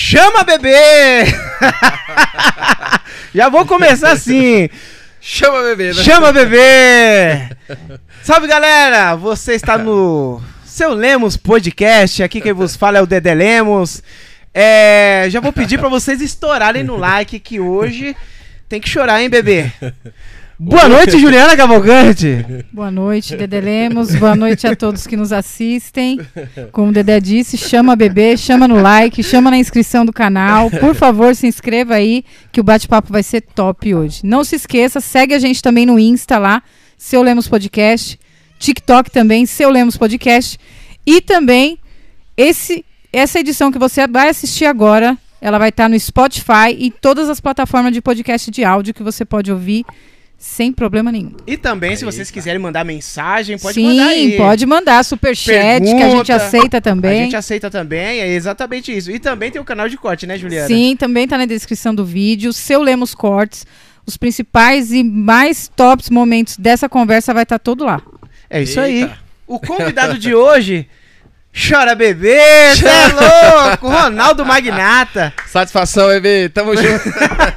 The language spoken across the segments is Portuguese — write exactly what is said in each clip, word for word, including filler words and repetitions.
Chama bebê! Já vou começar assim. Chama bebê, né? Chama bebê! Salve, galera! Você está no Seu Lemos Podcast. Aqui quem vos fala é o Dedé Lemos. É, já vou pedir pra vocês estourarem no like, que hoje tem que chorar, hein, bebê? Boa noite, Juliana Cavalcante. Boa noite, Dedé Lemos. Boa noite a todos que nos assistem. Como o Dedé disse, chama bebê, chama no like, chama na inscrição do canal. Por favor, se inscreva aí, que o bate-papo vai ser top hoje. Não se esqueça, segue a gente também no Insta lá, Seu Lemos Podcast. TikTok também, Seu Lemos Podcast. E também, esse, essa edição que você vai assistir agora, ela vai estar no Spotify e todas as plataformas de podcast de áudio que você pode ouvir sem problema nenhum. E também, se vocês quiserem mandar mensagem, pode Sim, mandar aí. Sim, pode mandar superchat, que a gente aceita também. A gente aceita também, é exatamente isso. E também tem o canal de corte, né, Juliana? Sim, também tá na descrição do vídeo. Seu Lemos Cortes, os principais e mais tops momentos dessa conversa vai estar todo lá. É isso Eita. aí. O convidado de hoje... Chora bebê, cê é louco, Ronaldo Magnata. Satisfação, bebê, tamo junto.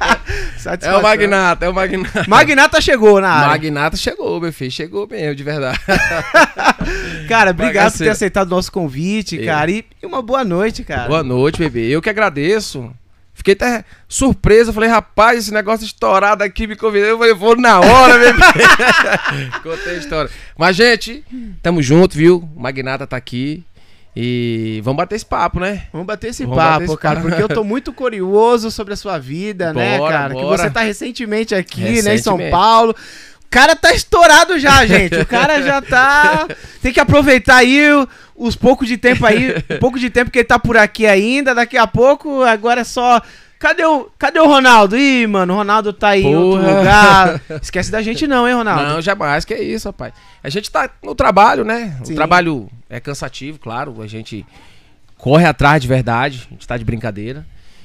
É o Magnata, é o Magnata. Magnata chegou na área. Magnata chegou, meu filho, chegou mesmo, de verdade. Cara, obrigado Bagaceira. por ter aceitado o nosso convite, Eu. cara, e, e uma boa noite, cara. Boa noite, bebê, eu que agradeço. Fiquei até surpreso, falei, rapaz, esse negócio estourado aqui me convidou, eu falei, vou na hora, bebê. Contei a história. Mas, gente, tamo junto, viu? O Magnata tá aqui. E vamos bater esse papo, né? Vamos bater esse vamos papo, bater esse cara, papo. Porque eu tô muito curioso sobre a sua vida, bora, né, cara? Bora. Que você tá recentemente aqui, recentemente. né, em São Paulo. O cara tá estourado já, gente. O cara já tá... Tem que aproveitar aí os poucos de tempo aí, o pouco de tempo que ele tá por aqui ainda. Daqui a pouco, agora é só... Cadê o, cadê o Ronaldo? Ih, mano, o Ronaldo tá aí Porra. em outro lugar. Esquece da gente não, hein, Ronaldo? Não, jamais, que é isso, rapaz. A gente tá no trabalho, né? Sim. O trabalho é cansativo, claro. A gente corre atrás de verdade. A gente tá de brincadeira.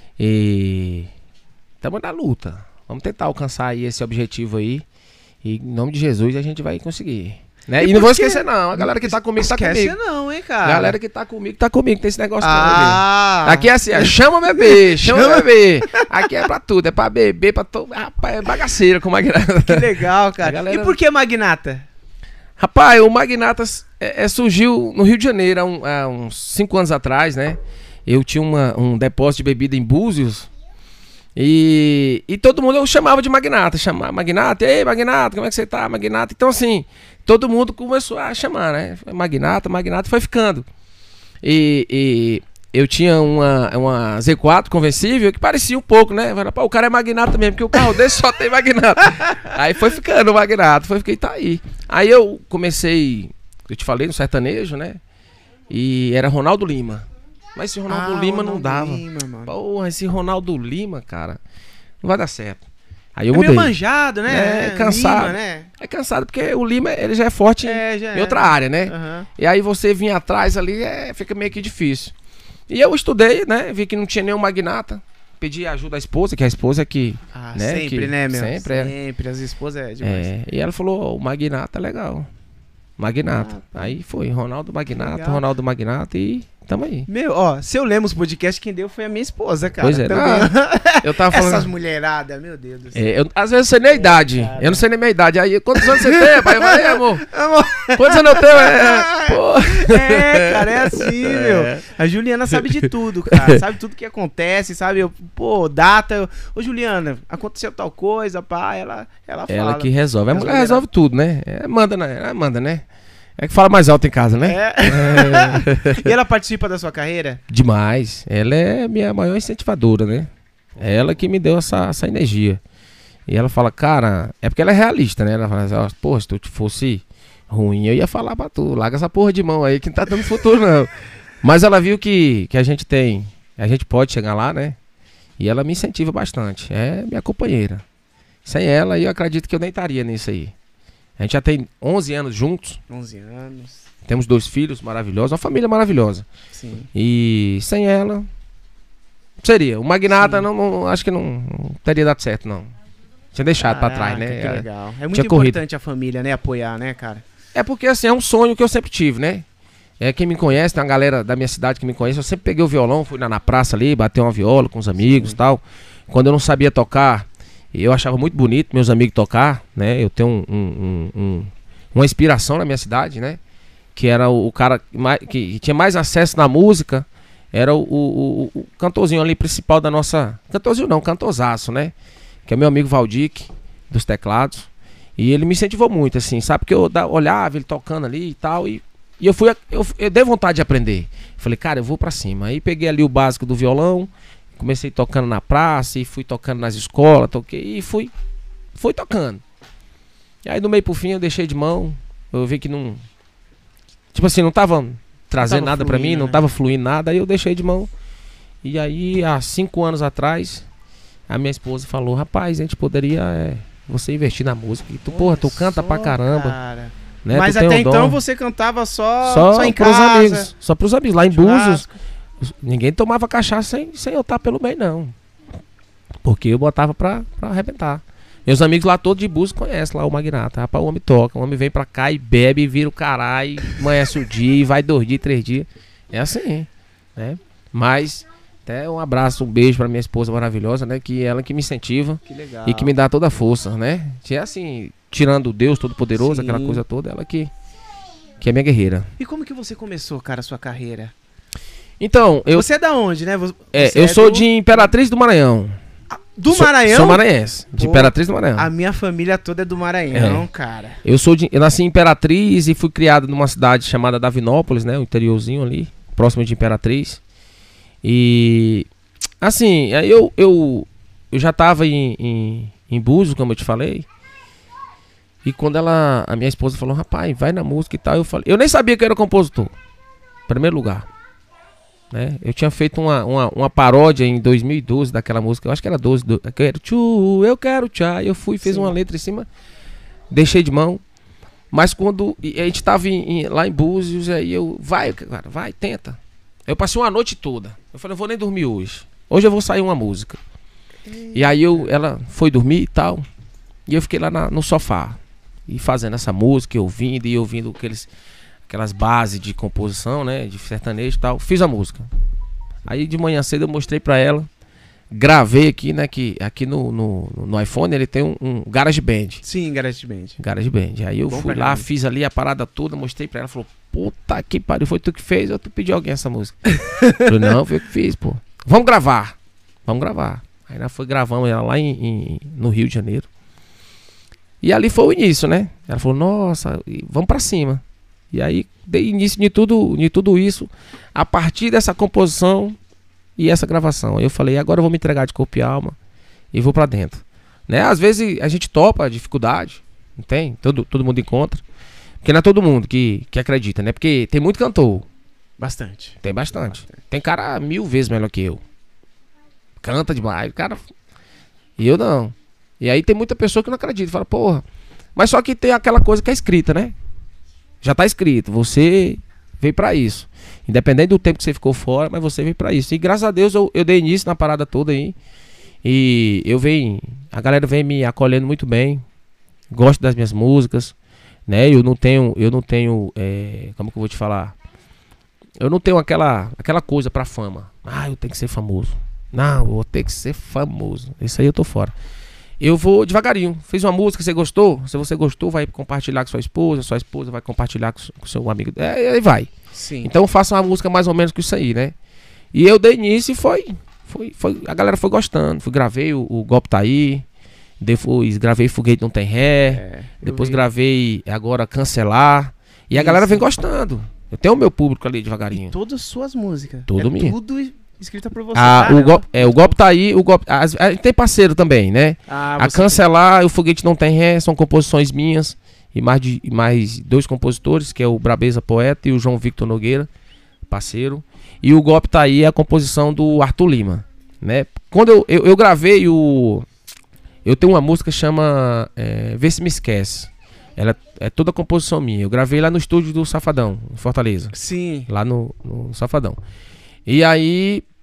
E estamos na luta. Vamos tentar alcançar aí esse objetivo aí. E em nome de Jesus a gente vai conseguir. Né? E, e não vou esquecer não, a galera que tá comigo tá comigo. Esquece não, hein, cara. A galera que tá comigo tá comigo, tem esse negócio ah. todo. Aqui é assim, ó, chama o bebê, chama o bebê. Aqui é pra tudo, é pra beber, pra todo... Rapaz, é bagaceira com o Magnata. Que legal, cara. Galera... E por que Magnata? Rapaz, o Magnata é, é, surgiu no Rio de Janeiro há, um, há uns cinco anos atrás, né? Eu tinha uma, um depósito de bebida em Búzios. E, e todo mundo eu chamava de Magnata, chamava Magnata, ei Magnata, como é que você tá, Magnata? Então assim, todo mundo começou a chamar, né? Magnata, Magnata, foi ficando. E, e eu tinha uma, uma Z quatro conversível que parecia um pouco, né? Falei, pô, o cara é Magnata mesmo, porque o carro desse só tem Magnata. Aí foi ficando Magnata, foi fiquei, tá aí. Aí eu comecei, eu te falei, no sertanejo, né? E era Ronaldo Lima. Mas esse Ronaldo ah, Lima Ronaldo não dava. Lima, mano. Porra, esse Ronaldo Lima, cara, não vai dar certo. Aí eu é mudei. meio manjado, né? É, cansado. Lima, né? É cansado, porque o Lima, ele já é forte é, já em é. outra área, né? Uhum. E aí você vir atrás ali, é, fica meio que difícil. E eu estudei, né? Vi que não tinha nenhum Magnata. Pedi ajuda da esposa, que a esposa que... Ah, né, sempre, que, né, meu? Sempre, é. Sempre, as esposas é demais. É, e ela falou, o Magnata é legal. Magnata. Ah, aí foi, Ronaldo Magnata, legal. Ronaldo Magnata e... Tamo aí. Meu, ó, Seu Lemos Podcast, quem deu foi a minha esposa, cara. Pois é. Ah, eu tava falando... Essas mulheradas, meu Deus do céu. É, eu, às vezes eu sei nem a idade. Cara. Eu não sei nem a minha idade. Aí, quantos anos você tem, pai? Eu falei, amor. amor. Quantos anos eu tenho? É, pô. é, cara, é assim, é. meu. A Juliana sabe de tudo, cara. Sabe tudo que acontece, sabe? Eu, pô, data. Eu, Ô, Juliana, aconteceu tal coisa, pá. Ela, ela fala. Ela que resolve. A mulher mulher resolve tudo, né? É, manda, né? Ela manda, né? É que fala mais alto em casa, né? É. É. E ela participa da sua carreira? Demais. Ela é minha maior incentivadora, né? É ela que me deu essa, essa energia. E ela fala, cara... É porque ela é realista, né? Ela fala assim, ó, pô, se tu fosse ruim, eu ia falar pra tu. Larga essa porra de mão aí que não tá dando futuro, não. Mas ela viu que, que a gente tem... A gente pode chegar lá, né? E ela me incentiva bastante. É minha companheira. Sem ela, eu acredito que eu nem estaria nisso aí. A gente já tem onze anos juntos. onze anos. Temos dois filhos maravilhosos, uma família maravilhosa. Sim. E sem ela, seria. O Magnata, não, não, acho que não, não teria dado certo, não. Tinha deixado Caraca, pra trás, né? Que legal. É muito Tinha importante corrido. a família, né? Apoiar, né, cara? É porque, assim, é um sonho que eu sempre tive, né? É, quem me conhece, tem uma galera da minha cidade que me conhece. Eu sempre peguei o violão, fui na, na praça ali, bater uma viola com os amigos e tal. Quando eu não sabia tocar, eu achava muito bonito meus amigos tocar, né? Eu tenho um, um, um, uma inspiração na minha cidade, né? Que era o, o cara que, mais, que tinha mais acesso na música, era o, o, o, o cantorzinho ali principal da nossa... Cantorzinho não, cantorzaço, né? Que é meu amigo Valdic, dos teclados. E ele me incentivou muito, assim, sabe? Porque eu da, olhava ele tocando ali e tal, e, e eu fui, eu, eu dei vontade de aprender. Falei, cara, eu vou pra cima. Aí peguei ali o básico do violão, comecei tocando na praça, e fui tocando nas escolas, toquei, e fui, fui tocando. E aí do meio pro fim eu deixei de mão, eu vi que não... Tipo assim, não tava trazendo não tava nada fluindo, pra mim, não né? tava fluindo nada, aí eu deixei de mão. E aí, há cinco anos atrás, a minha esposa falou, rapaz, a gente poderia... É, você investir na música. E tu, Olha porra, tu canta só, pra caramba. Né? Mas até então você cantava só, só, só em pros casa. Amigos, só pros amigos. Lá em Búzios, ninguém tomava cachaça sem, sem eu estar pelo meio, não. Porque eu botava pra, pra arrebentar. Meus amigos lá todos de Búzios conhecem lá o Magnata. Rapaz, o homem toca, o homem vem pra cá e bebe, e vira o caralho, amanhece o dia e vai dois dias, três dias. É assim, né? Mas... Até um abraço, um beijo pra minha esposa maravilhosa, né? Que ela que me incentiva que legal. E que me dá toda a força, né? Que é assim, tirando Deus Todo-Poderoso, aquela coisa toda, ela que, que é minha guerreira. E como que você começou, cara, a sua carreira? Então, eu... Você é da onde, né? Você é, eu é sou do... de Imperatriz do Maranhão. Do sou, Maranhão? Sou maranhense, de Pô, Imperatriz do Maranhão. A minha família toda é do Maranhão, é. cara. Eu sou de, eu nasci em Imperatriz e fui criado numa cidade chamada Davinópolis, né? O interiorzinho ali, próximo de Imperatriz. E assim, eu, eu, eu já tava em, em, em Búzios, como eu te falei. E quando ela, a minha esposa falou, rapaz, vai na música e tal, eu falei, eu nem sabia que eu era compositor. Em primeiro lugar, né? Eu tinha feito uma, uma, uma paródia em dois mil e doze daquela música, eu acho que era doze, do, eu quero tchu, eu quero tchá. Eu fui, fiz Sim. uma letra em cima, deixei de mão. Mas quando a gente tava em, em, lá em Búzios, aí eu, vai, cara, vai, tenta. Eu passei uma noite toda. Eu falei, eu vou nem dormir hoje. Hoje eu vou sair uma música. E aí eu, ela foi dormir e tal. E eu fiquei lá na, no sofá. E fazendo essa música, ouvindo e ouvindo aqueles, aquelas bases de composição, né? De sertanejo e tal. Fiz a música. Aí de manhã cedo eu mostrei pra ela. Gravei aqui, né? Que aqui no, no, no iPhone ele tem um, um GarageBand. Sim, GarageBand. GarageBand. Aí eu Bom fui lá, mim. fiz ali a parada toda, mostrei pra ela. Falou, puta que pariu, foi tu que fez ou tu pediu alguém essa música? Falei, não, foi eu que fiz, pô. Vamos gravar. Vamos gravar. Aí nós foi gravando ela lá em, em, no Rio de Janeiro. E ali foi o início, né? Ela falou, nossa, vamos pra cima. E aí dei início de tudo, de tudo isso a partir dessa composição e essa gravação. Aí eu falei, agora eu vou me entregar de corpo e alma e vou pra dentro, né? Às vezes a gente topa a dificuldade, não tem? Todo, todo mundo encontra. Porque não é todo mundo que, que acredita, né? Porque tem muito cantor. Bastante. Tem bastante. bastante. Tem cara mil vezes melhor que eu. Canta demais, cara. E eu não. E aí tem muita pessoa que não acredita. Fala, porra. Mas só que tem aquela coisa que é escrita, né? Já tá escrito. Você veio pra isso. Independente do tempo que você ficou fora, mas você veio pra isso. E graças a Deus eu, eu dei início na parada toda aí. E eu venho... A galera vem me acolhendo muito bem. Gosto das minhas músicas. Né? Eu não tenho... Eu não tenho... É, como que eu vou te falar? Eu não tenho aquela, aquela coisa pra fama. Ah, eu tenho que ser famoso. Não, eu vou ter que ser famoso. Isso aí eu tô fora. Eu vou devagarinho. Fiz uma música, você gostou? Se você gostou, vai compartilhar com sua esposa. Sua esposa vai compartilhar com, com seu amigo. É, aí vai. Sim. Então faça uma música mais ou menos com isso aí, né? E eu dei início e foi, foi, foi. A galera foi gostando. Fui, gravei o, o Golpe Tá Aí. Depois gravei Foguete Não Tem Ré. É, depois vi. gravei agora Cancelar. E isso. A galera vem gostando. Eu tenho o meu público ali devagarinho. E todas suas músicas. Tudo é minha. Tudo escrita por você. Ah, o, go é, o Golpe Tá Aí. O golpe, a, a gente tem parceiro também, né? Ah, a Cancelar e o Foguete Não Tem Ré são composições minhas. E mais, de, mais dois compositores, que é o Brabeza Poeta e o João Victor Nogueira, parceiro. E o Golpe Tá Aí é a composição do Arthur Lima, né? Quando eu, eu, eu gravei o... Eu tenho uma música que chama é, Vê Se Me Esquece. Ela é toda composição minha. Eu gravei lá no estúdio do Safadão, em Fortaleza. Sim. Lá no, no Safadão. E aí...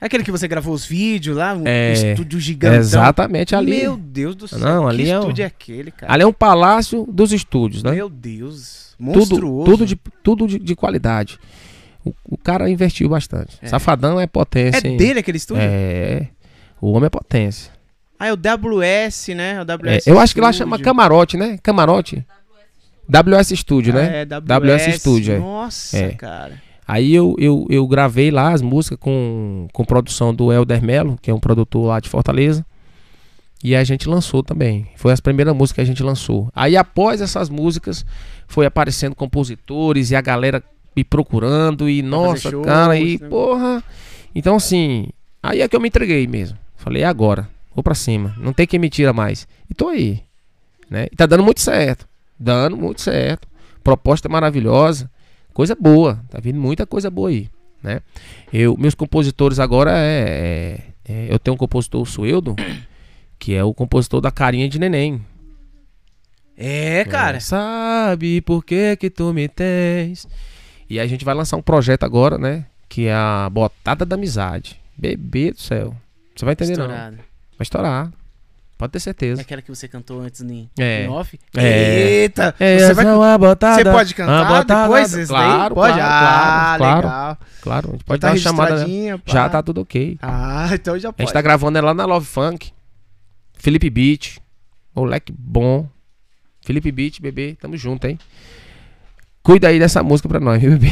É aquele que você gravou os vídeos lá, um é, estúdio gigantão. Exatamente, ali. Meu Deus do céu, não, ali que é estúdio um, é aquele, cara? Ali é um palácio dos estúdios, né? Meu Deus, monstruoso. Tudo, tudo, de, tudo de, de qualidade. O, o cara investiu bastante. É. Safadão é potência. É hein? dele aquele estúdio? É, o homem é potência. Ah, é o W S, né? O W S é, eu acho que lá chama Camarote, né? Camarote. W S Studio, ah, né? É, W S, W S Studio, é. Nossa, é. cara. Aí eu, eu, eu gravei lá as músicas com, com produção do Helder Melo, que é um produtor lá de Fortaleza. E a gente lançou também. Foi as primeiras músicas que a gente lançou. Aí após essas músicas, foi aparecendo compositores e a galera me procurando. E nossa, shows, cara, e né? Porra. Então assim, aí é que eu me entreguei mesmo. Falei, é agora, vou pra cima. Não tem quem me tira mais. E tô aí, né? E tá dando muito certo. Dando muito certo. Proposta maravilhosa. Coisa boa. Tá vindo muita coisa boa aí, né? Eu, meus compositores agora é, é, é... Eu tenho um compositor, o Sueldo, que é o compositor da Carinha de Neném. É, cara. É, sabe por que que tu me tens? E a gente vai lançar um projeto agora, né? Que é a Botada da Amizade. Bebê do céu. Você vai entender Estourado. Não. Vai estourar. Pode ter certeza. É aquela que você cantou antes em, é. em off? É. Eita! É, você, vai... uma botada, você pode cantar botada, depois esse claro, daí? Pode? Claro, ah, claro, legal. Claro, a gente pode tá dar uma chamada. Pá. Já tá tudo ok. Ah, então já pode. A gente tá gravando ela na Love Funk. Felipe Beat. Moleque bom. Felipe Beat, bebê, tamo junto, hein? Cuida aí dessa música pra nós, viu, bebê?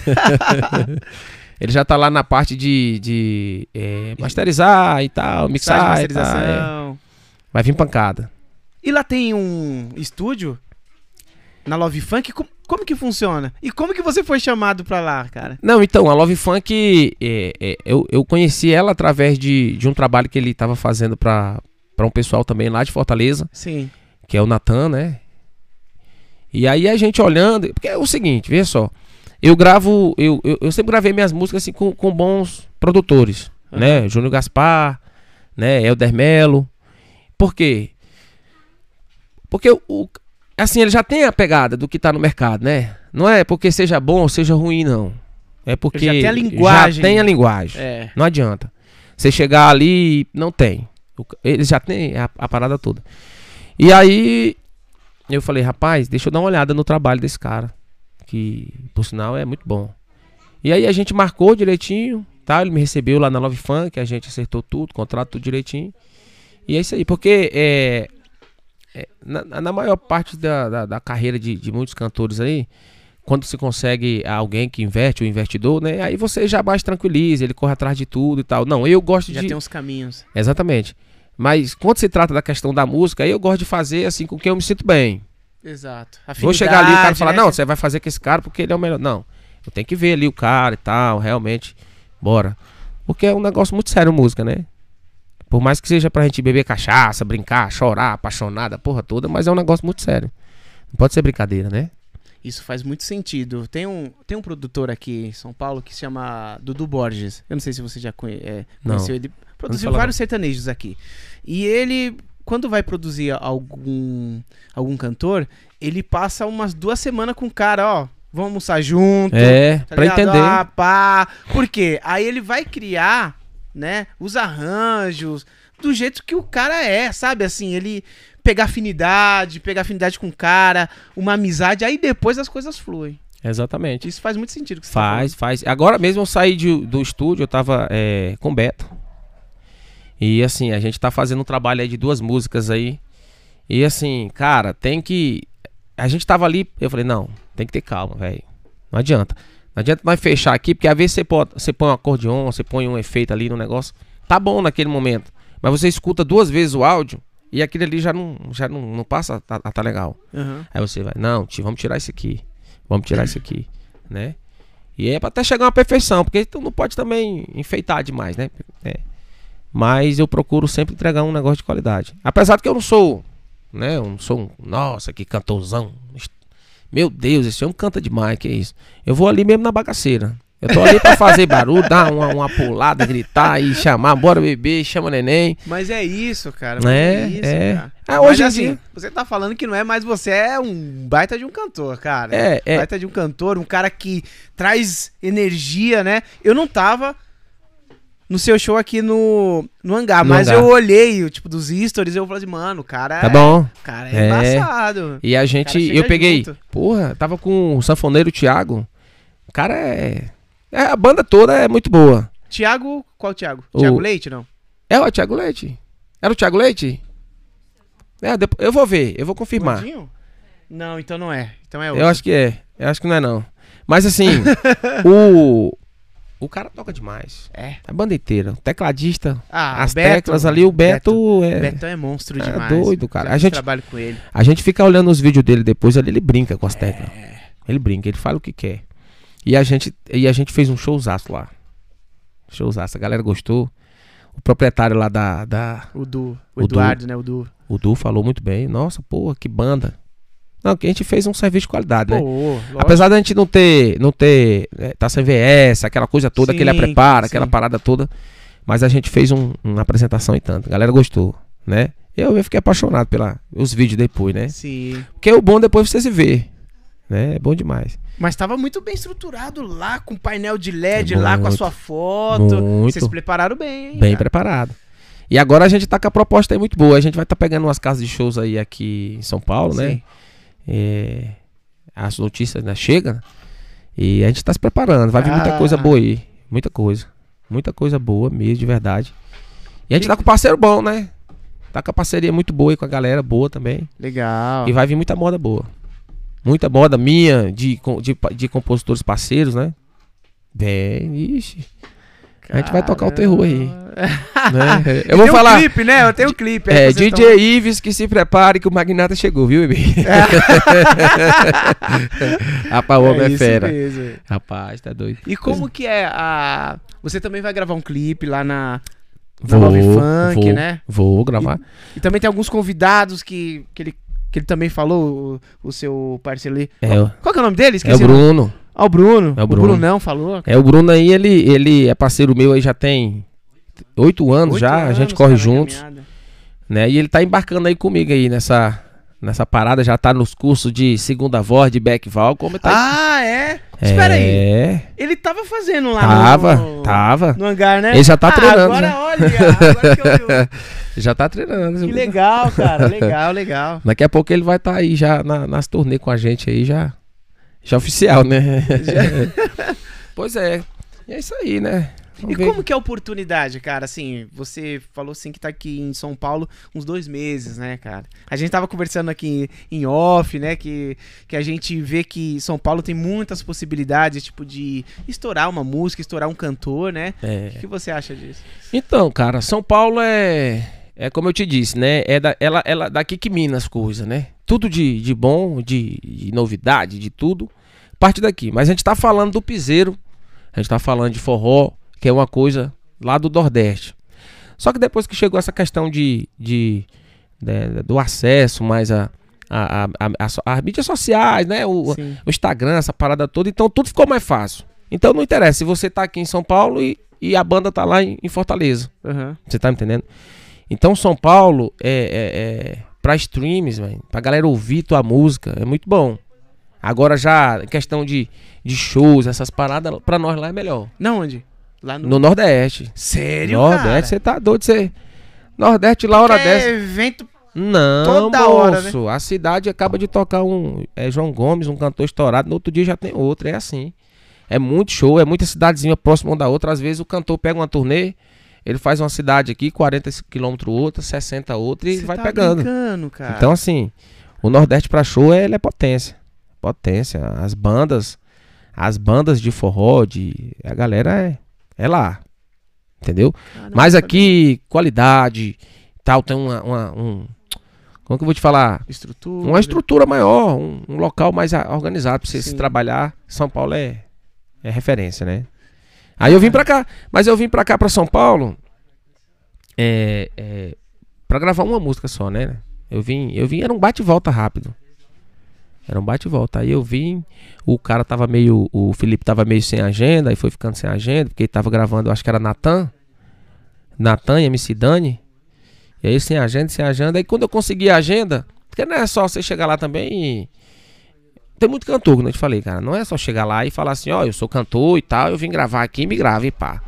Ele já tá lá na parte de, de é, masterizar e tal, mixar masterização. E tal, é. Vai vir pancada. E lá tem um estúdio na Love Funk? Como, como que funciona? E como que você foi chamado pra lá, cara? Não, então, a Love Funk, é, é, eu, eu conheci ela através de, de um trabalho que ele tava fazendo pra, pra um pessoal também lá de Fortaleza. Sim. Que é o Natan, né? E aí a gente olhando... Porque é o seguinte, veja só. Eu gravo... Eu, eu, eu sempre gravei minhas músicas assim com, com bons produtores. Uhum. Né? Júnior Gaspar, né? Helder Melo. Por quê? Porque o, assim, ele já tem a pegada do que tá no mercado, né? Não é porque seja bom ou seja ruim, não. É porque já tem a linguagem. Já tem a linguagem. É. Não adianta. Você chegar ali, não tem. Eles já têm a, a parada toda. E aí, eu falei, rapaz, deixa eu dar uma olhada no trabalho desse cara. Que, por sinal, é muito bom. E aí a gente marcou direitinho, tá? Ele me recebeu lá na Love Funk, a gente acertou tudo, contrato tudo direitinho. E é isso aí, porque é, é, na, na maior parte da, da, da carreira de, de muitos cantores aí, quando se consegue alguém que inverte, o investidor, né? Aí você já mais tranquiliza, ele corre atrás de tudo e tal. Não, eu gosto já de... Já tem uns caminhos. Exatamente. Mas quando se trata da questão da música, aí eu gosto de fazer assim com quem eu me sinto bem. Exato. Afinidade, vou chegar ali e o cara falar, né? não, você vai fazer com esse cara porque ele é o melhor. Não, eu tenho que ver ali o cara e tal, realmente, bora. Porque é um negócio muito sério música, né? Por mais que seja pra gente beber cachaça, brincar, chorar, apaixonada, porra toda, mas é um negócio muito sério. Não pode ser brincadeira, né? Isso faz muito sentido. Tem um, tem um produtor aqui em São Paulo que se chama Dudu Borges. Eu não sei se você já conhe é, conheceu ele. Produziu vários sertanejos aqui. E ele, quando vai produzir algum, algum cantor, ele passa umas duas semanas com o cara, ó. Vamos almoçar junto. É, tá pra ligado? entender. Ah, pá. Por quê? Aí ele vai criar, né, os arranjos do jeito que o cara é, sabe? Assim, ele pegar afinidade, pegar afinidade com o cara, uma amizade, aí depois as coisas fluem. Exatamente. Isso faz muito sentido. Que você faz, tá faz. Agora mesmo eu saí de, do estúdio, eu tava é, com o Beto. E assim, a gente tá fazendo um trabalho aí de duas músicas aí. E assim, cara, tem que... A gente tava ali, eu falei, não, tem que ter calma, velho. Não adianta. Não adianta nós fechar aqui, porque às vezes você, pode, você põe um acordeon, você põe um efeito ali no negócio. Tá bom naquele momento. Mas você escuta duas vezes o áudio e aquele ali já não, já não, não passa a tá, tá legal. Uhum. Aí você vai, não, tio, vamos tirar isso aqui. Vamos tirar isso aqui, né? E é pra até chegar a uma perfeição, porque tu não pode também enfeitar demais, né? É. Mas eu procuro sempre entregar um negócio de qualidade. Apesar de que eu não sou, né? Eu não sou um, nossa, que cantorzão. Meu Deus, esse homem canta demais, que é isso? Eu vou ali mesmo na bagaceira. Eu tô ali pra fazer barulho, dar uma, uma pulada, gritar e chamar, bora bebê, chama neném. Mas é isso, cara. É, é isso, é. cara. Ah, hoje mas, assim, dia... você tá falando que não é mais você, é um baita de um cantor, cara. É, é. Baita de um cantor, um cara que traz energia, né? Eu não tava no seu show aqui no, no Hangar, No mas Hangar. eu olhei, tipo, dos stories, eu falei assim, mano, o cara Tá é, bom. o cara é, É. embaçado. E a cara gente, chega eu peguei, junto. porra, tava com o sanfoneiro Thiago. O cara é, é. A banda toda é muito boa. Thiago, qual Thiago? O- Thiago Leite, não? É o Thiago Leite. Era o Thiago Leite? É, depois, eu vou ver, eu vou confirmar. Gordinho? Não, então não é. Então é outro. Eu acho que é. Eu acho que não é não. Mas assim, o. O cara toca demais. É. A banda inteira. O tecladista, Ah, as o Beto, teclas ali, o Beto, é. Betão é monstro É demais. doido, cara. Já A fiz gente- trabalho com ele. A gente fica olhando os vídeos dele depois ali, ele brinca com as teclas. Ele brinca, ele fala o que quer. E a gente, e a gente fez um showzaço lá. Showzaço, a galera gostou. O proprietário lá da. da O Du, o, O Du. Eduardo, né? O Du. o Du falou muito bem. Nossa, porra, que banda. Não, que a gente fez um serviço de qualidade, né? Pô, lógico. Apesar da gente não ter, não ter, é, tá sem V S, aquela coisa toda que ele Sim, prepara, sim. aquela parada toda, mas a gente fez um- uma apresentação e tanto, a galera gostou, né? Eu, eu fiquei apaixonado pelos vídeos depois, né? Sim. Porque o bom depois você se vê, né? É bom demais. Mas tava muito bem estruturado lá, com painel de L E D É lá, com a muito, sua foto. muito. Vocês se prepararam bem, hein? Bem cara? preparado. E agora a gente tá com a proposta aí muito boa, a gente vai estar pegando umas casas de shows aí aqui em São Paulo, né? Sim. É, as notícias, né, chegam e a gente tá se preparando. Vai vir muita Ah. coisa boa aí. Muita coisa. Muita coisa boa mesmo, de verdade. E a gente tá com parceiro bom, né? Tá com a parceria muito boa aí com a galera, boa também. Legal. E vai vir muita moda boa. Muita moda minha, de, co- de, pa- de compositores parceiros, né? Bem, ixi. A gente vai tocar o terror aí. Né? Eu vou tem falar. um clipe, né? Eu tenho um clipe. aí É, vocês D J Ives, que se prepare que o Magnata chegou, viu, bebê? Rapaz, o tão- homem é, isso fera. mesmo. Rapaz, tá doido. E como que é a... Você também vai gravar um clipe lá na... Vou, Nove Funk, vou, né? Vou gravar. E também tem alguns convidados que, que, ele, que ele também falou, o, o seu parceiro ali. É, qual, o- qual que é o nome dele? É Esqueci o Bruno. Ah, o Bruno. É o O Bruno. Bruno não falou. É o Bruno aí, ele, ele é parceiro meu aí já tem oito anos Oito já, a anos, gente corre cara, juntos, caminhada. né? E ele tá embarcando aí comigo aí nessa, nessa parada, já tá nos cursos de segunda voz, de back vocal, como tá. Ah, é? Espera aí. É, Ele tava fazendo lá tava, no, tava. no hangar, né? Ele já tá Ah, treinando, Agora já. olha, agora que eu vi. Já tá treinando. Que legal, cara. Legal, legal. Daqui a pouco ele vai estar aí já na- nas turnê com a gente aí, já, já oficial, né? Pois é. E é isso aí, né? Vamos E ver. como que é a oportunidade, cara? Assim, você falou assim que tá aqui em São Paulo uns dois meses, né, cara? A gente tava conversando aqui em off, né, que, que a gente vê que São Paulo tem muitas possibilidades, tipo, de estourar uma música, estourar um cantor, né? É. O que você acha disso? Então, cara, São Paulo é. É como eu te disse, né? É da, ela, ela daqui que mina as coisas, né? Tudo de, de bom, de, de novidade, de tudo, parte daqui. Mas a gente tá falando do piseiro, a gente tá falando de forró, que é uma coisa lá do Nordeste. Só que depois que chegou essa questão de, de, de- do acesso mais a, a, a, a, a- as mídias sociais, né? O, Sim. o Instagram, essa parada toda, então tudo ficou mais fácil. Então não interessa se você tá aqui em São Paulo e, e a banda tá lá em, em Fortaleza. Aham. Você tá me entendendo? Então São Paulo é, é, é pra streams, véio, pra galera ouvir tua música, é muito bom. Agora já, em questão de, de shows, essas paradas, pra nós lá é melhor. Não, onde? Lá no... No Nordeste. Sério, Nordeste, você tá doido, você... Nordeste lá, hora é dessa... evento... Não, toda hora, moço, a cidade acaba de tocar um... É João Gomes, um cantor estourado, no outro dia já tem outro, é assim. É muito show, é muita cidadezinha próxima uma da outra. Às vezes o cantor pega uma turnê, ele faz uma cidade aqui, quarenta quilômetros outra, sessenta outra e Você vai tá pegando. brincando, cara. Então, assim, o Nordeste pra show, ele é potência. Potência. As bandas, as bandas de forró, de, a galera é, é lá. Entendeu? Ah, não, Mas não aqui, qualidade, tal, tem uma, uma- um... Como que eu vou te falar? sabia. Estrutura. Uma estrutura maior, um, um local mais a- organizado pra você se Sim. trabalhar. São Paulo é, é referência, né? Aí eu vim pra cá, mas eu vim pra cá, pra São Paulo, é, é, pra gravar uma música só, né? Eu vim, eu vim, era um bate e volta rápido. Era um bate e volta. Aí eu vim, o cara tava meio, o Felipe tava meio sem agenda, aí foi ficando sem agenda, porque ele tava gravando, eu acho que era Natan, Natan e M C Dani. E aí sem agenda, sem agenda. Aí quando eu consegui a agenda, porque não é só você chegar lá também e... Tem muito cantor, como eu te falei, cara. Não é só chegar lá e falar assim, ó, eu sou cantor e tal, eu vim gravar aqui, me grave e pá.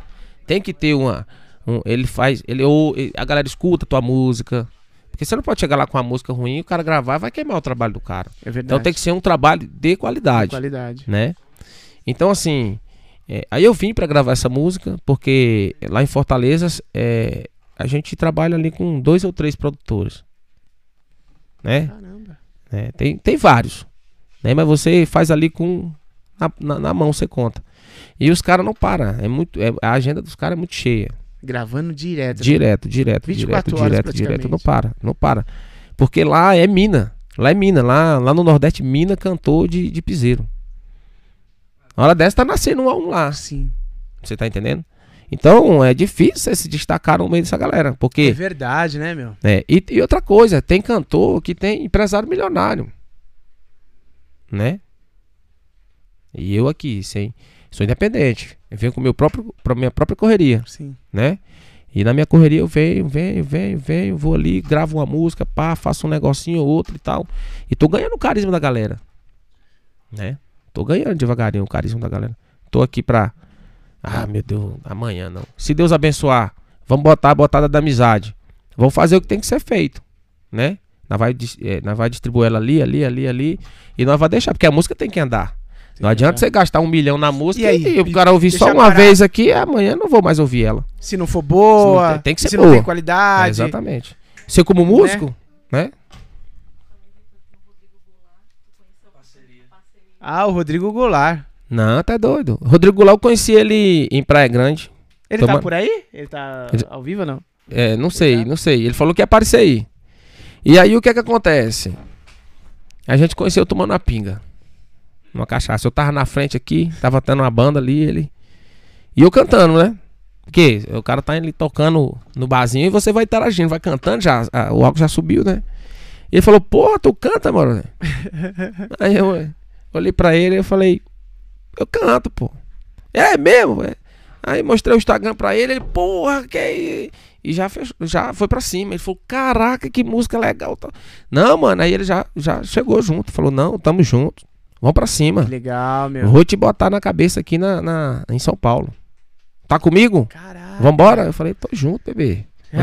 Tem que ter uma... Um, ele faz... Ele, ou, a galera escuta a tua música. Porque você não pode chegar lá com uma música ruim e o cara gravar vai queimar o trabalho do cara. É verdade. Então tem que ser um trabalho de qualidade. De qualidade. Né? Então assim... É, aí eu vim pra gravar essa música porque lá em Fortaleza é, a gente trabalha ali com dois ou três produtores. Né? Caramba. É, tem, tem vários. Né? Mas você faz ali com... Na, na, na mão você conta. E os caras não param. É muito, é, a agenda dos caras é muito cheia. Gravando direto. Direto, direto, vinte e quatro direto, horas direto, direto. Não para, não para. Porque lá é mina. Lá é mina. Lá, lá no Nordeste, mina cantor de, de piseiro. A hora dessa tá nascendo um a um lá. Sim. Você tá entendendo? Então é difícil você se destacar no meio dessa galera. Porque, é verdade, né, meu? É, e, e outra coisa, tem cantor que tem empresário milionário. Né? E eu aqui, sem, sou independente. Eu venho com meu próprio, pra minha própria correria. Sim. Né? E na minha correria eu venho, venho, venho, venho, vou ali, gravo uma música, pá, faço um negocinho ou outro e tal. E tô ganhando o carisma da galera. Né? Tô ganhando devagarinho o carisma da galera. Tô aqui pra... Ah, meu Deus, amanhã não. Se Deus abençoar, vamos botar a botada da amizade. Vamos fazer o que tem que ser feito. Né? Nós vai, é, nós vai distribuir ela ali, ali, ali, ali. E nós vai deixar, porque a música tem que andar. Não adianta você gastar um milhão na música e, aí, e o cara ouvir só uma parar. vez aqui, amanhã não vou mais ouvir ela. Se não for boa, não tem, tem que ser se boa. não tem qualidade. É, exatamente. Você como músico, né? né? Ah, o Rodrigo Goulart. Não, tá doido. Rodrigo Goulart, eu conheci ele em Praia Grande. Ele Toma... tá por aí? Ele tá ele... ao vivo ou não? É, não sei, não sei. Ele falou que ia aparecer aí. E aí o que é que acontece? A gente conheceu tomando uma pinga. Uma cachaça. Eu tava na frente aqui, tava tendo uma banda ali, ele... E eu cantando, né? Porque o cara tá ali tocando no barzinho e você vai interagindo, vai cantando, já, a, o álcool já subiu, né? E ele falou, pô, tu canta, mano. Aí eu olhei pra ele e eu falei, eu canto, pô. É mesmo, velho. Aí mostrei o Instagram pra ele, ele, porra, que é... E já, fez, já foi pra cima. Ele falou, caraca, que música legal. Não, mano, aí ele já, já chegou junto. Falou, não, tamo junto. Vamos pra cima. Que legal, meu. Vou te botar na cabeça aqui na, na, em São Paulo. Tá comigo? Caraca. Vambora? Eu falei, tô junto, bebê.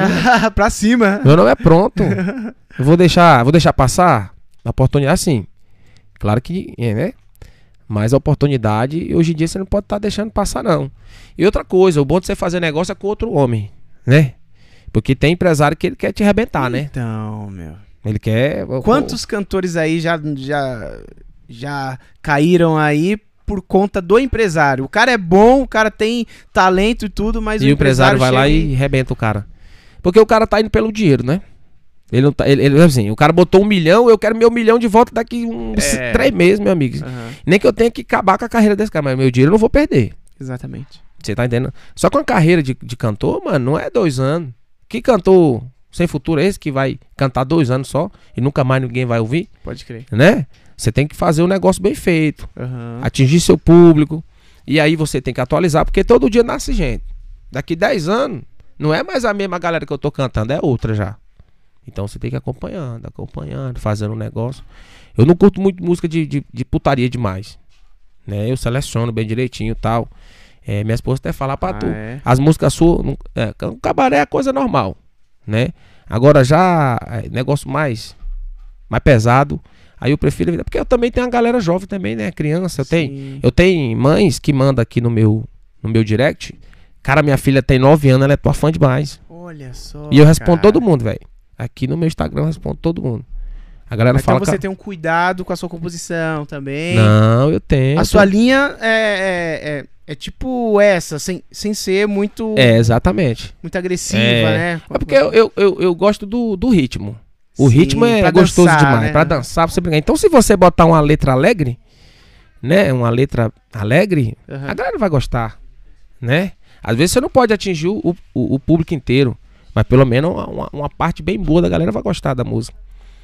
Pra cima. Meu nome é pronto. Eu vou deixar, vou deixar passar a oportunidade, sim. Claro que, é, né? Mas a oportunidade, hoje em dia, você não pode estar tá deixando passar, não. E outra coisa, o bom de você fazer negócio é com outro homem, né? Porque tem empresário que ele quer te arrebentar, né? Então, meu. Ele quer... Quantos cantores aí já, já, já caíram aí por conta do empresário? O cara é bom, o cara tem talento e tudo, mas e o empresário, empresário vai lá e arrebenta o cara. Porque o cara tá indo pelo dinheiro, né? Ele não tá, ele, ele assim, o cara botou um milhão, eu quero meu milhão de volta daqui uns é. três meses, meu amigo. Uhum. Nem que eu tenha que acabar com a carreira desse cara, mas meu dinheiro eu não vou perder. Exatamente. Você tá entendendo? Só com a carreira de, de cantor, mano, não é dois anos. Que cantor sem futuro é esse que vai cantar dois anos só e nunca mais ninguém vai ouvir? Pode crer. Né? Você tem que fazer um negócio bem feito, uhum. atingir seu público. E aí você tem que atualizar, porque todo dia nasce gente. Daqui dez anos, não é mais a mesma galera que eu tô cantando, é outra já. Então você tem que ir acompanhando, acompanhando, fazendo um negócio. Eu não curto muito música de, de, de putaria demais, né? Eu seleciono bem direitinho e tal. É, minha esposa até fala pra ah, tu, é? As músicas suas, é, um cabaré é coisa normal, né? Agora já, é, negócio mais, mais pesado, aí eu prefiro, porque eu também tenho uma galera jovem também, né? Criança, eu tenho, eu tenho mães que mandam aqui no meu, no meu direct. Cara, minha filha tem nove anos, ela é tua fã demais. Olha só. E eu respondo cara. todo mundo, velho. Aqui no meu Instagram eu respondo todo mundo. A galera então fala. Então você que... tem um cuidado com a sua composição também. Não, eu tenho. A eu sua tenho. linha é, é, é, é tipo essa, sem, sem ser muito. É, exatamente. Muito agressiva, é. né? É porque eu, eu, eu, eu gosto do, do ritmo. O Sim, ritmo é gostoso dançar, demais. Né? Pra dançar, pra você brincar. Então, se você botar uma letra alegre, né? Uma letra alegre, uhum. a galera vai gostar, né? Às vezes você não pode atingir o, o, o público inteiro, mas pelo menos uma, uma parte bem boa da galera vai gostar da música.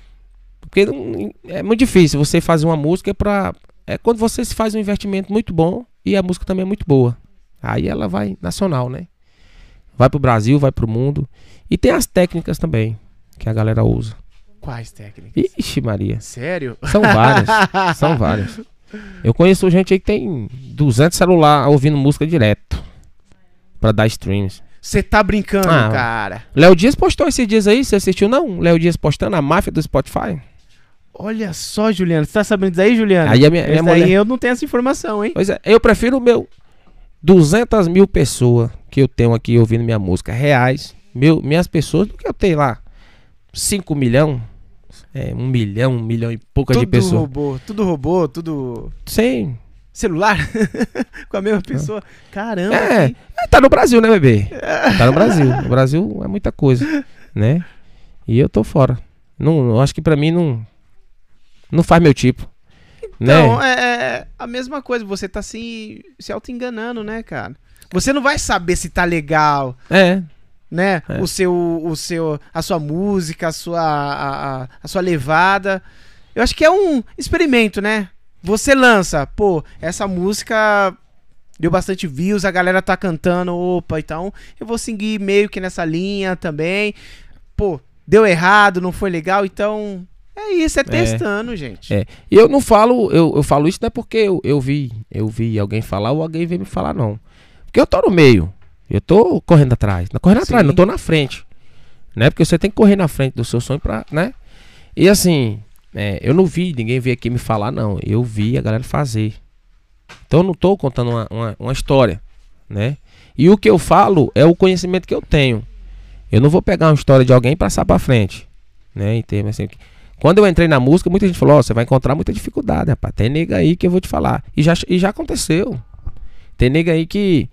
Porque é muito difícil você fazer uma música pra... É quando você se faz um investimento muito bom e a música também é muito boa. Aí ela vai nacional, né? Vai pro Brasil, vai pro mundo. E tem as técnicas também que a galera usa. Quais técnicas? Ixi, Maria. Sério? São várias. São várias. Eu conheço gente aí que tem duzentos celular ouvindo música direto. pra dar streams. Você tá brincando, ah, cara. Léo Dias postou esses dias aí, você assistiu não? Léo Dias postando a máfia do Spotify. Olha só, Juliano, você tá sabendo disso aí, Juliano? Aí a minha, minha mulher... aí eu não tenho essa informação, hein? Pois é, eu prefiro o meu duzentas mil pessoas que eu tenho aqui ouvindo minha música, reais, meu, minhas pessoas, do que eu tenho lá cinco milhões, é, um milhão, um milhão e poucas de pessoas. Tudo robô, tudo robô, tudo... Sim. Celular? Com a mesma pessoa? Caramba. É, que... tá no Brasil, né, bebê? Tá no Brasil. No Brasil é muita coisa, né? E eu tô fora. Não, eu acho que pra mim não, não faz meu tipo. Então, né? é, é a mesma coisa. Você tá se, se auto-enganando, né, cara? Você não vai saber se tá legal. É. Né? É. O seu, o seu, a sua música, a sua, a, a, a sua levada. Eu acho que é um experimento, né? Você lança, pô, essa música deu bastante views, a galera tá cantando, opa, então eu vou seguir meio que nessa linha também. Pô, deu errado, não foi legal, então é isso, é testando, é, gente. É. E eu não falo, eu, eu falo isso não é porque eu, eu vi, eu vi alguém falar ou alguém veio me falar, não. Porque eu tô no meio, eu tô correndo atrás, não correndo Sim. atrás, não tô na frente, né? Porque você tem que correr na frente do seu sonho pra, né? E assim... É, eu não vi ninguém vir aqui me falar, não. Eu vi a galera fazer. Então eu não tô contando uma, uma, uma história, né? E o que eu falo é o conhecimento que eu tenho. Eu não vou pegar uma história de alguém e passar pra frente, né? Em termos assim, quando eu entrei na música, muita gente falou, ó, oh, você vai encontrar muita dificuldade, rapaz. Tem nega aí que eu vou te falar. E já, e já aconteceu. Tem nega aí que...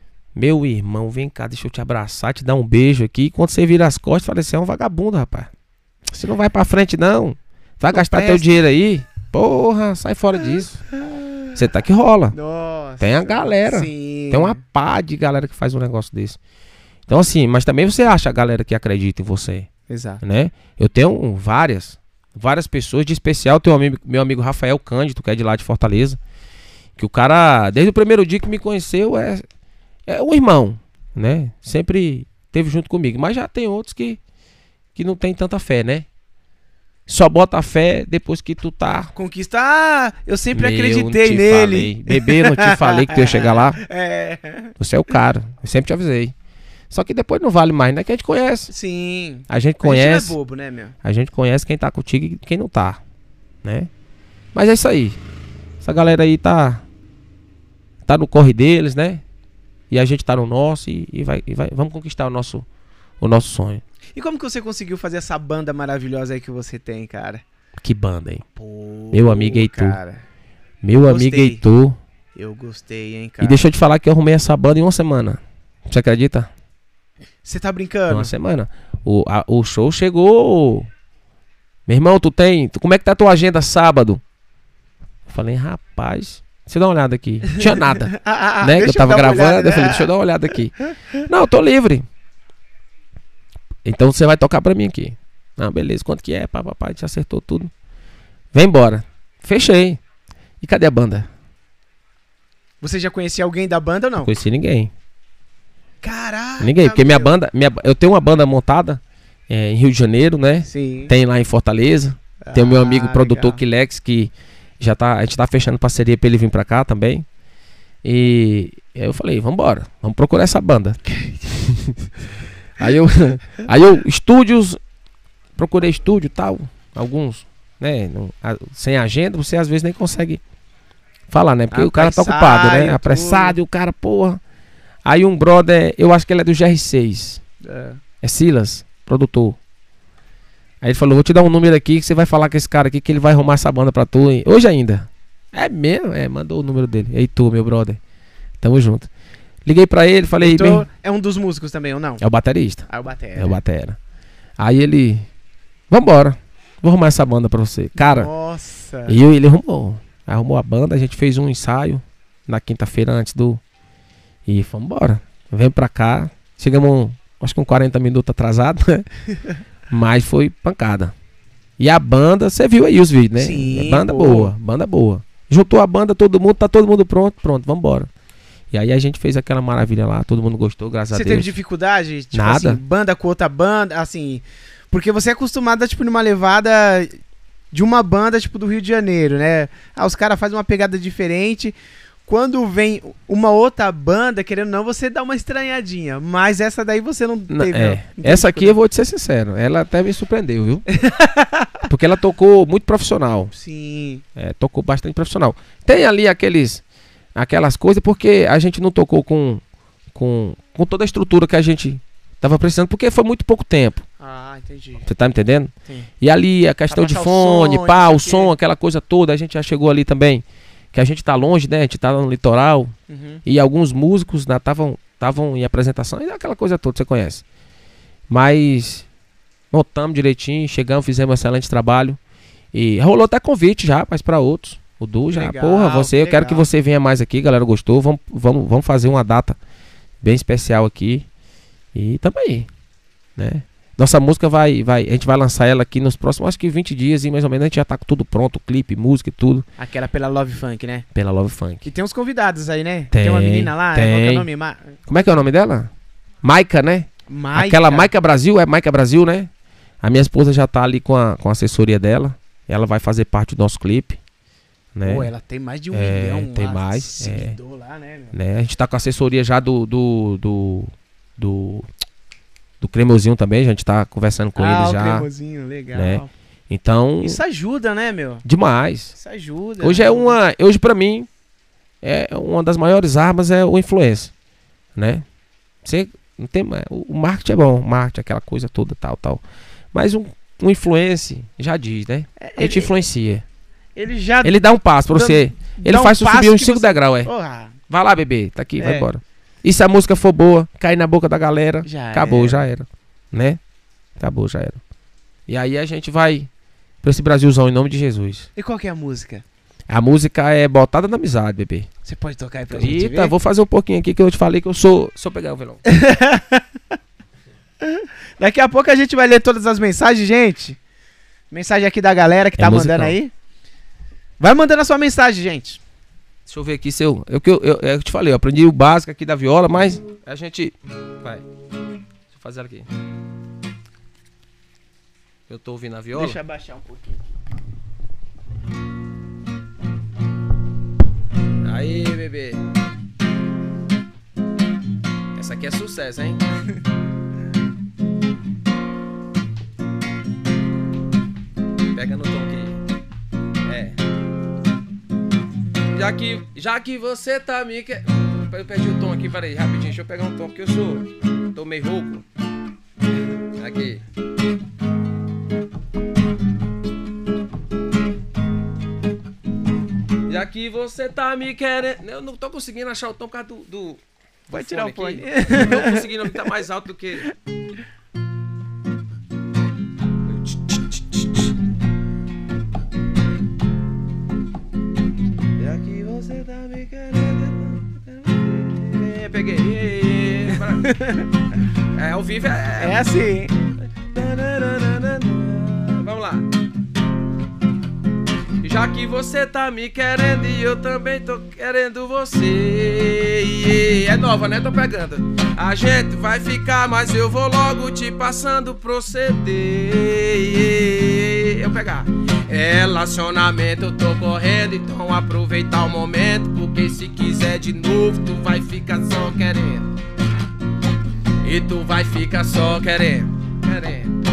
Meu irmão, vem cá, deixa eu te abraçar, te dar um beijo aqui. E quando você vira as costas, fala assim, é um vagabundo, rapaz. Você não vai pra frente, não. Vai não gastar presta. Teu dinheiro aí? Porra, sai fora disso. Você tá que rola. Nossa, tem a galera. Sim. Tem uma pá de galera que faz um negócio desse. Então assim, mas também você acha a galera que acredita em você. Exato. Né? Eu tenho várias, várias pessoas, de especial, tem um amigo, meu amigo Rafael Cândido, que é de lá de Fortaleza. Que o cara, desde o primeiro dia que me conheceu, é, é um irmão, né? Sempre esteve junto comigo. Mas já tem outros que, que não tem tanta fé, né? Só bota a fé depois que tu tá... Conquista, ah, eu sempre Meu, acreditei nele. Falei. Bebê, não te falei que tu ia chegar lá. É. Você é o cara, eu sempre te avisei. Só que depois não vale mais, né? Que a gente conhece. Sim. A gente conhece... A gente não é bobo, né, meu? A gente conhece quem tá contigo e quem não tá, né? Mas é isso aí. Essa galera aí tá... Tá no corre deles, né? E a gente tá no nosso e, e, vai, e vai, vamos conquistar o nosso, o nosso sonho. E como que você conseguiu fazer essa banda maravilhosa aí que você tem, cara? Que banda, hein? Pô, meu amigo Heitor. Cara, meu amigo Heitor. Eu gostei, hein, cara. E deixa eu te falar que eu arrumei essa banda em uma semana. Você acredita? Você tá brincando? Uma semana. O, a, o show chegou. Meu irmão, tu tem... Tu, como é que tá a tua agenda sábado? Eu falei, rapaz... Deixa eu dar uma olhada aqui. Não tinha nada. ah, né? Que eu tava gravando. Olhada, eu falei, deixa eu dar uma olhada aqui. Não, eu tô livre. Então você vai tocar pra mim aqui. Não, beleza. Quanto que é? Pá, papai, a gente acertou tudo. Vem embora. Fechei. E cadê a banda? Você já conhecia alguém da banda ou não? Não conheci ninguém. Caraca. Ninguém, porque meu. minha banda... Minha, eu tenho uma banda montada é, em Rio de Janeiro, né? Sim. Tem lá em Fortaleza. Ah, tem o meu amigo produtor legal. Kilex, que... Já tá, a gente tá fechando parceria pra ele vir pra cá também. E eu falei, vambora, vamos procurar essa banda. aí eu, aí eu, estúdios, procurei estúdio e tal, alguns, né, não, a, sem agenda, você às vezes nem consegue falar, né, porque apressado, o cara tá ocupado, né, apressado e o cara, porra. Aí um brother, eu acho que ele é do G R seis, é, é Silas, produtor. Aí ele falou, vou te dar um número aqui que você vai falar com esse cara aqui que ele vai arrumar essa banda pra tu, hein? Hoje ainda. É mesmo? É, mandou o número dele. Ei, tu, meu brother. Tamo junto. Liguei pra ele, falei... Então, bem, é um dos músicos também, ou não? é o baterista. Ah, o batera. É o batera. Aí ele... Vambora. Vou arrumar essa banda pra você. Cara... Nossa. E eu, ele arrumou. Arrumou a banda, a gente fez um ensaio na quinta-feira antes do... E vambora. Vem pra cá. Chegamos, acho que uns quarenta minutos atrasado, né? Mas foi pancada. E a banda, você viu aí os vídeos, né? Sim, é banda boa. boa, banda boa. Juntou a banda, todo mundo, tá todo mundo pronto, pronto, vambora. E aí a gente fez aquela maravilha lá, todo mundo gostou, graças você a Deus. Você teve dificuldade? Tipo Nada. Assim, banda com outra banda, assim... Porque você é acostumado, tipo, numa levada de uma banda, tipo, do Rio de Janeiro, né? Ah, os caras fazem uma pegada diferente. quando vem uma outra banda, querendo ou não, você dá uma estranhadinha. Mas essa daí você não teve. É. Não essa aqui eu vou te ser sincero, ela até me surpreendeu, viu? Porque ela tocou muito profissional. Sim. É, tocou bastante profissional. Tem ali aqueles, aquelas coisas, porque a gente não tocou com, com, com toda a estrutura que a gente tava precisando, porque foi muito pouco tempo. Ah, entendi. Você tá me entendendo? Sim. E ali a questão de fone, som, pá, o som, aquela coisa toda, a gente já chegou ali também. Que a gente tá longe, né? A gente tá no litoral. Uhum. E alguns músicos estavam estavam em apresentação. E aquela coisa toda, você conhece. Mas montamos direitinho, chegamos, fizemos um excelente trabalho. E rolou até convite já, mas para outros. O Du já, legal, porra, você, eu quero que você venha mais aqui, galera, gostou. Vamos, vamos, vamos fazer uma data bem especial aqui. E tamo aí, né? Nossa música vai, vai, a gente vai lançar ela aqui nos próximos, acho que vinte dias e mais ou menos a gente já tá com tudo pronto, clipe, música e tudo. Aquela pela Love Funk, né? Pela Love Funk. E tem uns convidados aí, né? Tem, tem uma menina lá, tem. Qual que é o nome? Ma... Como é que é o nome dela? Maica, né? Maica. Aquela Maica Brasil, é Maica Brasil, né? A minha esposa já tá ali com a, com a assessoria dela, ela vai fazer parte do nosso clipe, né? Pô, ela tem mais de um é, milhão tem lá, mais, seguidor é, lá, né, meu? né? A gente tá com a assessoria já do... do, do, do Do Cremosinho também, a gente tá conversando com ah, eles o já. Cremosinho, legal. Né? Então. Isso ajuda, né, meu? Demais. Isso ajuda. Hoje é uma. Hoje, pra mim, é uma das maiores armas é o influência. Né? Você não tem. O marketing é bom, o marketing, aquela coisa toda, tal, tal. Mas um, um influencer já diz, né? É, ele te influencia. Ele já. Ele dá um passo pra você. Ele faz um você subir uns cinco você... degraus, é. Porra. Vai lá, bebê, tá aqui, é. vai embora. E se a música for boa, cair na boca da galera, já acabou, era. já era. Né? Acabou, já era. E aí a gente vai pra esse Brasilzão em nome de Jesus. E qual que é a música? A música é Botada na Amizade, bebê. Você pode tocar aí pra Eita, gente Eita, vou fazer um pouquinho aqui que eu te falei que eu sou... Sou pegar o violão. Daqui a pouco a gente vai ler todas as mensagens, gente. Mensagem aqui da galera que é tá musical. mandando aí. Vai mandando a sua mensagem, gente. Deixa eu ver aqui se eu... Eu, eu, eu, eu te falei, eu aprendi o básico aqui da viola, mas a gente... Vai. Deixa eu fazer aqui. Eu tô ouvindo a viola. Deixa eu abaixar um pouquinho. Aí, bebê. Essa aqui é sucesso, hein? Pega no tom aqui. É. Já que, já que você tá me... Que... Eu perdi o tom aqui, peraí, rapidinho. Deixa eu pegar um tom, porque eu sou... Tô meio rouco. Aqui. Já que você tá me querendo... Eu não tô conseguindo achar o tom por causa do... do... Vai tirar o fone. Não tô conseguindo, tá mais alto do que... Já que você tá me querendo... É, peguei. É, ao vivo é... É assim. Vamos lá. Já que você tá me querendo e eu também tô querendo você. É nova, né? Tô pegando. A gente vai ficar, mas eu vou logo te passando proceder. Eu pegar. Relacionamento eu tô correndo, então aproveitar o momento, porque se quiser de novo tu vai ficar só querendo. E tu vai ficar só querendo, querendo.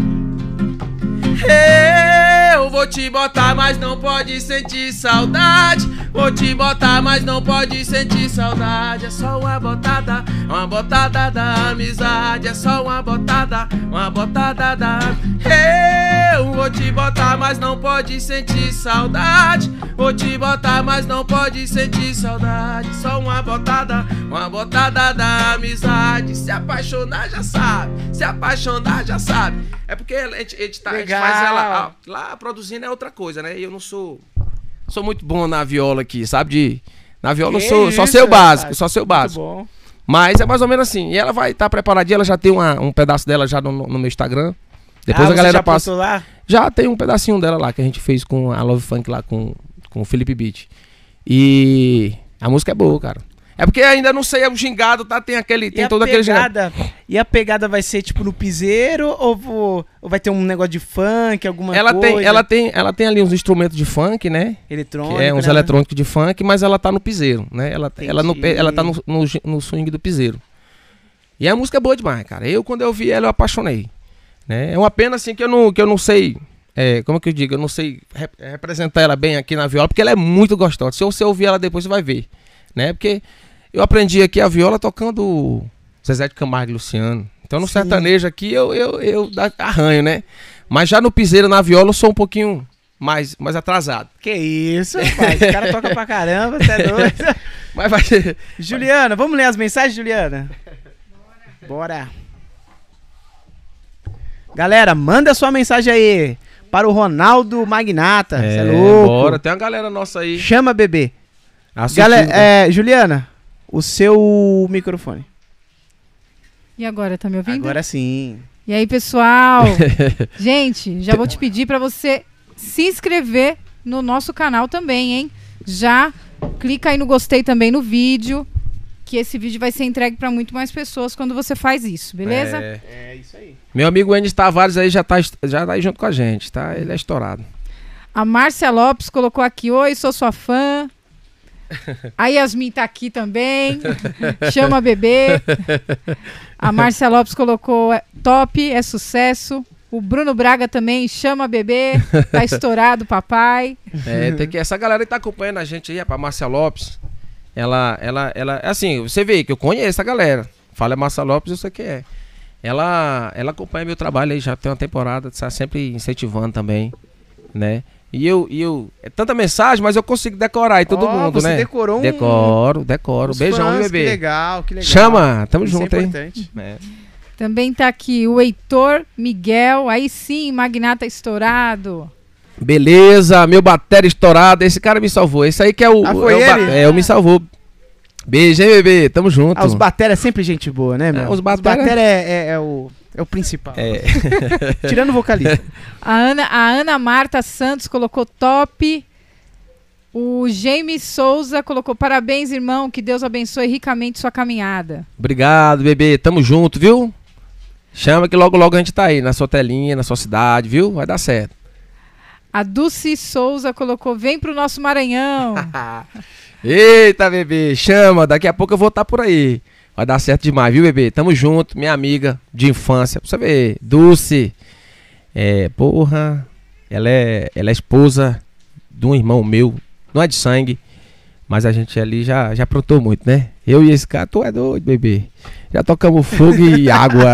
Eu vou te botar, mas não pode sentir saudade. Vou te botar, mas não pode sentir saudade. É só uma botada, uma botada da amizade. É só uma botada, uma botada da... Eu vou te botar, mas não pode sentir saudade. Vou te botar, mas não pode sentir saudade. Só uma botada, uma botada da amizade. Se apaixonar já sabe, se apaixonar já sabe. É porque a gente, a gente, tá, a gente faz ela... Ó, lá produzindo é outra coisa, né? E eu não sou... Sou muito bom na viola aqui, sabe? De, na viola que eu sou isso, só sei o básico, só sei o básico. Muito bom. Mas é mais ou menos assim. E ela vai estar tá preparadinha, ela já tem uma, um pedaço dela já no, no meu Instagram. Depois ah, a galera já passa. Lá? Já tem um pedacinho dela lá que a gente fez com a Love Funk lá com, com o Felipe Beat. E a música é boa, cara. É porque ainda não sei, é o gingado, tá? Tem aquele, tem todo aquele gingado. E a pegada vai ser tipo no piseiro ou, ou vai ter um negócio de funk, alguma ela coisa? Tem, ela, tem, ela tem ali uns instrumentos de funk, né? Eletrônico. É, uns né? eletrônicos de funk, mas ela tá no piseiro, né? Ela, ela, no, ela tá no, no, no swing do piseiro. E a música é boa demais, cara. Eu, quando eu vi ela, eu apaixonei. Né? É uma pena, assim, que eu não, que eu não sei... É, como que eu digo? Eu não sei rep representar ela bem aqui na viola, porque ela é muito gostosa. Se você ouvir ela depois, você vai ver. Né? Porque eu aprendi aqui a viola tocando Zezé de Camargo e Luciano. Então no Sim. sertanejo aqui eu, eu, eu arranho, né? Mas já no piseiro, na viola, eu sou um pouquinho mais, mais atrasado. Que isso, rapaz. O cara toca pra caramba, você é doido. Mas vai ser... Juliana, vamos ler as mensagens, Juliana? Bora. Bora. Galera, manda sua mensagem aí. Para o Ronaldo Magnata. É, é louco. Bora, tem uma galera nossa aí. Chama, bebê. Galera, é, Juliana, o seu microfone. E agora, tá me ouvindo? Agora sim. E aí, pessoal? Gente, já vou te pedir para você se inscrever no nosso canal também, hein? Já clica aí no gostei também no vídeo, que esse vídeo vai ser entregue para muito mais pessoas quando você faz isso, beleza? É, é isso aí. Meu amigo Enes Tavares aí já tá, já tá aí junto com a gente, tá? Ele é estourado. A Márcia Lopes colocou aqui, oi, sou sua fã. A Yasmin tá aqui também. Chama bebê. A Márcia Lopes colocou, top, é sucesso. O Bruno Braga também, chama bebê. Tá estourado, papai. É, tem que, essa galera que tá acompanhando a gente aí, é pra Márcia Lopes. Ela, ela, ela, assim, você vê que eu conheço a galera. Fala Márcia Lopes, eu sei quem é. Ela, ela acompanha meu trabalho aí, já tem uma temporada, tá sempre incentivando também, né? E eu, e eu, é tanta mensagem, mas eu consigo decorar aí todo oh, mundo, você né? Você decorou um... Decoro, decoro. Os Beijão, fãs, bebê. Que legal, que legal. Chama, tamo Isso junto, é hein? Importante. É. Também tá aqui o Heitor Miguel, aí sim, Magnata estourado. Beleza, meu batera estourado, esse cara me salvou. Esse aí que é o... Ah, foi é, ele? O, é, eu me salvou. Beijo, hein, bebê? Tamo junto. Ah, os batera é sempre gente boa, né, meu? É, os batera, os batera é, é, é, o, é o principal. É. Tirando o vocalista. A Ana, a Ana Marta Santos colocou top. O James Souza colocou parabéns, irmão. Que Deus abençoe ricamente sua caminhada. Obrigado, bebê. Tamo junto, viu? Chama que logo, logo a gente tá aí na sua telinha, na sua cidade, viu? Vai dar certo. A Dulce Souza colocou, vem pro nosso Maranhão. Eita, bebê, chama, daqui a pouco eu vou estar por aí. Vai dar certo demais, viu, bebê? Tamo junto, minha amiga de infância. Pra você ver, Dulce, é, porra, ela é, ela é esposa de um irmão meu, não é de sangue, mas a gente ali já, já aprontou muito, né? Eu e esse cara, tu é doido, bebê. Já tocamos fogo e água.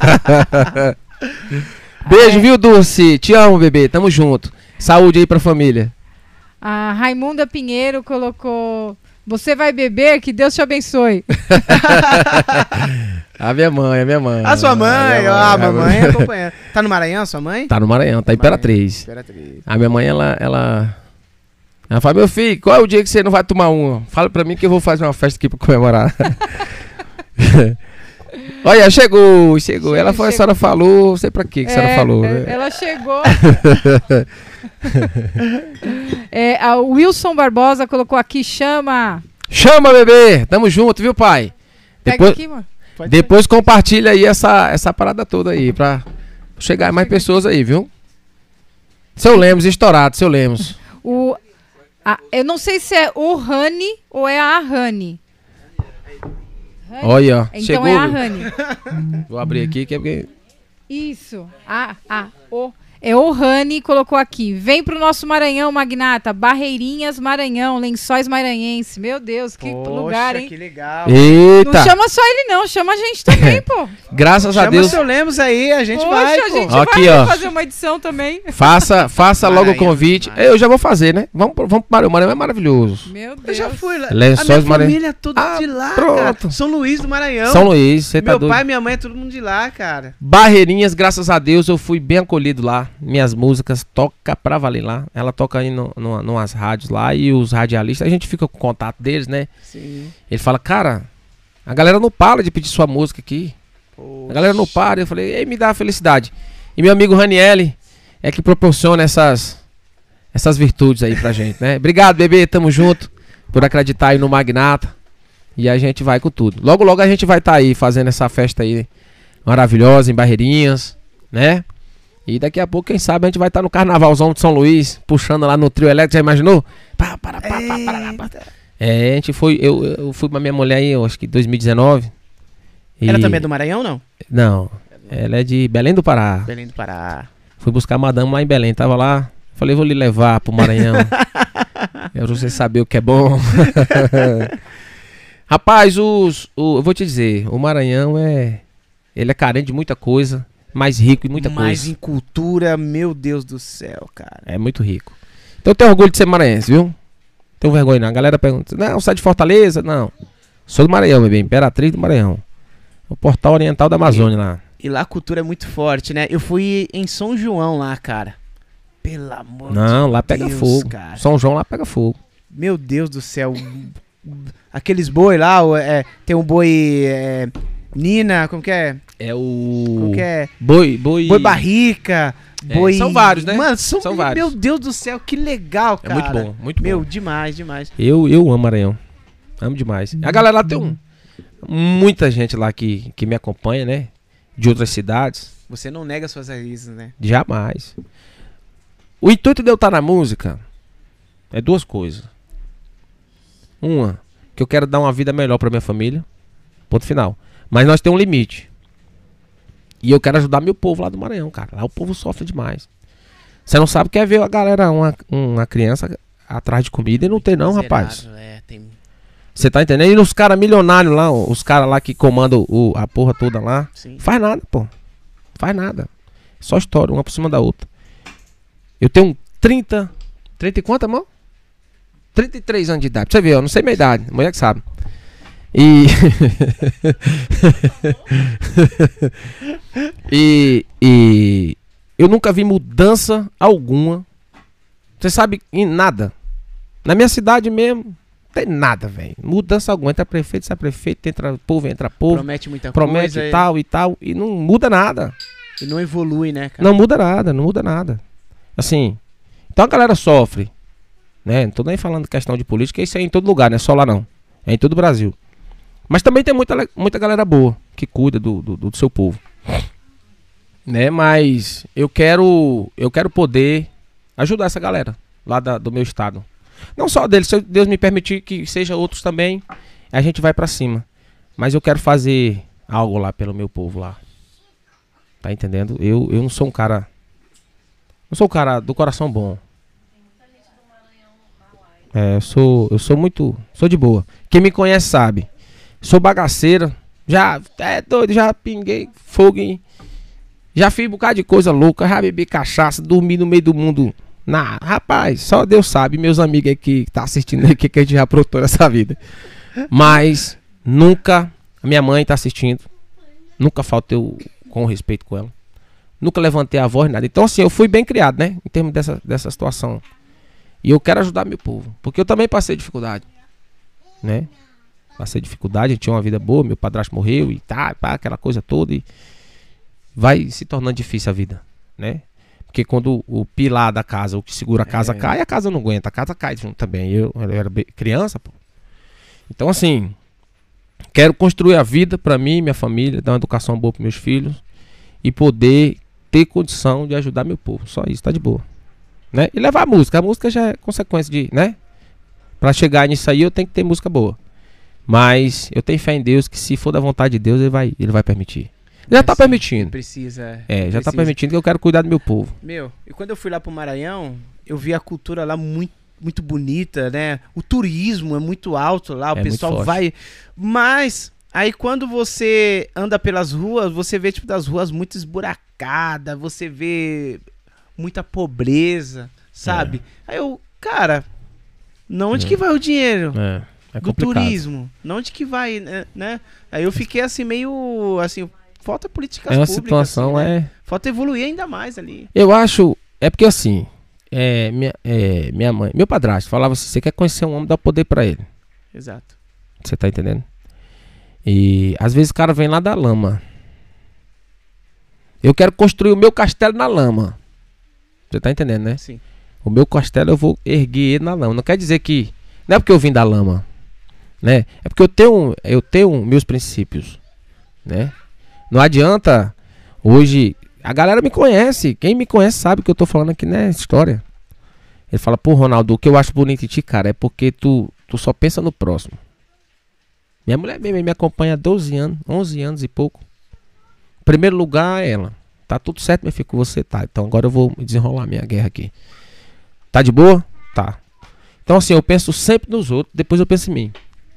Beijo, viu, Dulce? Te amo, bebê, tamo junto. Saúde aí pra família. A Raimunda Pinheiro colocou, você vai beber, que Deus te abençoe. A minha mãe, a minha mãe. A sua mãe, ó, a mamãe acompanhando. Tá no Maranhão, sua mãe? Tá no Maranhão, tá em Imperatriz. Imperatriz. A minha mãe, ela, ela... Ela fala, meu filho, qual é o dia que você não vai tomar uma? Fala pra mim que eu vou fazer uma festa aqui pra comemorar. Olha, chegou, chegou. Chegou ela foi, chegou. A senhora falou, não sei pra quê que, que é, a senhora falou. É, né? Ela chegou. é, a Wilson Barbosa colocou aqui, chama. Chama, bebê. Tamo junto, viu, pai? Pega depois aqui, mano. depois compartilha aí essa, essa parada toda aí, pra chegar mais pessoas aí, viu? Seu Lemos, estourado, seu Lemos. O, a, eu não sei se é o Rani ou é a Rani. Olha, então chegou. É a Rani. Vou abrir aqui que é porque... Isso. A, a, o. É o Rani, colocou aqui. Vem pro nosso Maranhão, Magnata. Barreirinhas, Maranhão. Lençóis Maranhenses. Meu Deus, que Poxa, lugar, hein? Que legal. Eita. Não chama só ele, não. Chama a gente também, pô. Graças chama a Deus. Chama o seu Lemos aí, a gente Poxa, vai, a gente pô. vai Aqui, ó. fazer uma edição também. Faça, faça logo o convite. Maranhão. Eu já vou fazer, né? Vamos, pro- vamos pro Maranhão. O Maranhão é maravilhoso. Meu Deus. Eu já fui lá. Lençóis a minha Maranhão. família é tudo Ah, de lá, pronto. cara. São Luís do Maranhão. São Luís, você tá Meu doido. pai e minha mãe é todo mundo de lá, cara. Barreirinhas, graças a Deus, eu fui bem acolhido lá. Minhas músicas toca pra valer lá. Ela toca aí no, no, numas rádios lá e os radialistas, a gente fica com contato deles, né? Sim. Ele fala, cara, a galera não para de pedir sua música aqui. Poxa. A galera não para. Eu falei, ei, me dá felicidade. E meu amigo Raniele é que proporciona essas, essas virtudes aí pra gente, né? Obrigado, bebê, tamo junto por acreditar aí no Magnata. E a gente vai com tudo. Logo, logo a gente vai estar tá aí fazendo essa festa aí maravilhosa em Barreirinhas, né? E daqui a pouco, quem sabe, a gente vai estar tá no Carnavalzão de São Luís, puxando lá no trio elétrico, já imaginou? Pá, para, pá, pá, para, pá. É, a gente foi, eu, eu fui com a minha mulher aí, eu acho que em dois mil e dezenove. E... Ela também é do Maranhão, não? Não, ela é de Belém do Pará. Belém do Pará. Fui buscar a madame lá em Belém, tava lá. Falei, vou lhe levar pro Maranhão. Eu não sei saber o que é bom. Rapaz, os, o, eu vou te dizer, o Maranhão é... Ele é carente de muita coisa, mais rico em muita mais coisa. Mais em cultura, meu Deus do céu, cara. É muito rico. Então eu tenho orgulho de ser maranhense, viu? Tenho vergonha não. A galera pergunta, não, você é de Fortaleza? Não. Sou do Maranhão, bebê. Imperatriz do Maranhão. O portal oriental da Amazônia lá. E lá a cultura é muito forte, né? Eu fui em São João lá, cara. Pelo amor não, de Deus, lá pega Deus, fogo. Cara. São João lá pega fogo. Meu Deus do céu. Aqueles boi lá, é, tem um boi... É, Nina, como que é? É o... Como que é? Boi... Boi, boi barrica, boi... É, são vários, né? Mano, são, são vários. Meu Deus do céu, que legal, cara. É muito bom, muito Meu, bom. demais, demais. Eu, eu amo Maranhão. Amo demais. A galera lá tem um... Muita gente lá que, que me acompanha, né? De outras cidades. Você não nega suas raízes, né? Jamais. O intuito de eu estar na música é duas coisas. Uma, que eu quero dar uma vida melhor pra minha família. Ponto final. Mas nós temos um limite. E eu quero ajudar meu povo lá do Maranhão, cara. Lá o povo sofre demais. Você não sabe o que é ver a galera, uma, uma criança atrás de comida e não tem não, Miserável, rapaz. É, tem... Você tá entendendo? E os caras milionários lá, os caras lá que comandam o, a porra toda lá. Sim. Faz nada, pô. Faz nada. Só história, uma por cima da outra. Eu tenho trinta... trinta e quanto, irmão? trinta e três anos de idade. Pra você ver, eu não sei minha idade. A mulher que sabe. E... e... E... Eu nunca vi mudança alguma. Você sabe, em nada. Na minha cidade mesmo, não tem nada, velho. Mudança alguma. Entra prefeito, sai prefeito, entra povo, entra povo. Promete muita promete coisa. Promete tal e... e tal. E não muda nada. E não evolui, né, cara? Não muda nada, não muda nada. Assim, então a galera sofre. Né? Não tô nem falando questão de política, isso é em todo lugar, não é só lá não. É em todo o Brasil. Mas também tem muita, muita galera boa que cuida do, do, do seu povo. Né? Mas eu quero, eu quero poder ajudar essa galera lá da, do meu estado. Não só deles, se Deus me permitir que seja outros também, a gente vai pra cima. Mas eu quero fazer algo lá pelo meu povo lá. Tá entendendo? Eu, eu não sou um cara... Não sou um cara do coração bom. É, eu sou, eu sou muito... Sou de boa. Quem me conhece sabe. Sou bagaceira. Já... É doido, já pinguei fogo em... Já fiz um bocado de coisa louca. Já bebi cachaça, dormi no meio do mundo. Na, rapaz, só Deus sabe. Meus amigos aqui que tá assistindo aí, que, que a gente já aprontou nessa vida. Mas nunca... A minha mãe tá assistindo. Nunca faltei o... com respeito com ela. Nunca levantei a voz, nada. Então assim, eu fui bem criado, né? Em termos dessa, dessa situação. E eu quero ajudar meu povo. Porque eu também passei dificuldade. Né? Passei dificuldade, eu tinha uma vida boa. Meu padrasto morreu e tá, pá, aquela coisa toda. E vai se tornando difícil a vida, né? Porque quando o pilar da casa, o que segura a casa é. cai, a casa não aguenta. A casa cai junto também. Eu, eu era criança, pô. Então assim... Quero construir a vida para mim e minha família, dar uma educação boa para meus filhos e poder ter condição de ajudar meu povo. Só isso, tá de boa. Né? E levar a música. A música já é consequência de, né? Para chegar nisso aí eu tenho que ter música boa. Mas eu tenho fé em Deus que se for da vontade de Deus, ele vai, ele vai permitir. Ele já tá permitindo. Precisa. É, já precisa. tá permitindo que eu quero cuidar do meu povo. Meu, e quando eu fui lá pro Maranhão, eu vi a cultura lá muito muito bonita, né? O turismo é muito alto lá, o é pessoal vai... Mas, aí quando você anda pelas ruas, você vê, tipo, das ruas muito esburacadas, você vê muita pobreza, sabe? É. Aí eu, cara, não onde é. que vai o dinheiro é. É do turismo? Não onde que vai, né? Aí eu fiquei assim, meio, assim, falta políticas públicas. É uma situação, assim, né? é... Falta evoluir ainda mais ali. Eu acho, é porque assim... É, minha, é, minha mãe, meu padrasto falava assim: você quer conhecer um homem, dá poder pra ele. Exato. Você tá entendendo? E às vezes o cara vem lá da lama. Eu quero construir o meu castelo na lama. Você tá entendendo, né? Sim. O meu castelo eu vou erguer ele na lama. Não quer dizer que... Não é porque eu vim da lama. né? É porque eu tenho, eu tenho meus princípios, né? Não adianta hoje, a galera me conhece, quem me conhece sabe que eu tô falando aqui, né, história. Ele fala, pô, Ronaldo, o que eu acho bonito em ti, cara, é porque tu, tu só pensa no próximo. Minha mulher mesmo me acompanha há doze anos, onze anos e pouco. Em primeiro lugar, ela. Tá tudo certo, meu filho, com você, tá. Então agora eu vou desenrolar minha guerra aqui. Tá de boa? Tá. Então assim, eu penso sempre nos outros, depois eu penso em mim.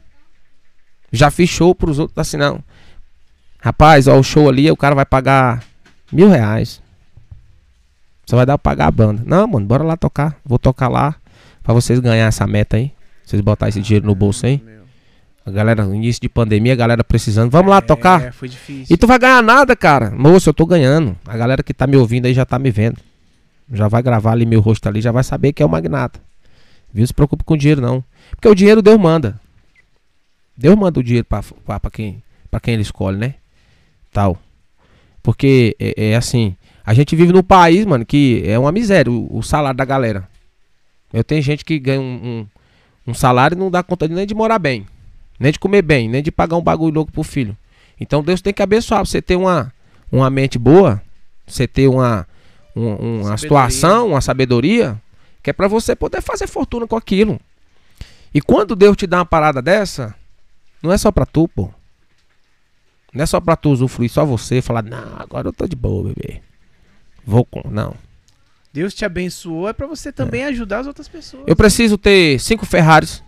Já fiz show pros outros, assim, não. Rapaz, ó, o show ali, o cara vai pagar mil reais. Você vai dar pra pagar a banda. Não, mano, bora lá tocar. Vou tocar lá pra vocês ganhar essa meta aí. Vocês botar esse dinheiro no bolso aí. A galera, no início de pandemia, a galera precisando. Vamos lá tocar? É, foi difícil. E tu vai ganhar nada, cara. Moço, eu tô ganhando. A galera que tá me ouvindo aí já tá me vendo. Já vai gravar ali meu rosto ali, já vai saber que é o Magnata. Viu? Se preocupe com o dinheiro, não. Porque o dinheiro Deus manda. Deus manda o dinheiro pra, pra, pra, quem, pra quem ele escolhe, né? Tal. Porque é, é assim, a gente vive num país, mano, que é uma miséria o, o salário da galera. Eu tenho gente que ganha um, um, um salário e não dá conta nem de morar bem, nem de comer bem, nem de pagar um bagulho louco pro filho. Então Deus tem que abençoar. Você ter uma, uma mente boa, você ter uma, um, uma situação, uma sabedoria, que é pra você poder fazer fortuna com aquilo. E quando Deus te dá uma parada dessa, não é só pra tu, pô. Não é só pra tu usufruir, só você falar, não, agora eu tô de boa, bebê. Vou com, não. Deus te abençoou, é pra você também é. ajudar as outras pessoas. Eu preciso ter cinco Ferraris.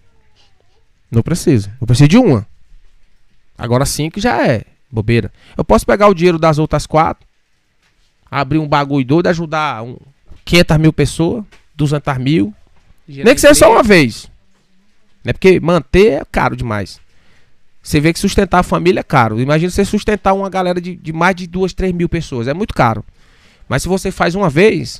Não preciso. Eu preciso de uma. Agora cinco já é bobeira. Eu posso pegar o dinheiro das outras quatro, abrir um bagulho doido, ajudar um, quinhentas mil pessoas, duzentas mil. Gerente. Nem que seja só uma vez. Não é porque manter é caro demais. Você vê que sustentar a família é caro. Imagina você sustentar uma galera de, de mais de duas, três mil pessoas. É muito caro. Mas se você faz uma vez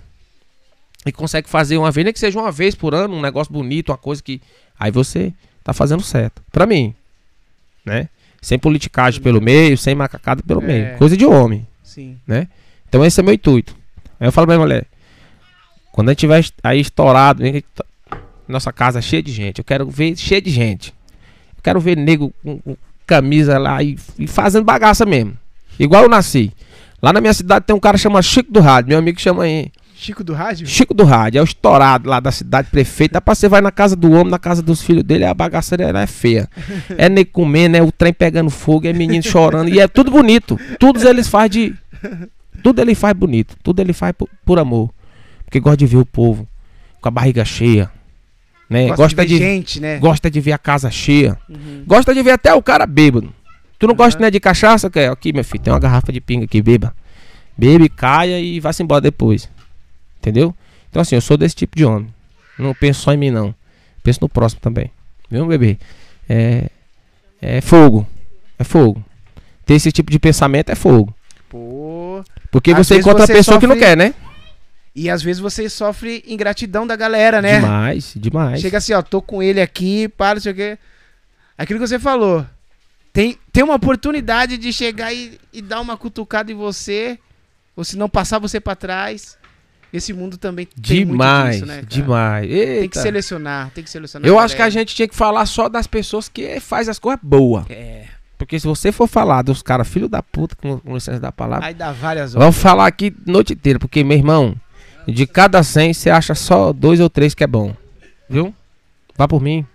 e consegue fazer uma vez, nem que seja uma vez por ano, um negócio bonito, uma coisa que... Aí você tá fazendo certo. Pra mim. Né? Sem politicagem pelo meio, sem macacada pelo é. meio. Coisa de homem. Sim. Né? Então esse é meu intuito. Aí eu falo pra minha mulher, quando a gente tiver aí estourado, nossa casa cheia de gente, eu quero ver cheia de gente. Quero ver nego com, com camisa lá e, e fazendo bagaça mesmo. Igual eu nasci. Lá na minha cidade tem um cara que chama Chico do Rádio. Meu amigo chama aí. Chico do Rádio? Chico do Rádio. É o estourado lá da cidade, prefeito. Dá pra você vai na casa do homem, na casa dos filhos dele, a bagaça dele é feia. É nego comendo, é o trem pegando fogo, é menino chorando. E é tudo bonito. Todos eles faz de... Tudo ele faz bonito. Tudo ele faz por, por amor. Porque gosta de ver o povo com a barriga cheia. Né? Gosta, gosta de ver de, gente, né? Gosta de ver a casa cheia. Uhum. Gosta de ver até o cara bêbado. Tu não uhum. gosta, né, de cachaça? Que é? Aqui, meu filho, tem uma garrafa de pinga aqui, beba. Bebe, caia e vá-se embora depois. Entendeu? Então assim, eu sou desse tipo de homem. Não penso só em mim, não. Penso no próximo também. Viu, bebê? É, é fogo. É fogo. Ter esse tipo de pensamento é fogo. Pô. Porque você encontra a pessoa sofre... que não quer, né? E às vezes você sofre ingratidão da galera, né? Demais, demais. Chega assim, ó, tô com ele aqui, para, não sei o quê. Aquilo que você falou. Tem, tem uma oportunidade de chegar e, e dar uma cutucada em você, ou se não passar você pra trás. Esse mundo também tem demais, muito disso, né, cara? Demais. Eita. Tem que selecionar, tem que selecionar. Eu acho que a gente tinha que falar só das pessoas que faz as coisas boas. É. Porque se você for falar dos caras, filho da puta, com, com licença da palavra. Aí dá várias horas. Vamos falar aqui noite inteira, porque, meu irmão, de cada cem, você acha só dois ou três que é bom. Viu? Vá por mim.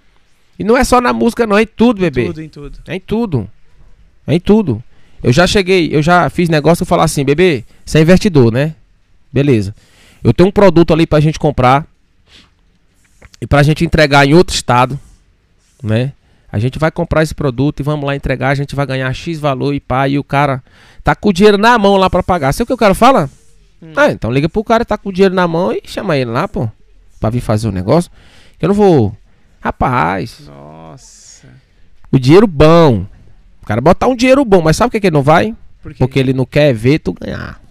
E não é só na música, não. É em tudo, bebê. Em tudo, em tudo. É em tudo. É em tudo. Eu já cheguei, eu já fiz negócio e falar assim, bebê, você é investidor, né? Beleza. Eu tenho um produto ali pra gente comprar e pra gente entregar em outro estado, né? A gente vai comprar esse produto e vamos lá entregar, a gente vai ganhar X valor e pá, e o cara tá com o dinheiro na mão lá pra pagar. Sabe o que o cara fala? Hum. Ah, então liga pro cara, tá com o dinheiro na mão e chama ele lá, pô, pra vir fazer o negócio. Eu não vou... Rapaz... Nossa... O dinheiro bom. O cara botar um dinheiro bom, mas sabe por que, que ele não vai? Por quê? Porque ele não quer ver tu ganhar.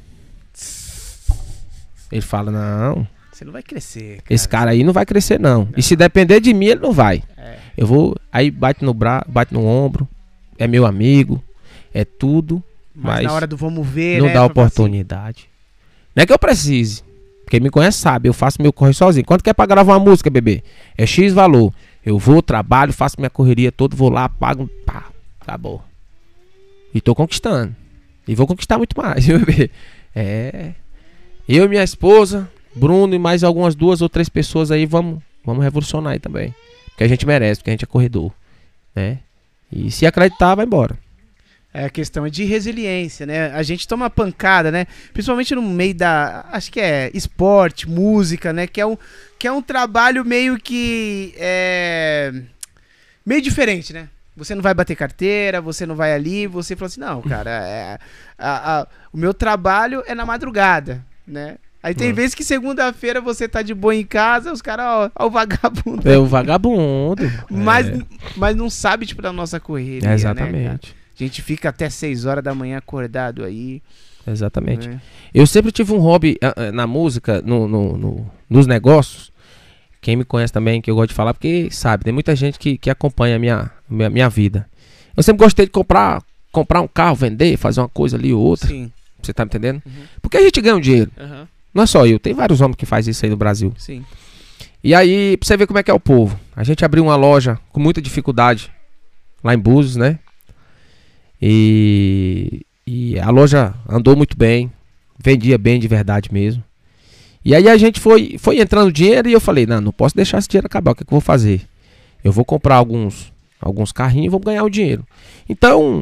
Ele fala, não... Você não vai crescer, cara. Esse cara aí não vai crescer, não. não. E se depender de mim, ele não vai. É. Eu vou... Aí bate no braço, bate no ombro. É meu amigo. É tudo. Mas, mas na hora do vamos ver, não né, dá oportunidade. Assim. Não é que eu precise. Quem me conhece sabe. Eu faço meu corre sozinho. Quanto que é pra gravar uma música, bebê? É X valor. Eu vou, trabalho, faço minha correria toda, vou lá, pago, pá, acabou. E tô conquistando. E vou conquistar muito mais, viu, bebê? É. Eu e minha esposa, Bruno e mais algumas duas ou três pessoas aí, vamos, vamos revolucionar aí também. Porque a gente merece, porque a gente é corredor, né? E se acreditar, vai embora. É a questão de resiliência, né? A gente toma pancada, né? Principalmente no meio da... Acho que é esporte, música, né? Que é um, que é um trabalho meio que... É, meio diferente, né? Você não vai bater carteira, você não vai ali, você fala assim, não, cara, é, a, a, o meu trabalho é na madrugada, né? Aí tem hum. vezes que segunda-feira você tá de boa em casa, os caras, ó, ó, o vagabundo. É o vagabundo. Mas, é. mas não sabe, tipo, da nossa corrida. É exatamente. Né, a gente fica até seis horas da manhã acordado aí. Exatamente. Né? Eu sempre tive um hobby uh, na música, no, no, no, nos negócios. Quem me conhece também, que eu gosto de falar, porque sabe, tem muita gente que, que acompanha a minha, minha, minha vida. Eu sempre gostei de comprar, comprar um carro, vender, fazer uma coisa ali ou outra. Sim. Você tá me entendendo? Uhum. Porque a gente ganha um dinheiro. Uhum. Não é só eu, tem vários homens que fazem isso aí no Brasil. Sim. E aí, pra você ver como é que é o povo. A gente abriu uma loja com muita dificuldade lá em Búzios, né? E, e a loja andou muito bem, vendia bem de verdade mesmo. E aí a gente foi, foi entrando dinheiro e eu falei, não, não posso deixar esse dinheiro acabar, o que, é que eu vou fazer? Eu vou comprar alguns, alguns carrinhos e vou ganhar o dinheiro. Então,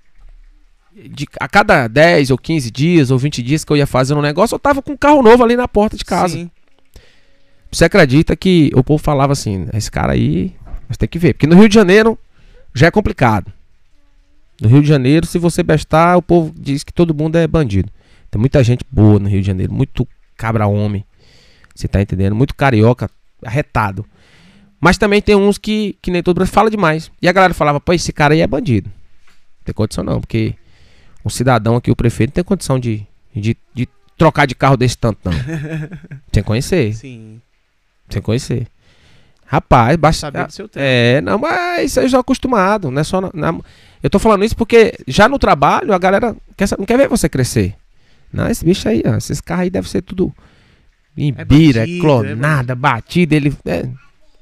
de, a cada dez ou quinze dias ou vinte dias que eu ia fazendo um negócio, eu tava com um carro novo ali na porta de casa. Sim. Você acredita que o povo falava assim, esse cara aí, nós tem que ver. Porque no Rio de Janeiro já é complicado. No Rio de Janeiro, se você bestar, o povo diz que todo mundo é bandido. Tem muita gente boa no Rio de Janeiro, muito cabra homem, você tá entendendo? Muito carioca, arretado. Mas também tem uns que, que nem todo mundo fala demais. E a galera falava, pô, esse cara aí é bandido. Não tem condição não, porque um cidadão aqui, o prefeito, não tem condição de, de, de trocar de carro desse tanto, não. Sem conhecer. Sim. Sem conhecer. Rapaz, basta saber do seu tempo. É, não, mas isso aí eu já acostumado, não é só na, na, eu tô falando isso porque já no trabalho a galera quer, não quer ver você crescer. Não, esse bicho aí, ó, esses carros aí devem ser tudo imbira, é, é clonada, é batido, ele é.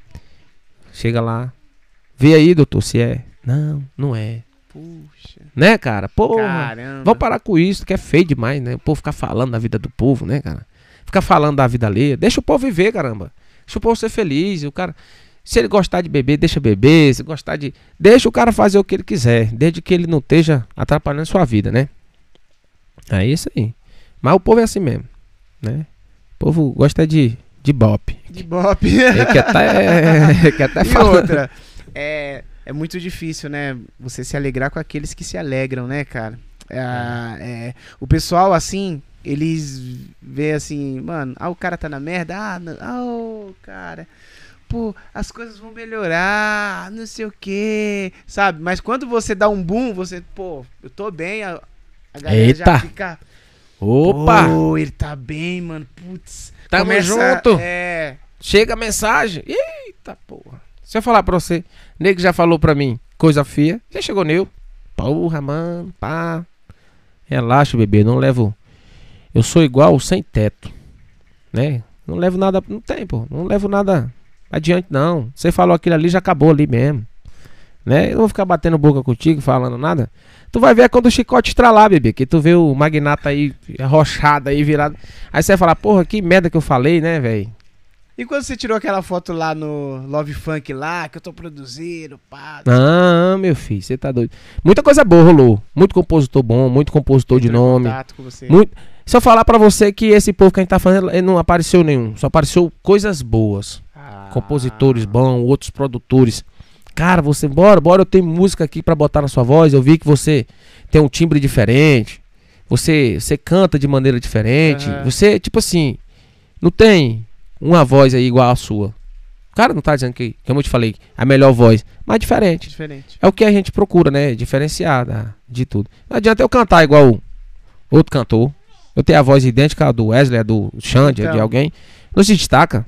Chega lá, vê aí, doutor, se é. Não, não é. Puxa. Né, cara? Porra. Caramba. Vamos parar com isso, que é feio demais, né? O povo ficar falando da vida do povo, né, cara? Ficar falando da vida alheia. Deixa o povo viver, caramba. Deixa o povo ser feliz. O cara, se ele gostar de beber, deixa beber. Se gostar de... Deixa o cara fazer o que ele quiser. Desde que ele não esteja atrapalhando a sua vida, né? É isso aí. Mas o povo é assim mesmo, né? O povo gosta de, de bop. De bop. Ele quer até, quer até e falar. outra, é, é muito difícil, né? Você se alegrar com aqueles que se alegram, né, cara? É, é, o pessoal, assim... Eles vê assim, mano, ah, o cara tá na merda, ah, não, oh, cara, pô, as coisas vão melhorar, não sei o que, sabe? Mas quando você dá um boom, você, pô, eu tô bem, a, a galera Eita. já fica, opa, pô, ele tá bem, mano, putz, tamo começa, junto, é... chega a mensagem, eita porra, se eu falar pra você, nego já falou pra mim, coisa feia, já chegou nele, porra, mano, pá, relaxa, bebê, não levo... Eu sou igual sem teto, né? Não levo nada, não tem, pô. Não levo nada adiante, não. Você falou aquilo ali, já acabou ali mesmo, né? Eu não vou ficar batendo boca contigo, falando nada. Tu vai ver quando o chicote estralar, bebê. Que tu vê o magnata aí, arrochado aí, virado. Aí você vai falar, porra, que merda que eu falei, né, velho? E quando você tirou aquela foto lá no Love Funk lá, que eu tô produzindo, pá... Ah, meu filho, você tá doido. Muita coisa boa rolou. Muito compositor bom, muito compositor de nome. Com você. Muito... Se eu falar pra você que esse povo que a gente tá fazendo, ele não apareceu nenhum. Só apareceu coisas boas. Ah. Compositores bons, outros produtores. Cara, você, bora, bora, eu tenho música aqui pra botar na sua voz. Eu vi que você tem um timbre diferente. Você, você canta de maneira diferente. Uhum. Você, tipo assim, não tem uma voz aí igual a sua. O cara não tá dizendo que, como eu te falei, a melhor voz, mas diferente. Diferente. É o que a gente procura, né? Diferenciar da, de tudo. Não adianta eu cantar igual outro cantor. Eu tenho a voz idêntica do Wesley, do Xande, então, de alguém. Não se destaca,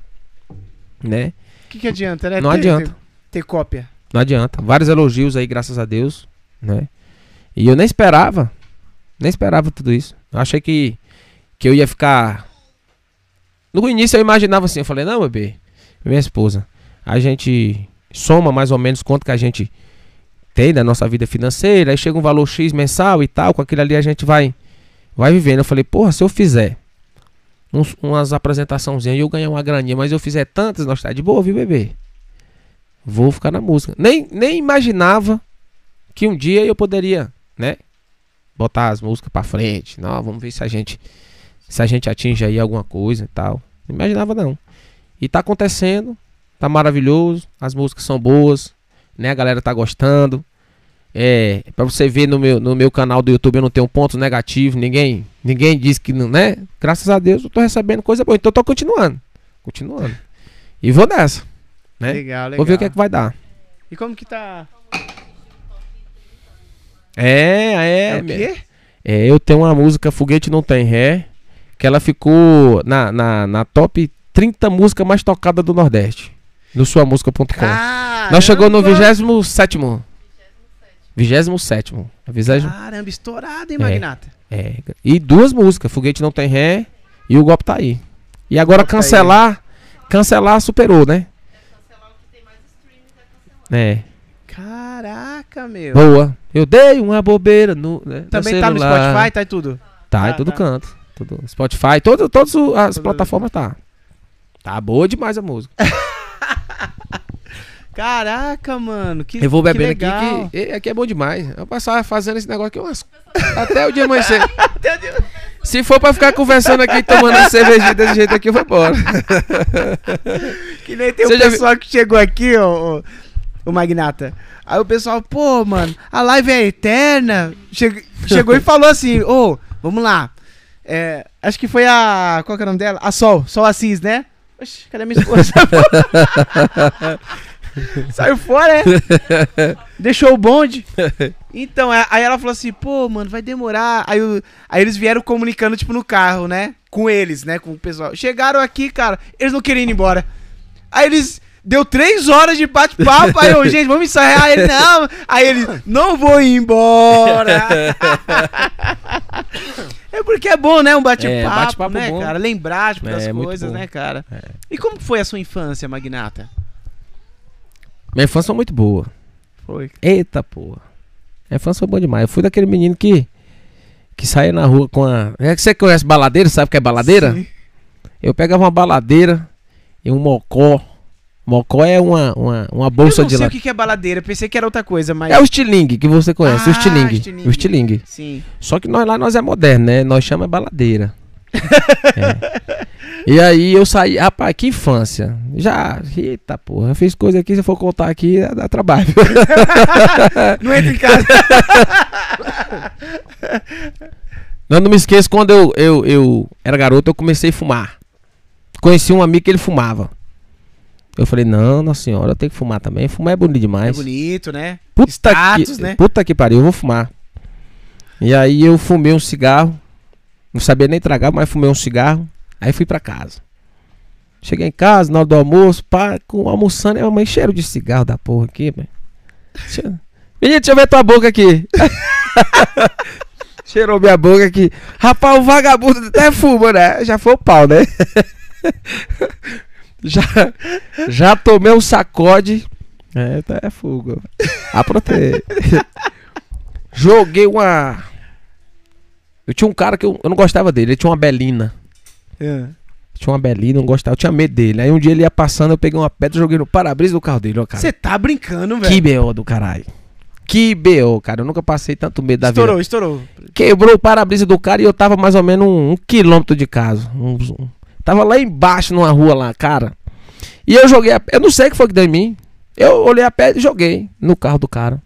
né? O que, que adianta, né? Não ter, adianta. Ter, ter cópia. Não adianta. Vários elogios aí, graças a Deus, né? E eu nem esperava. Nem esperava tudo isso. Eu achei que, que eu ia ficar... No início eu imaginava assim, eu falei, não, bebê, minha esposa, a gente soma mais ou menos quanto que a gente tem da nossa vida financeira, aí chega um valor X mensal e tal, com aquilo ali a gente vai, vai vivendo. Eu falei, porra, se eu fizer uns, umas apresentaçãozinhas e eu ganhar uma graninha, mas eu fizer tantas, nós tá de boa, viu, bebê? Vou ficar na música. Nem, nem imaginava que um dia eu poderia, né, botar as músicas pra frente. Não, vamos ver se a gente se a gente atinge aí alguma coisa e tal. Não imaginava não. E tá acontecendo, tá maravilhoso, as músicas são boas, né, a galera tá gostando. É, pra você ver no meu, no meu canal do YouTube eu não tenho pontos negativos, ninguém, ninguém diz que não, né? Graças a Deus eu tô recebendo coisa boa, então eu tô continuando, continuando. E vou nessa, né? Legal, legal. Vou ver o que é que vai dar. E como que tá? É, é. É o quê? É, eu tenho uma música Foguete Não Tem Ré, que ela ficou na, na, na top trinta músicas mais tocadas do Nordeste, no sua música ponto com. Nós chegou no vigésimo sétimo. vigésimo sétimo. vigésimo Caramba, estourado, hein, Magnata? É, é. E duas músicas, Foguete Não Tem Ré e O Golpe Tá Aí. E agora cancelar, cancelar superou, né? É, cancelar o que tem mais streaming é cancelar. É. Caraca, meu. Boa. Eu dei uma bobeira no, né, também no tá no Spotify, tá em tudo? Tá, ah, em todo tá. canto. Tudo. Spotify, todo, todas as Tudo plataformas tá. Tá boa demais a música. Caraca, mano. Que, eu vou bebendo que legal. aqui, que aqui é bom demais. Eu passar fazendo esse negócio aqui umas, até o dia amanhecer. Se for pra ficar conversando aqui, tomando cervejinha desse jeito aqui, eu vou embora. Que nem tem o um pessoal vi... que chegou aqui, ó, o Magnata. Aí o pessoal, pô, mano, a live é eterna. Che... Chegou e falou assim, ô, oh, vamos lá. É, acho que foi a... Qual que é o nome dela? A Sol, Sol Assis, né? Oxi, cadê minha esposa? Saiu fora, é? Deixou o bonde. Então, aí ela falou assim, pô, mano, vai demorar. Aí, aí eles vieram comunicando, tipo, no carro, né? Com eles, né? Com o pessoal. Chegaram aqui, cara, eles não queriam ir embora. Aí eles... Deu três horas de bate-papo. Aí eu, gente, vamos ensaiar. Ele, não. Aí ele, não vou ir embora. É porque é bom, né? Um bate-papo, é, bate-papo né, bom. Cara? Lembrar, tipo, é, das coisas, né, cara? É. E como foi a sua infância, Magnata? Minha infância foi muito boa. Foi. Eita, porra. Minha infância foi boa demais. Eu fui daquele menino que que saía na rua com a... É que você conhece baladeira, sabe o que é baladeira? Sim. Eu pegava uma baladeira e um mocó. Mocó é uma, uma, uma bolsa de... Eu não sei la... o que é baladeira, pensei que era outra coisa, mas... É o estilingue, que você conhece, ah, o estilingue. estilingue. O estilingue. Sim. Só que nós lá, nós é moderno, né? Nós chama baladeira. É. E aí eu saí... Rapaz, que infância. Já... Eita, porra. Eu fiz coisa aqui, se eu for contar aqui, dá trabalho. Não entra em casa. Não, não me esqueço, quando eu, eu, eu era garoto, eu comecei a fumar. Conheci um amigo que ele fumava. Eu falei, não, nossa senhora, eu tenho que fumar também. Fumar é bonito demais. É bonito, né? Puta Status, que, né? Puta que pariu, eu vou fumar. E aí eu fumei um cigarro. Não sabia nem tragar, mas fumei um cigarro. Aí fui pra casa. Cheguei em casa, na hora do almoço, pá, com, almoçando, e a mãe, cheiro de cigarro da porra aqui, mãe. Menino, deixa eu ver tua boca aqui. Cheirou minha boca aqui. Rapaz, o vagabundo até fuma, né? Já foi o pau, né? Já, já tomei um sacode. É, tá é fogo. Aprontei. Joguei uma. Eu tinha um cara que eu, eu não gostava dele. Ele tinha uma belina. É. Tinha uma belina, não gostava. Eu tinha medo dele. Aí um dia ele ia passando, eu peguei uma pedra e joguei no para-brisa do carro dele, ó, cara. Você tá brincando, velho? Que B O do caralho. Que B O, cara. Eu nunca passei tanto medo da estourou, vida. Estourou, estourou. Quebrou o para-brisa do cara e eu tava mais ou menos um, um quilômetro de casa. Um, um, tava lá embaixo, numa rua lá, cara. E eu joguei a... Eu não sei o que foi que deu em mim. Eu olhei a pedra e joguei no carro do cara.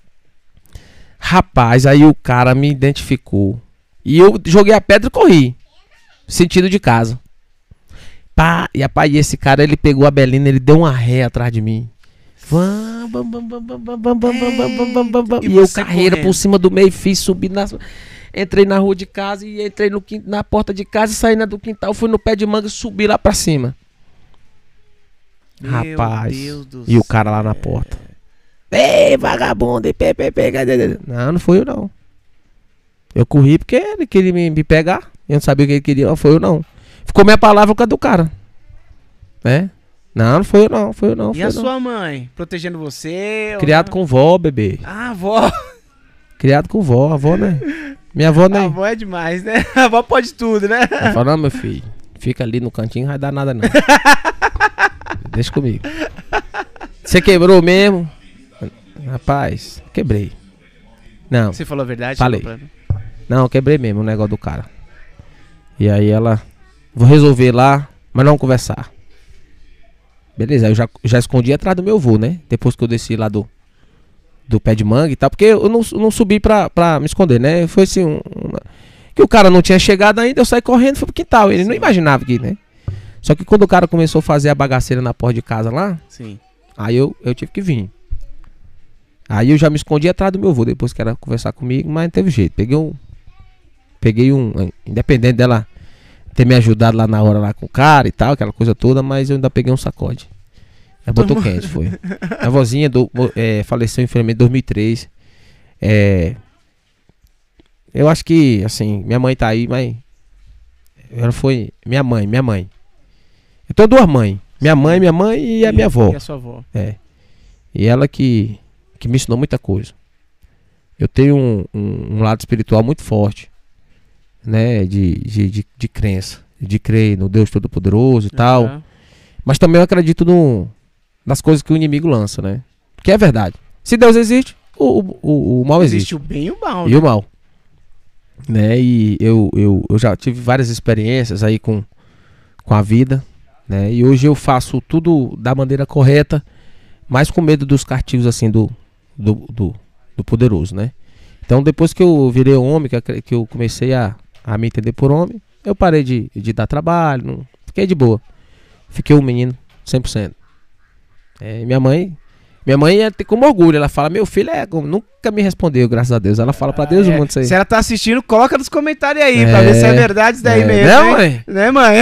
Rapaz, aí o cara me identificou. E eu joguei a pedra e corri. Sentido de casa. Pá, e rapaz, esse cara, ele pegou a belina, ele deu uma ré atrás de mim. Vam, bam, bam, bam, bam, bam, bam, bam, bam, bam, bam, bam. E eu carreira por cima do meio, fiz subir na... Entrei na rua de casa e entrei no quint... na porta de casa e saí na do quintal. Fui no pé de manga e subi lá pra cima. Meu rapaz. Deus do e o cara lá na porta. Ei, vagabundo. E pe, pe, pe, não, não foi eu não. Eu corri porque ele queria me, me pegar. Eu não sabia o que ele queria. Não foi eu não. Ficou minha palavra com a do cara. Né? Não, não foi eu não, foi eu não. E a sua mãe? Protegendo você? Criado com vó, bebê. Ah, vó. Criado com vó, a avó, né? Minha avó, né? A avó é demais, né? A avó pode tudo, né? Ela fala, não, meu filho, fica ali no cantinho, não vai dar nada não. Deixa comigo. Você quebrou mesmo? Rapaz, quebrei. Não. Você falou a verdade? Falei. Não, quebrei mesmo o negócio do cara. E aí ela, vou resolver lá, mas não conversar. Beleza, eu já, já escondi atrás do meu avô, né? Depois que eu desci lá do, do pé de manga e tal. Porque eu não, não subi pra, pra me esconder, né? Foi assim, um, uma... que o cara não tinha chegado ainda, eu saí correndo e fui pro quintal. Ele Sim. não imaginava que, né? Só que quando o cara começou a fazer a bagaceira na porta de casa lá, Sim. aí eu, eu tive que vir. Aí eu já me escondi atrás do meu avô, depois que ela conversar comigo, mas não teve jeito. Peguei um... Peguei um... Independente dela ter me ajudado lá na hora lá com o cara e tal, aquela coisa toda, mas eu ainda peguei um sacode. Ela botou Toma. quente, foi. A vozinha do, é, faleceu infelizmente em dois mil e três. É, eu acho que, assim, minha mãe tá aí, mas... Ela foi... Minha mãe, minha mãe. Eu tenho duas mães. Minha mãe, minha mãe e a minha avó. E a sua avó. É. E ela que, que me ensinou muita coisa. Eu tenho um, um, um lado espiritual muito forte, né? De, de, de, de crença. De crer no Deus Todo-Poderoso e uhum. tal. Mas também eu acredito no, nas coisas que o inimigo lança, né? Que é verdade. Se Deus existe, o, o, o mal existe. Existe o bem e o mal. E né? o mal. Né? E eu, eu, eu já tive várias experiências aí com, com a vida. Né? E hoje eu faço tudo da maneira correta, mas com medo dos castigos assim do, do, do, do poderoso, né? Então depois que eu virei homem, que, que eu comecei a, a me entender por homem, eu parei de, de dar trabalho, não, fiquei de boa. Fiquei um menino, cem por cento. É, minha mãe, minha mãe é como orgulho, ela fala, meu filho é, nunca me respondeu, graças a Deus. Ela fala pra Deus ah, o é. mundo isso aí. Se ela tá assistindo, coloca nos comentários aí, é, pra ver se é verdade isso daí é. mesmo. Né, mãe? Né, mãe?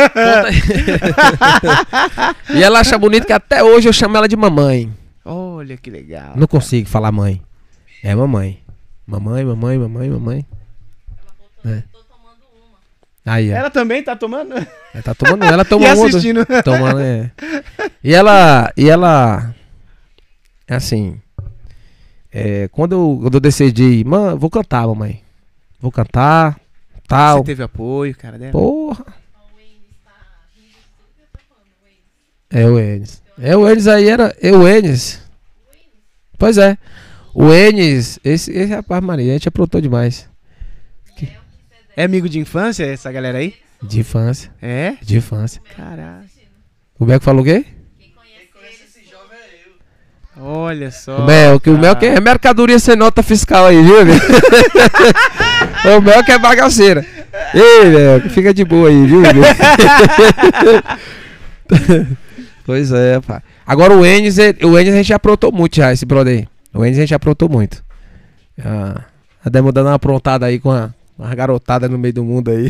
E ela acha bonito que até hoje eu chamo ela de mamãe. Olha que legal. Não consigo falar mãe. É mamãe. Mamãe, mamãe, mamãe, mamãe. Ela é. Tô tomando uma. Aí, ela também tá tomando? Ela tá tomando, ela toma e assistindo. Uma, tomando, é. E ela, e ela, é assim, é, quando, eu, quando eu decidi, mano, vou cantar, mamãe. Vou cantar, tal. Você teve apoio, cara, dela? Porra. É o Enes. É o Enes aí, era, é o Enes. Pois é. O Enes, esse, esse rapaz Maria, a gente aprontou demais. É amigo de infância essa galera aí? De infância. É? De infância. Caralho. O Beco falou o quê? Quem conhece esse jovem é eu. Olha só. O Mel, que o Mel que é mercadoria sem nota fiscal aí, viu? O Mel que é bagaceira. Ei, Mel, fica de boa aí, viu? Pois é, pá. Agora o Enes, o Enes a gente já aprontou muito já, esse brother aí. O Enes a gente já aprontou muito. Ah, a Demo dando uma aprontada aí com a, uma garotada no meio do mundo aí.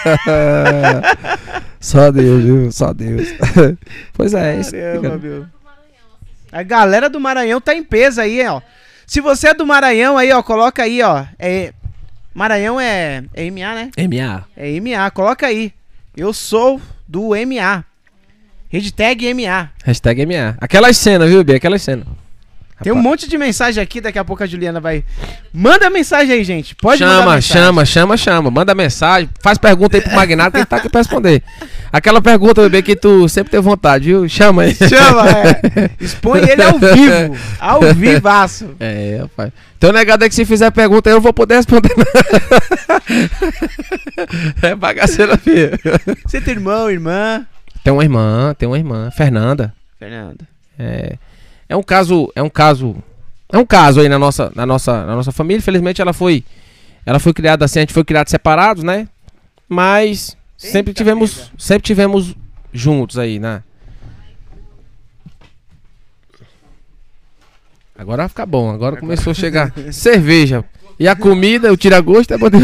Só Deus, viu? Só Deus. Pois é, isso. Caramba, meu. A galera do Maranhão tá em peso aí, ó. Se você é do Maranhão aí, ó, coloca aí, ó. É, Maranhão é, é M A, né? M A. É M A, coloca aí. Eu sou do M A. Hashtag M A. Hashtag M A. Aquelas cenas, viu, Bia? Aquelas cenas. Tem um monte de mensagem aqui, daqui a pouco a Juliana vai... Manda mensagem aí, gente. Pode chama, mandar mensagem. Chama, chama, chama. Manda mensagem. Faz pergunta aí pro Magnata que ele tá aqui pra responder. Aquela pergunta, bebê, que tu sempre teve vontade, viu? Chama aí. Chama, é. Expõe ele ao vivo. Ao vivaço. É, rapaz. Então, negado é que se fizer pergunta aí eu não vou poder responder. É bagaceira, filho. Você tem irmão, irmã? Tem uma irmã, tem uma irmã. Fernanda. Fernanda. É... É um caso, é um caso, é um caso aí na nossa, na nossa, na nossa família. Infelizmente ela foi, ela foi criada assim, a gente foi criado separados, né? Mas Eita sempre tivemos, vida. sempre tivemos juntos aí, né? Agora vai ficar bom. Agora, agora começou a chegar cerveja e a comida, o tira-gosto é bom.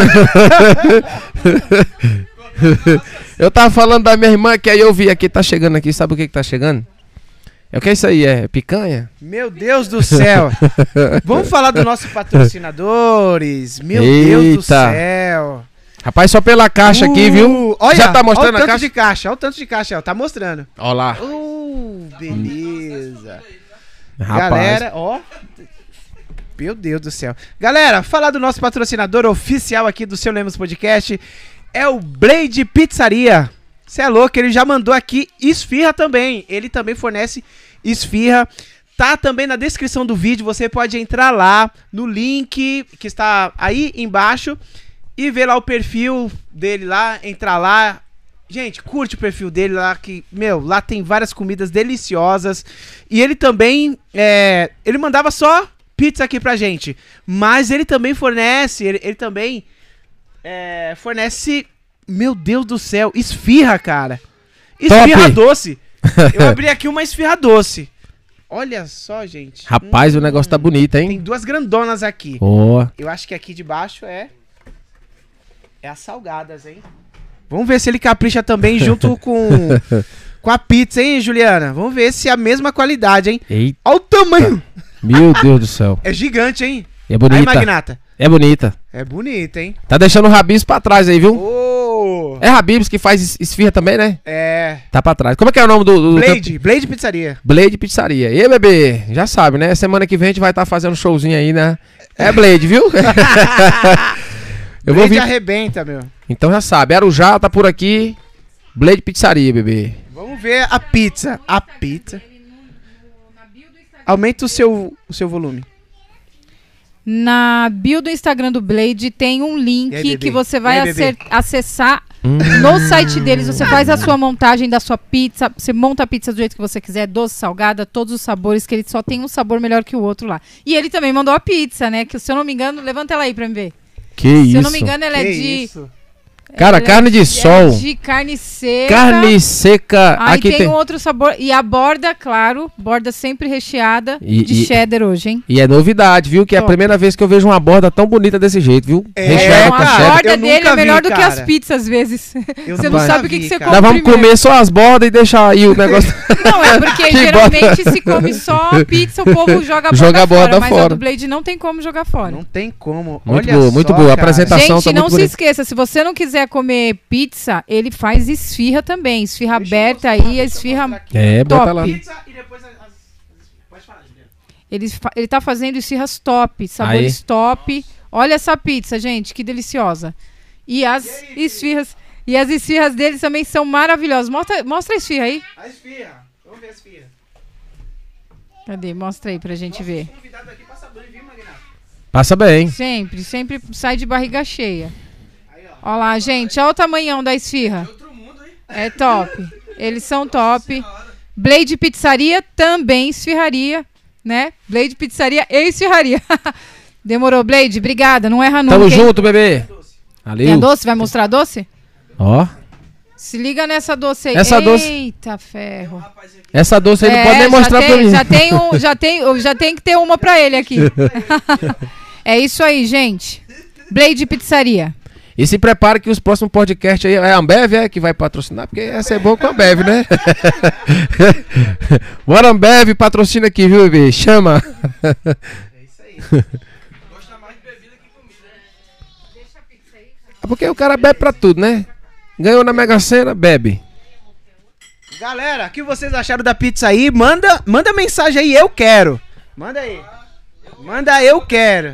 Eu tava falando da minha irmã que aí eu vi aqui, tá chegando aqui, sabe o que que tá chegando? É o que é isso aí? É picanha? Meu Deus do céu! Vamos falar dos nossos patrocinadores. Meu Eita. Deus do céu! Rapaz, só pela caixa uh, aqui, viu? Olha, já tá mostrando olha o a tanto caixa? de caixa, olha o tanto de caixa, ó, tá mostrando. Olha lá. Uh, beleza. Rapaz. Galera, ó. Meu Deus do céu. Galera, falar do nosso patrocinador oficial aqui do Seu Lemos Podcast é o Blade Pizzaria. Você é louco, ele já mandou aqui esfirra também. Ele também fornece esfirra. Tá também na descrição do vídeo, você pode entrar lá no link que está aí embaixo e ver lá o perfil dele lá, entrar lá. Gente, curte o perfil dele lá, que, meu, lá tem várias comidas deliciosas. E ele também, é, ele mandava só pizza aqui pra gente, mas ele também fornece, ele, ele também é, fornece, meu Deus do céu, esfirra, cara. Esfirra Top. doce. Eu abri aqui uma esfirra doce. Olha só, gente. Rapaz, hum, o negócio tá bonito, hein? Tem duas grandonas aqui. Oh. Eu acho que aqui de baixo é... É as salgadas, hein? Vamos ver se ele capricha também junto com... com a pizza, hein, Juliana? Vamos ver se é a mesma qualidade, hein? Eita. Olha o tamanho. Meu Deus do céu. É gigante, hein? É bonita. Aí, Magnata. É bonita. É bonita, hein? Tá deixando o Habib's pra trás aí, viu? Oh. É Habib's que faz esfirra também, né? É. Tá pra trás. Como é que é o nome do... do Blade. do... Blade Pizzaria. Blade Pizzaria. E aí, bebê? Já sabe, né? Semana que vem a gente vai estar tá fazendo showzinho aí, né? É Blade, viu? Eu Blade vou vir... arrebenta, meu. Então já sabe. Arujá tá por aqui. Blade Pizzaria, bebê. Vamos ver a pizza. A pizza. Aumenta o seu, o seu volume. Na bio do Instagram do Blade tem um link aí, que você vai aí, acer- acessar hum. no site deles. Você faz a sua montagem da sua pizza. Você monta a pizza do jeito que você quiser, doce, salgada, todos os sabores, que ele só tem um sabor melhor que o outro lá. E ele também mandou a pizza, né? Que se eu não me engano, levanta ela aí pra me ver. Que se isso? Se eu não me engano, ela que é de... Isso? Cara, ela carne de é sol. de carne seca. Carne seca. Aí aqui tem, tem um outro sabor. E a borda, claro, borda sempre recheada e, de e, cheddar hoje, hein? E é novidade, viu? Que é a primeira vez que eu vejo uma borda tão bonita desse jeito, viu? É, recheada com com a cheddar. borda dele é melhor vi, do que as pizzas, às vezes. Eu você não sabe o que, vi, que você cara. come Nós vamos primeiro. comer só as bordas e deixar aí o negócio. Não, é porque Que geralmente borda. se come só pizza, o povo joga a borda Joga a borda fora. Mas fora. a do Blade não tem como jogar fora. Não tem como. Muito Olha boa, só, muito boa. A cara. apresentação Gente, tá não muito se bonita. esqueça, se você não quiser comer pizza, ele faz esfirra também. Esfirra Deixa eu aberta mostrar, aí, a deixa eu esfirra mostrar aqui. É, bota top. lá. Pizza e depois as... as- Pode falar, Juliana. Ele, fa- ele tá fazendo esfirras top, sabores Aí. top. Olha essa pizza, gente, que deliciosa. E as E aí, esfirras... E as esfirras deles também são maravilhosas. Mostra, mostra a esfirra aí. A esfirra. Vamos ver a esfirra. Cadê? Mostra aí pra gente ver. Nosso convidado aqui passa banho, viu, Magnata? Passa bem. Sempre, sempre sai de barriga cheia. Aí, ó. Olha lá, gente, olha o tamanhão da esfirra. Outro mundo, hein? É top. Eles são top. Blade Pizzaria também esfirraria, né? Blade Pizzaria e esfirraria. Demorou, Blade? Obrigada, não erra nunca. Tamo hein? junto, bebê. Tem a Valeu. doce? Vai mostrar a doce? Ó. Se liga nessa doce aí. Essa doce- Eita, ferro. Essa doce aí não É, pode nem já mostrar tem, pra mim. Já tem, um, já, tem, já tem que ter uma pra ele aqui. É isso aí, gente. Blade Pizzaria. E se prepare que os próximos podcasts aí é a Ambev, é, que vai patrocinar, porque essa é boa com a Ambev, né? Bora, Ambev, patrocina aqui, viu, bebê? Chama. É isso aí. Gosta mais de bebida que comida, né? É porque o cara bebe pra tudo, né? Ganhou na Mega Sena, bebe. Galera, o que vocês acharam da pizza aí? Manda, manda mensagem aí, eu quero. Manda aí. Manda eu quero.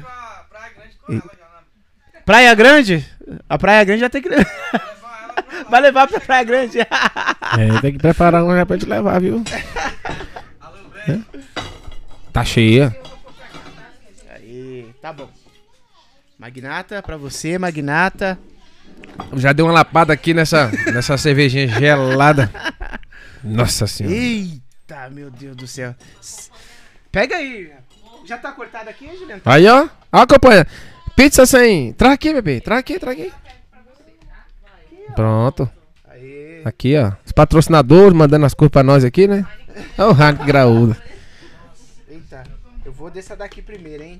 Praia Grande? A Praia Grande já tem que... Vai levar pra Praia Grande. É, tem que preparar uma já pra gente levar, viu? É. Tá cheia. Aí, tá bom. Magnata, pra você, Magnata. Já deu uma lapada aqui nessa, nessa cervejinha gelada. Nossa senhora. Eita, meu Deus do céu. Pega aí. Já tá cortado aqui, Juliano? Aí, ó. Ó, acompanha. Pizza sem... Traz aqui, bebê. Traz aqui, traz aqui. Pronto. Aí. Aqui, ó. Os patrocinadores mandando as coisas pra nós aqui, né? Olha o rato graúdo. Eita, eu vou dessa daqui primeiro, hein?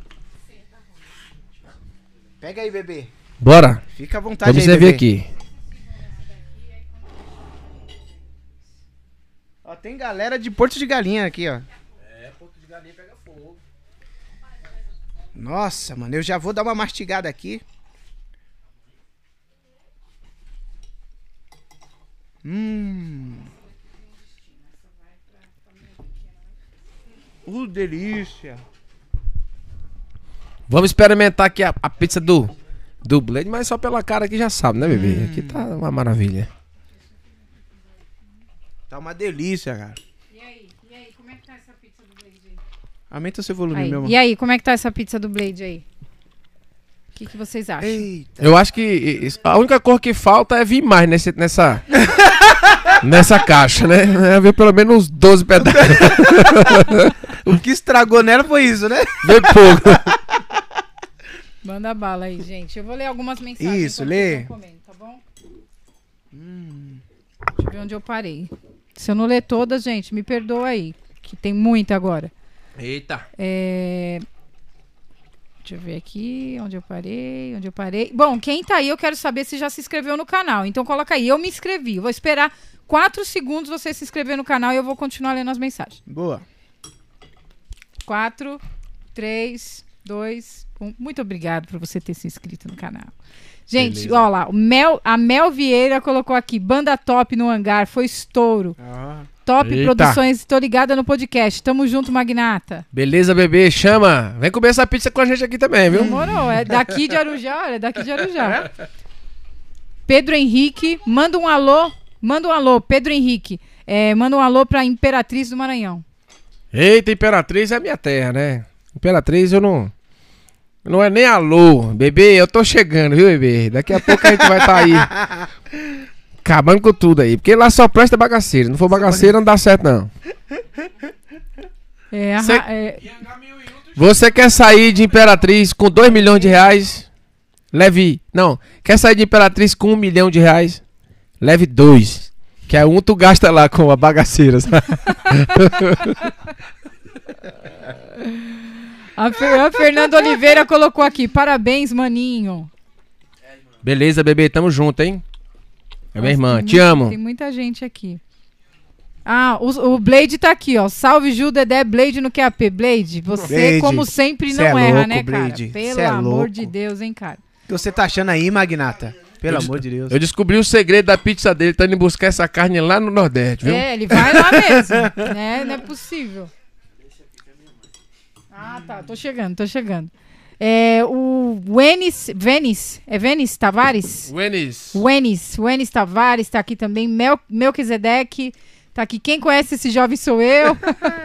Pega aí, bebê. Bora. Fica à vontade Vamos aí, servir bebê. aqui. Ó, tem galera de Porto de Galinha aqui, ó. É, Porto de Galinha pega fogo. Nossa, mano, eu já vou dar uma mastigada aqui. Hum. Uh, delícia. Vamos experimentar aqui a, a pizza do, do Blade, mas só pela cara aqui já sabe, né, bebê? Hum. Aqui tá uma maravilha. Tá uma delícia, cara. E aí? E aí, como é que tá essa pizza do Blade aí? Aumenta seu volume, aí. meu amor. E aí, como é que tá essa pizza do Blade aí? O que, que vocês acham? Eita. Eu acho que a única cor que falta é vir mais nesse, nessa, nessa caixa, né? É ver pelo menos uns doze pedaços. O que estragou nela foi isso, né? Bem pouco. Manda bala aí, gente. Eu vou ler algumas mensagens. Isso, lê. Comendo, tá bom? Hum. Deixa eu ver onde eu parei. Se eu não ler todas, gente, me perdoa aí. Que tem muita agora. Eita. É... Deixa eu ver aqui onde eu parei, onde eu parei. Bom, quem tá aí, eu quero saber se já se inscreveu no canal. Então coloca aí, eu me inscrevi. Vou esperar quatro segundos você se inscrever no canal e eu vou continuar lendo as mensagens. Boa. quatro, três, dois, um. Muito obrigado por você ter se inscrito no canal. Gente, Beleza. Ó lá, o Mel, a Mel Vieira colocou aqui, banda top no hangar, foi estouro. Ah. Top Eita. Produções, tô ligada no podcast. Tamo junto, Magnata. Beleza, bebê, chama. Vem comer essa pizza com a gente aqui também, viu? Demorou, é daqui de Arujá, é daqui de Arujá. Pedro Henrique, manda um alô, manda um alô, Pedro Henrique, é, manda um alô pra Imperatriz do Maranhão. Eita, Imperatriz é a minha terra, né? Imperatriz eu não... Não é nem alô. Bebê, eu tô chegando, viu, bebê? Daqui a pouco a gente vai estar tá aí... Acabando com tudo aí. Porque lá só presta bagaceiro. Não for bagaceiro, não dá certo, não. É, Cê... é... Você quer sair de Imperatriz com dois milhões de reais? Leve... Não. Quer sair de Imperatriz com um milhão de reais? Leve dois. Que é um tu gasta lá com a bagaceira. a, Fer... a Fernanda Oliveira colocou aqui. Parabéns, maninho. Beleza, bebê. Tamo junto, hein? É minha irmã, te muita, amo. Tem muita gente aqui. Ah, o, o Blade tá aqui, ó. Salve, Ju, Dedé, Blade no Q A P. Blade, você, Blade, como sempre, não é erra, louco, né, Blade, cara? Pelo é amor louco. de Deus, hein, cara? O que você tá achando aí, Magnata? Pelo Eu amor de Deus. Eu descobri o segredo da pizza dele. Tá indo buscar essa carne lá no Nordeste, viu? É, ele vai lá mesmo. né? Não é possível. Ah, tá. Tô chegando, tô chegando. É, o Wenis, Venice, é Venice Tavares? Wenis. Wenis, Wenis Tavares tá aqui também. Mel, Melquisedeque tá aqui. Quem conhece esse jovem sou eu.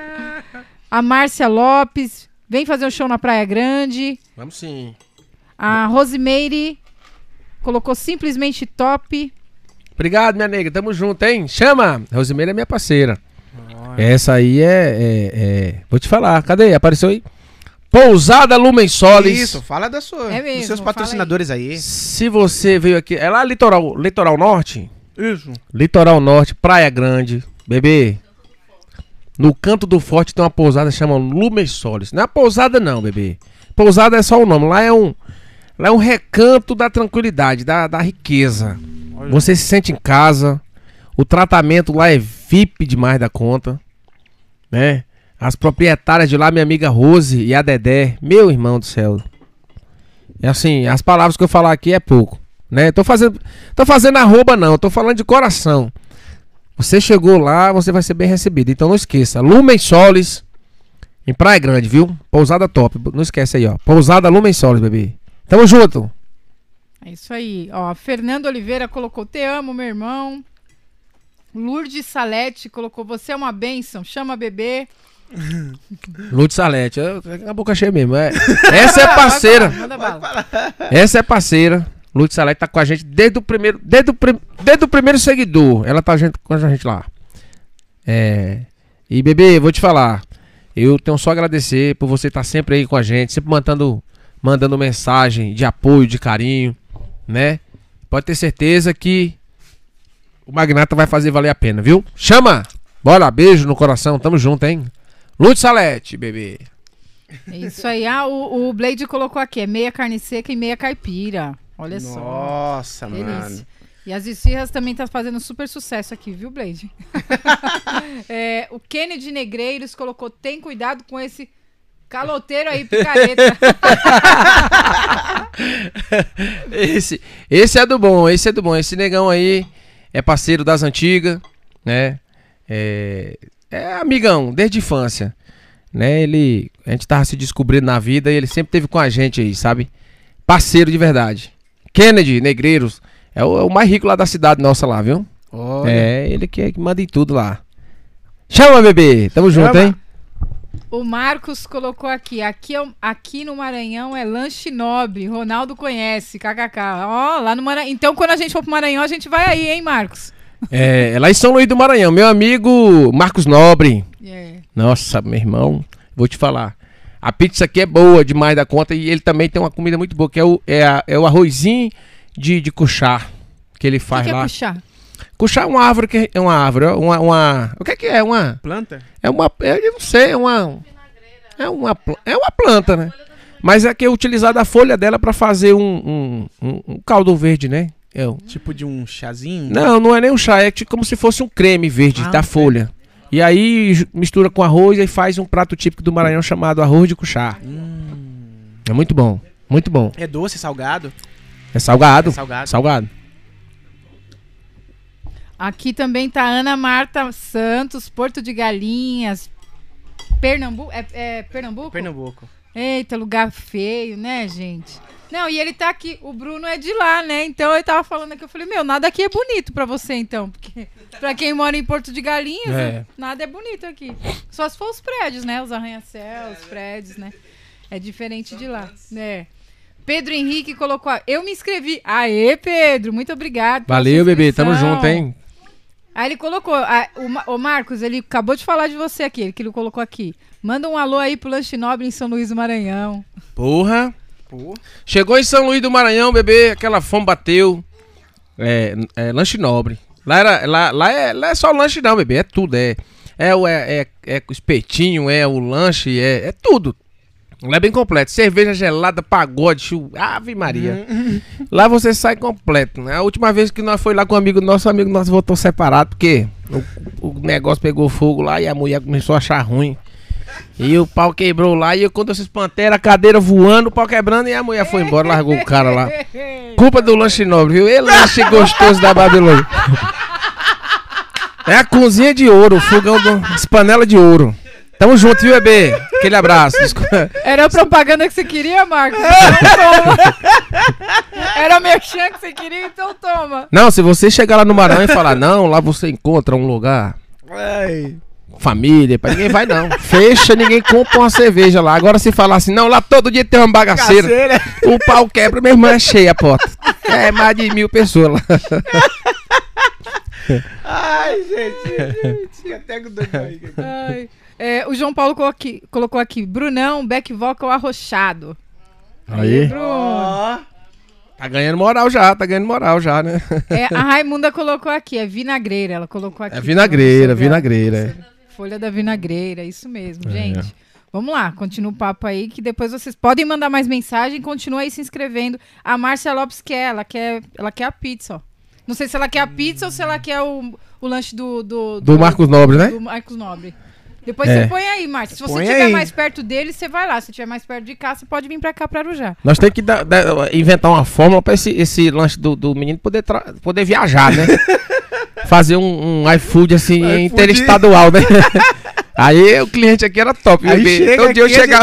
A Márcia Lopes. Vem fazer um show na Praia Grande. Vamos sim. A Rosimeire colocou simplesmente top. Obrigado, minha nega. Tamo junto, hein? Chama! Rosimeira é minha parceira. Olha. Essa aí é, é, é... Vou te falar. Cadê? Apareceu aí? Pousada Lumen Solis. Isso, fala da sua, é mesmo, dos seus patrocinadores aí. aí. Se você veio aqui... É lá Litoral, Litoral Norte? Isso. Litoral Norte, Praia Grande. Bebê. No canto do forte tem uma pousada chamada Lumen Solis. Não é pousada não, bebê. Pousada é só o nome. Lá é um... Lá é um recanto da tranquilidade, da, da riqueza. Olha. Você se sente em casa. O tratamento lá é V I P demais da conta. Né? As proprietárias de lá, minha amiga Rose e a Dedé. Meu irmão do céu. É assim, as palavras que eu falar aqui é pouco. Né? Tô fazendo, tô fazendo arroba não, tô falando de coração. Você chegou lá, você vai ser bem recebido. Então não esqueça. Lumen Solis, em Praia Grande, viu? Pousada top. Não esquece aí, ó. Pousada Lumen Solis, bebê. Tamo junto. É isso aí. Ó, Fernando Oliveira colocou: te amo, meu irmão. Lourdes Salete colocou: você é uma bênção, chama bebê. Lourdes Salete, a boca cheia mesmo. É. Essa é parceira. Manda bala, manda bala. Essa é parceira. Lourdes Salete tá com a gente desde o primeiro, desde o, desde o primeiro seguidor. Ela tá gente, com a gente lá. É. E bebê, vou te falar. Eu tenho só a agradecer por você estar sempre aí com a gente, sempre mandando, mandando mensagem de apoio, de carinho, né? Pode ter certeza que o Magnata vai fazer valer a pena, viu? Chama! Bora, beijo no coração, tamo junto, hein? Lourdes Salete, bebê. É isso aí. Ah, o, o Blade colocou aqui, é meia carne seca e meia caipira. Olha Nossa, só. Nossa, mano. E as esfirras também tá fazendo super sucesso aqui, viu, Blade? é, o Kennedy Negreiros colocou: tem cuidado com esse caloteiro aí, picareta. esse, esse é do bom, esse é do bom. Esse negão aí é parceiro das antigas, né? É, é amigão, desde a infância. né? Ele, a gente tava se descobrindo na vida e ele sempre teve com a gente aí, sabe? Parceiro de verdade. Kennedy Negreiros, é o, é o mais rico lá da cidade nossa lá, viu? Olha. É, ele que, é que manda em tudo lá. Chama, bebê! Tamo Chama. junto, hein? O Marcos colocou aqui, aqui, é, aqui no Maranhão é lanche nobre, Ronaldo conhece, kkk. Ó, oh, lá no Maranhão. Então, quando a gente for pro Maranhão, a gente vai aí, hein, Marcos? É, lá em São Luís do Maranhão, meu amigo Marcos Nobre. Yeah. Nossa, meu irmão, vou te falar. A pizza aqui é boa demais da conta e ele também tem uma comida muito boa, que é o, é a, é o arrozinho de, de cuchá, que ele faz que que lá. O que é cuchá? Cuchá é uma árvore, que é uma árvore, uma, uma... O que é que é? Uma... Planta? É uma... Eu não sei, é uma... É uma, é uma planta, né? Mas é que é utilizada a folha dela pra fazer um, um, um, um caldo verde, né? É um... Tipo de um chazinho? Não, não é nem um chá, é tipo como se fosse um creme verde ah, da folha. E aí mistura com arroz e faz um prato típico do Maranhão chamado arroz de cuchá. Hum. É muito bom, muito bom. É doce, salgado? É salgado. É salgado. Salgado. Aqui também tá Ana Marta Santos, Porto de Galinhas, Pernambuco. É, é Pernambuco? Pernambuco. Eita, lugar feio, né, gente? Não, e ele tá aqui, o Bruno é de lá, né? Então ele tava falando aqui, eu falei, meu, nada aqui é bonito pra você, então. Porque pra quem mora em Porto de Galinhas, é. né, nada é bonito aqui. Só se for os prédios, né? Os arranha-céus, os prédios, né? É diferente de lá, né? Pedro Henrique colocou, eu me inscrevi. Aê, Pedro, muito obrigado. Valeu, bebê, tamo junto, hein? Aí ele colocou, a, o, o Marcos, ele acabou de falar de você aqui, ele que ele colocou aqui. Manda um alô aí pro Lanche Nobre em São Luís do Maranhão. Porra. Porra. Chegou em São Luís do Maranhão, bebê, aquela fome bateu. É, é Lanche Nobre. Lá, era, lá, lá, é, lá é só lanche não, bebê, é tudo. É, é, é, é, é o espetinho, é o lanche, é, é tudo. Lá é bem completo. Cerveja gelada, pagode, chu... Ave Maria. Lá você sai completo, né? A última vez que nós foi lá com um amigo nosso, o amigo nosso voltou separado, porque o, o negócio pegou fogo lá e a mulher começou a achar ruim. E o pau quebrou lá, e eu quando esses panteras, a cadeira voando, o pau quebrando, e a mulher foi embora, largou o cara lá. Culpa do Lanche Nobre, viu? Ele lanche gostoso da Babilônia. É a cozinha de ouro, o fogão, do... as panelas de ouro. Tamo junto, viu, bebê? Aquele abraço. Era a propaganda que você queria, Marcos? Então toma. Era a merchan que você queria, então toma. Não, se você chegar lá no Maranhão e falar, não, lá você encontra um lugar... Ai. Família, pra ninguém vai não. Fecha, ninguém compra uma cerveja lá. Agora se falar assim, não, lá todo dia tem uma bagaceira. Bagaceira. O pau quebra, minha irmã é cheia a porta. É mais de mil pessoas lá. Ai, gente, gente. Até com doido aí. Ai. É, o João Paulo colocou aqui, colocou aqui, Brunão, back vocal arrochado. Aí, Bruno. Oh. Tá ganhando moral já, tá ganhando moral já, né? É, a Raimunda colocou aqui, é vinagreira, ela colocou aqui. É vinagreira, vinagreira. A folha da vinagreira, isso mesmo, é. Gente. Vamos lá, continua o papo aí, que depois vocês podem mandar mais mensagem, continua aí se inscrevendo. A Márcia Lopes quer, ela quer, ela quer a pizza, ó. Não sei se ela quer a pizza ou se ela quer o, o lanche do do, do... do Marcos Nobre, né? Do Marcos Nobre. Depois é. Você põe aí, Márcio. Se você estiver mais perto dele, você vai lá. Se estiver mais perto de cá, você pode vir pra cá, pra Arujá. Nós temos que dar, dar, inventar uma fórmula pra esse, esse lanche do, do menino poder, poder viajar, né? Fazer um, um iFood assim, iFood. Interestadual, né? Aí o cliente aqui era top. Aí todo dia eu chegava.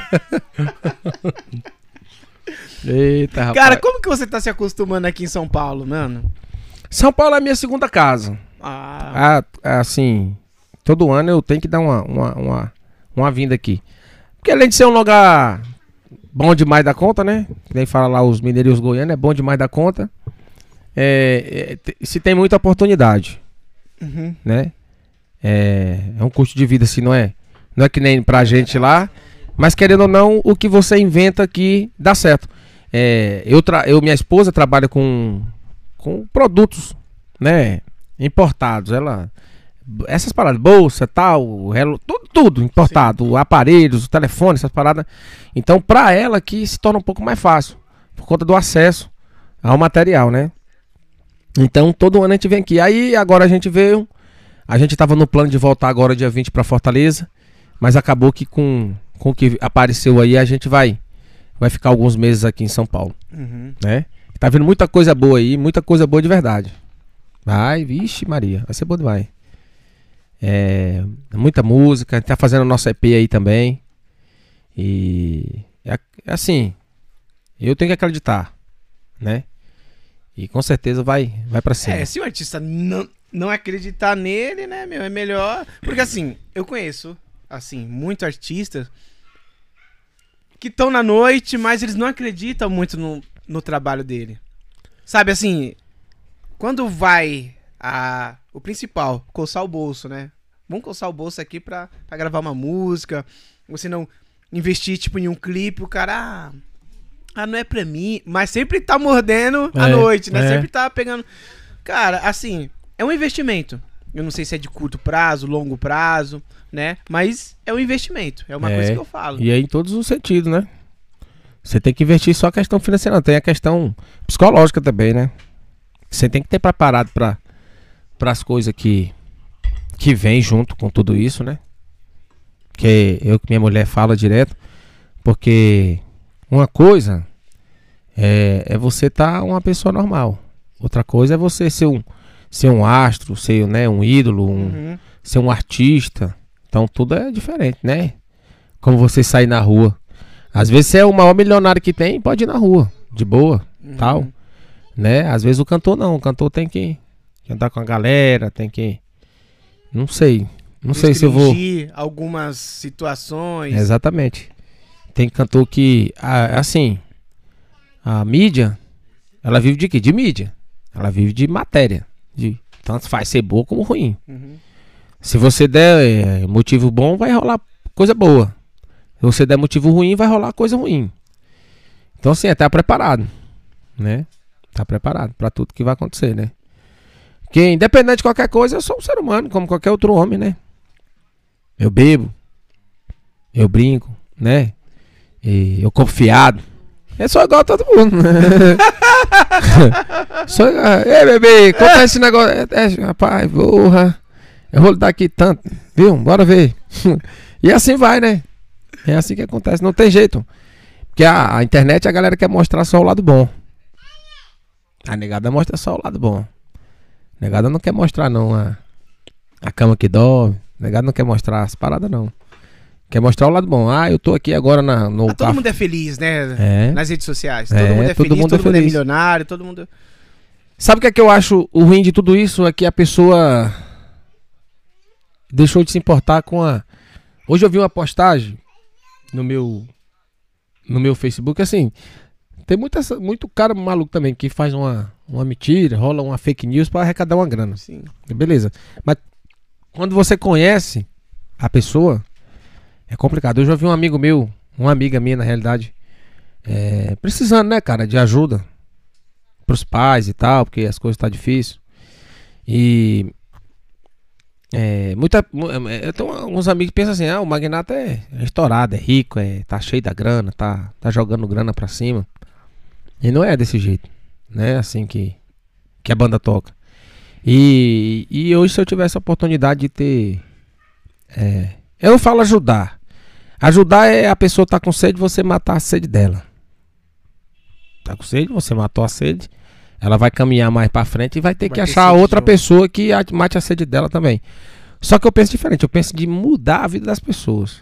Gente... Eita, rapaz. Cara, como que você tá se acostumando aqui em São Paulo, mano? São Paulo é a minha segunda casa. Ah. Ah, assim... Todo ano eu tenho que dar uma, uma, uma, uma vinda aqui. Porque além de ser um lugar bom demais da conta, né? Que nem fala lá os mineiros e os goianos, é bom demais da conta. É, é, se tem muita oportunidade. Uhum. Né? É, é um custo de vida assim, não é? Não é que nem pra gente lá. Mas querendo ou não, o que você inventa aqui dá certo. É, eu, tra eu, minha esposa, trabalha com, com produtos, né? Importados. Ela... Essas paradas, bolsa, tal, relo, tudo, tudo importado, sim. Aparelhos, o telefone, essas paradas. Então, pra ela que se torna um pouco mais fácil, por conta do acesso ao material, né? Então, todo ano a gente vem aqui. Aí, agora a gente veio, a gente tava no plano de voltar agora dia vinte pra Fortaleza, mas acabou que com, com o que apareceu aí, a gente vai, vai ficar alguns meses aqui em São Paulo, uhum. Né? Tá vendo muita coisa boa aí, muita coisa boa de verdade. Vai, vixe Maria, vai ser bom demais. É, muita música, tá fazendo nosso E P aí também. E é, é assim, eu tenho que acreditar, né? E com certeza vai, vai pra cima. É, se o artista não, não acreditar nele, né, meu, é melhor. Porque assim, eu conheço, assim, muitos artistas que estão na noite, mas eles não acreditam muito no, no trabalho dele. Sabe, assim, quando vai a, o principal, coçar o bolso, né? Vamos coçar o bolso aqui pra, pra gravar uma música. Você não investir, tipo, em um clipe, o cara... Ah, ah, não é pra mim. Mas sempre tá mordendo à é, noite, né? É. Sempre tá pegando... Cara, assim, é um investimento. Eu não sei se é de curto prazo, longo prazo, né? Mas é um investimento. É uma é, coisa que eu falo. E é em todos os sentidos, né? Você tem que investir só a questão financeira, não. Tem a questão psicológica também, né? Você tem que ter preparado para as coisas que, que vem junto com tudo isso, né? Que eu que minha mulher fala direto. Porque uma coisa é, é você estar tá uma pessoa normal. Outra coisa é você ser um, ser um astro, ser, né, um ídolo, um, uhum. ser um artista. Então tudo é diferente, né? Como você sair na rua. Às vezes você é o maior milionário que tem, pode ir na rua, de boa, uhum. tal. Né? Às vezes o cantor não, o cantor tem que andar com a galera, tem que... Não sei, não sei se eu vou... algumas situações. Exatamente. Tem cantor que, assim, a mídia, ela vive de quê? De mídia. Ela vive de matéria. De, tanto faz ser boa como ruim. Uhum. Se você der é, motivo bom, vai rolar coisa boa. Se você der motivo ruim, vai rolar coisa ruim. Então, assim, é estar preparado, né? Tá preparado pra tudo que vai acontecer, né? Porque independente de qualquer coisa, eu sou um ser humano, como qualquer outro homem, né? Eu bebo, eu brinco, né? E eu compro fiado. Eu sou igual a todo mundo. Sou igual. Ei, bebê, conta esse negócio. É, é, rapaz, porra. Eu vou lhe dar aqui tanto, viu? Bora ver. E assim vai, né? É assim que acontece, não tem jeito. Porque a, a internet a galera quer mostrar só o lado bom. A negada mostra só o lado bom. A negada não quer mostrar não a, a cama que dorme. A negada não quer mostrar as paradas não. Quer mostrar o lado bom. Ah, eu tô aqui agora na, no... Ah, todo mundo é feliz, né? É. Nas redes sociais. Todo é, mundo é todo feliz, mundo todo é mundo é feliz. milionário, todo mundo... Sabe o que é que eu acho o ruim de tudo isso? É que a pessoa deixou de se importar com a... Hoje eu vi uma postagem no meu, no meu Facebook, assim... Tem muita, muito cara maluco também que faz uma, uma mentira, rola uma fake news pra arrecadar uma grana. Sim. Beleza. Mas quando você conhece a pessoa, é complicado. Eu já vi um amigo meu, uma amiga minha na realidade, é, precisando, né, cara, de ajuda pros pais e tal, porque as coisas tá difíceil. E é, muita, eu tenho alguns amigos que pensam assim, ah, o magnata é, é estourado, é rico, é, tá cheio da grana, tá, tá jogando grana pra cima. E não é desse jeito, né? Assim que, que a banda toca. E, e hoje, se eu tivesse a oportunidade de ter... É, eu falo ajudar. Ajudar é a pessoa estar tá com sede, você matar a sede dela. Tá com sede, você matou a sede. Ela vai caminhar mais pra frente e vai ter vai que ter achar outra pessoa que mate a sede dela também. Só que eu penso diferente. Eu penso de mudar a vida das pessoas.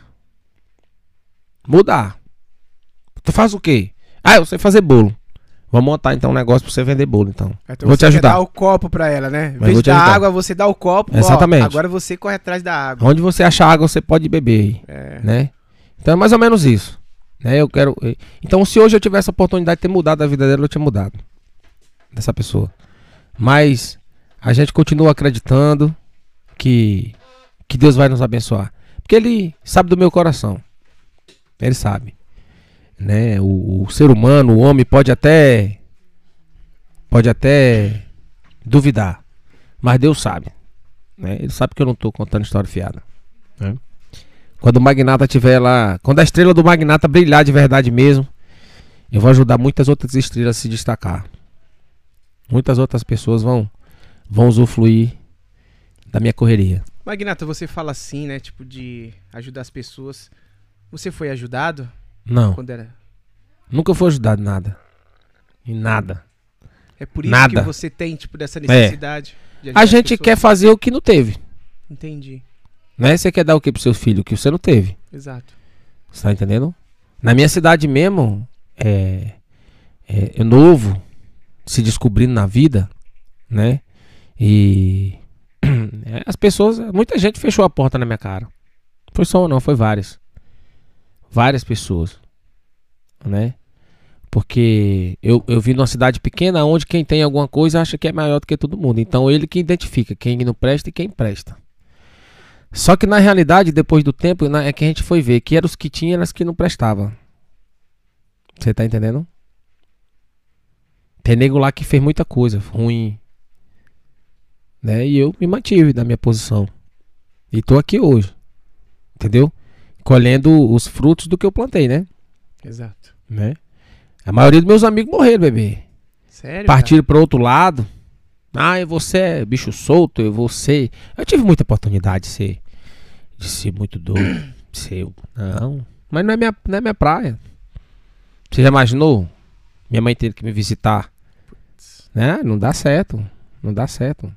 Mudar. Tu faz o quê? Ah, eu sei fazer bolo. Vamos montar então um negócio pra você vender bolo, então. então vou te ajudar. Você dá o copo pra ela, né? Em vez de dar água, você dá o copo. Exatamente. Ó, agora você corre atrás da água. Onde você achar água, você pode beber aí, é. né? Então é mais ou menos isso, né? Eu quero. Então, se hoje eu tivesse a oportunidade de ter mudado a vida dela, eu tinha mudado dessa pessoa. Mas a gente continua acreditando que que Deus vai nos abençoar, porque Ele sabe do meu coração. Ele sabe. Né? O, o ser humano, o homem pode até pode até duvidar, mas Deus sabe, né? Ele sabe que eu não estou contando história fiada, né? Quando o magnata tiver lá, quando a estrela do magnata brilhar de verdade mesmo, eu vou ajudar muitas outras estrelas a se destacar. Muitas outras pessoas vão vão usufruir da minha correria. Magnata, você fala assim, né, tipo de ajudar as pessoas. Você foi ajudado? Não. Quando era... Nunca fui ajudado em nada. Em nada. É por isso nada. que você tem, tipo, dessa necessidade. É. De ajudar a gente pessoas. Quer fazer o que não teve. Entendi. Né? Você quer dar o que pro seu filho? O que você não teve. Exato. Você tá entendendo? Na minha cidade mesmo, é, é, é novo, se descobrindo na vida, né? E é, as pessoas, muita gente fechou a porta na minha cara. Foi só um não, foi várias. Várias pessoas, né? Porque eu, eu vim numa cidade pequena onde quem tem alguma coisa acha que é maior do que todo mundo. Então ele que identifica quem não presta e quem presta. Só que na realidade, depois do tempo, é que a gente foi ver que eram os que tinham e eram os que não prestavam. Você tá entendendo? Tem nego lá que fez muita coisa ruim, né? E eu me mantive na minha posição. E tô aqui hoje. Entendeu? Colhendo os frutos do que eu plantei, né? Exato. Né? A maioria dos meus amigos morreram, bebê. Sério? Partiram para outro lado. Ah, você é bicho solto, eu vou ser... Eu tive muita oportunidade de ser, de ser muito doido. De ser... Não, mas não é, minha, não é minha praia. Você já imaginou? Minha mãe teve que me visitar. Né? Não dá certo. Não dá certo.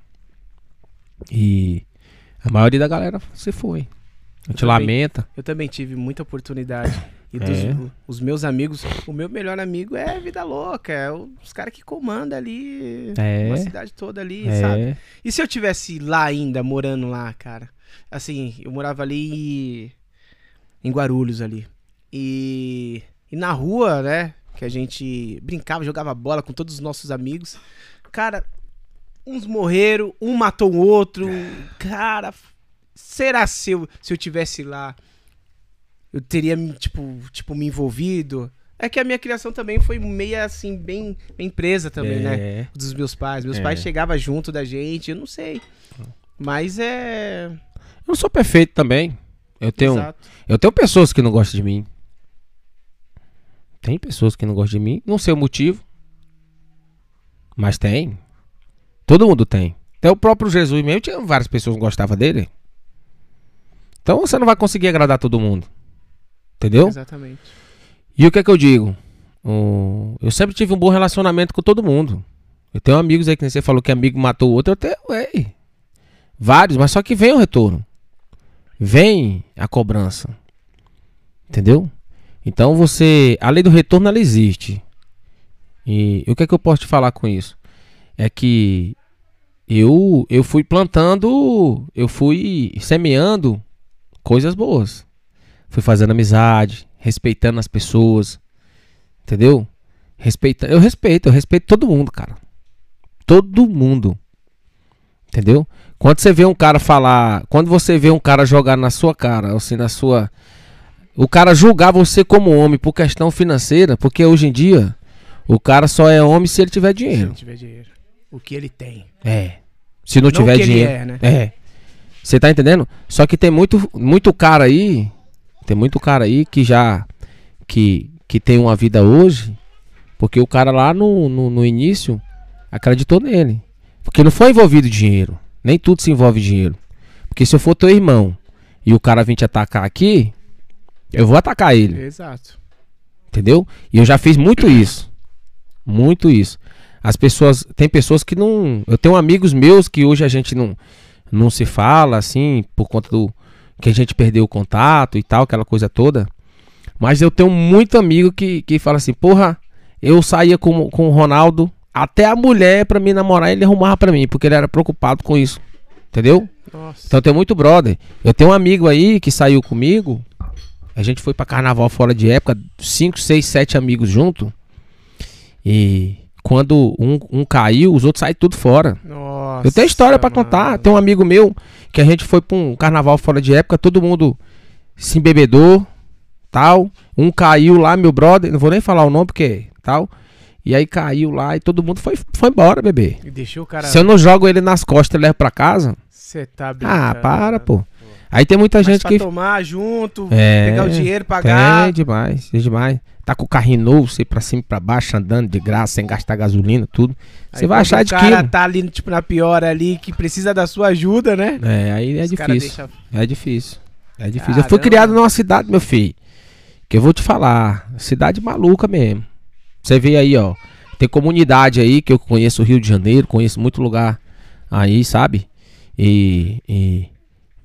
E a maioria da galera se foi. A gente lamenta. Eu também tive muita oportunidade. E dos É. os meus amigos, o meu melhor amigo é vida louca, é os caras que comandam ali É. uma cidade toda ali, É. sabe? E se eu tivesse lá ainda, morando lá, cara? Assim, eu morava ali em Guarulhos ali. E, e na rua, né, que a gente brincava, jogava bola com todos os nossos amigos. Cara, uns morreram, um matou o outro. Cara, será se eu, se eu tivesse lá... Eu teria, tipo, tipo, me envolvido. É que a minha criação também foi meio assim, bem, bem presa também, É. né? Dos meus pais. Meus É. pais chegavam junto da gente, eu não sei. Mas é... Eu não sou perfeito também. Eu tenho, Exato. eu tenho pessoas que não gostam de mim. Tem pessoas que não gostam de mim. Não sei o motivo. Mas tem. Todo mundo tem. Até o próprio Jesus mesmo, tinha várias pessoas que não gostavam dele. Então você não vai conseguir agradar todo mundo. Entendeu? Exatamente. E o que é que eu digo? O- Eu sempre tive um bom relacionamento com todo mundo. Eu tenho amigos aí que nem você falou que amigo matou o outro. Eu tenho, ué, vários, mas só que vem o retorno. Vem a cobrança. Entendeu? Então você... A lei do retorno, ela existe. E o que é que eu posso te falar com isso? É que eu, eu fui plantando, eu fui semeando coisas boas. Fui fazendo amizade, respeitando as pessoas. Entendeu? Respeita, eu respeito, eu respeito todo mundo, cara. Todo mundo. Entendeu? Quando você vê um cara falar, quando você vê um cara jogar na sua cara, assim, na sua... O cara julgar você como homem por questão financeira, porque hoje em dia o cara só é homem se ele tiver Se dinheiro. não tiver dinheiro. O que ele tem. É. Se Não não, tiver o que ele dinheiro. é, né? É. Você tá entendendo? Só que tem muito, muito cara aí, tem muito cara aí que já que, que tem uma vida hoje, porque o cara lá no, no, no início acreditou nele. Porque não foi envolvido dinheiro. Nem tudo se envolve dinheiro. Porque se eu for teu irmão e o cara vir te atacar aqui, eu vou atacar ele. Exato. Entendeu? E eu já fiz muito isso. Muito isso. As pessoas... Tem pessoas que não... Eu tenho amigos meus que hoje a gente não, não se fala, assim, por conta do... Que a gente perdeu o contato e tal, aquela coisa toda. Mas eu tenho muito amigo que, que fala assim, porra, eu saía com, com o Ronaldo, até a mulher pra me namorar ele arrumava pra mim, porque ele era preocupado com isso. Entendeu? Nossa. Então eu tenho muito brother. Eu tenho um amigo aí que saiu comigo. A gente foi pra carnaval fora de época, cinco, seis, sete amigos junto. E quando um, um caiu, os outros saem tudo fora. Nossa, Eu tenho história pra mano. contar. Tem um amigo meu que a gente foi pra um carnaval fora de época, todo mundo se embebedou, tal. Um caiu lá, meu brother, não vou nem falar o nome porque tal. E aí caiu lá e todo mundo foi, foi embora, bebê. E deixou o cara... Se eu não jogo ele nas costas e levo pra casa, Você tá brincando. ah, para, pô. Aí tem muita Mas gente pra que... tomar junto, É, pegar o dinheiro, pagar... Tem demais, tem demais. Tá com o carrinho novo, você ir pra cima e pra baixo, andando de graça, sem gastar gasolina, tudo. Você Aí vai quando achar o de cara quilo. tá ali, tipo, na pior ali, que precisa da sua ajuda, né? É, aí é Os cara difícil. deixa- É difícil. É difícil. Eu Caramba. fui criado numa cidade, meu filho, que eu vou te falar, cidade maluca mesmo. Você vê aí, ó, tem comunidade aí que eu conheço o Rio de Janeiro, conheço muito lugar aí, sabe? E, e,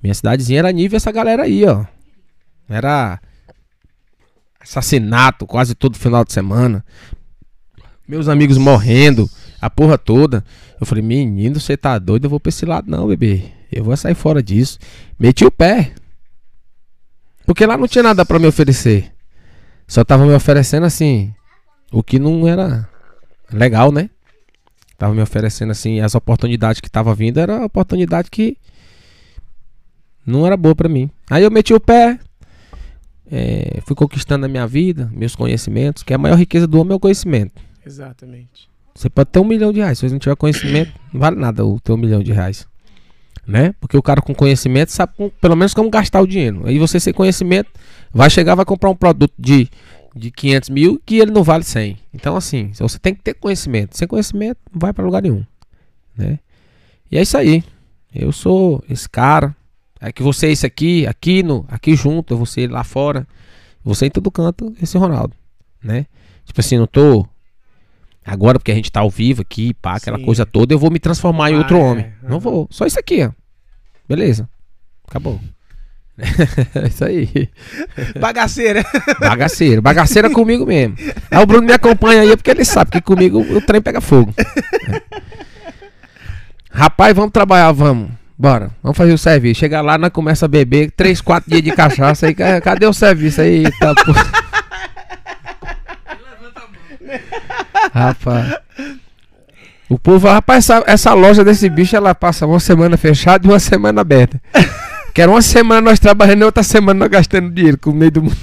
Minha cidadezinha era nível essa galera aí, ó. Era assassinato quase todo final de semana. Meus amigos morrendo, a porra toda. Eu falei, menino, você tá doido? Eu vou pra esse lado não, bebê. Eu vou sair fora disso. Meti o pé. Porque lá não tinha nada pra me oferecer. Só tava me oferecendo assim, o que não era legal, né? Tava me oferecendo assim, as oportunidades que tava vindo era a oportunidade que não era boa pra mim. Aí eu meti o pé, é, fui conquistando a minha vida, meus conhecimentos, que a maior riqueza do homem é o conhecimento. Exatamente. Você pode ter um milhão de reais, se você não tiver conhecimento, não vale nada o ter um milhão de reais, né? Porque o cara com conhecimento sabe com, pelo menos como gastar o dinheiro. Aí você sem conhecimento vai chegar, vai comprar um produto de, de quinhentos mil que ele não vale cem. Então assim, você tem que ter conhecimento. Sem conhecimento não vai pra lugar nenhum, né? E é isso aí. Eu sou esse cara. É que você é esse aqui, aqui, no, aqui junto, eu vou ser lá fora. Você em todo canto, esse Ronaldo, né? Tipo assim, não tô... Agora porque a gente tá ao vivo aqui, pá, aquela Sim. coisa toda, eu vou me transformar ah, em outro é. homem. Uhum. Não vou. Só isso aqui, ó. Beleza. Acabou. É isso aí. Bagaceira. Bagaceira. Bagaceira comigo mesmo. Aí o Bruno me acompanha aí porque ele sabe que comigo o trem pega fogo. É. Rapaz, vamos trabalhar, vamos. Bora, vamos fazer o serviço. Chega lá, nós começa a beber três, quatro dias de cachaça aí. Cadê o serviço aí? Tá, pô. Rapaz, o povo, rapaz, essa, essa loja desse bicho, ela passa uma semana fechada e uma semana aberta. Que era uma semana nós trabalhando e outra semana nós gastando dinheiro com o meio do mundo.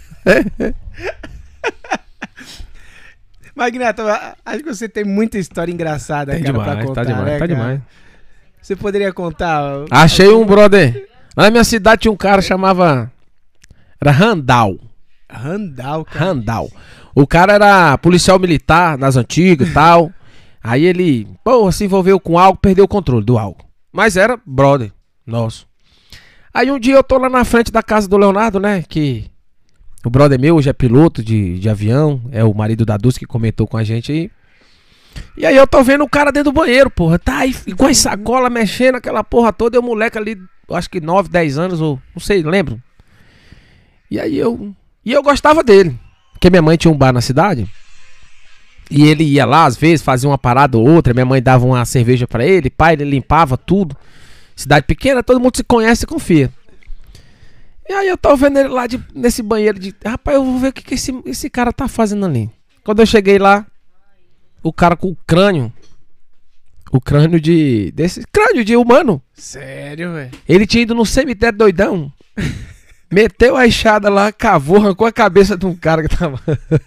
Magneto, acho que você tem muita história engraçada, tem cara, demais, pra contar, tá demais, né, tá cara? demais. Você poderia contar? Achei um brother. Lá na minha cidade tinha um cara que chamava... Era Randall. Randall, cara. Randall. O cara era policial militar nas antigas e tal. Aí ele, pô, se envolveu com algo, perdeu o controle do algo. Mas era brother nosso. Aí um dia eu tô lá na frente da casa do Leonardo, né? Que o brother meu hoje é piloto de, de avião. É o marido da Dulce que comentou com a gente aí. E aí eu tô vendo o cara dentro do banheiro, porra. Tá aí com as sacolas mexendo, aquela porra toda. E o moleque ali, acho que nove, dez anos, ou não sei, lembro. E aí eu... E eu gostava dele. Porque minha mãe tinha um bar na cidade. E ele ia lá, às vezes, fazia uma parada ou outra. Minha mãe dava uma cerveja pra ele. Pai, ele limpava tudo. Cidade pequena, todo mundo se conhece e confia. E aí eu tô vendo ele lá de, nesse banheiro de... Rapaz, eu vou ver o que, que esse, esse cara tá fazendo ali. Quando eu cheguei lá, o cara com o crânio. O crânio de... Desse crânio de humano. Sério, velho? Ele tinha ido no cemitério doidão. Meteu a enxada lá, cavou, arrancou a cabeça de um cara que tava...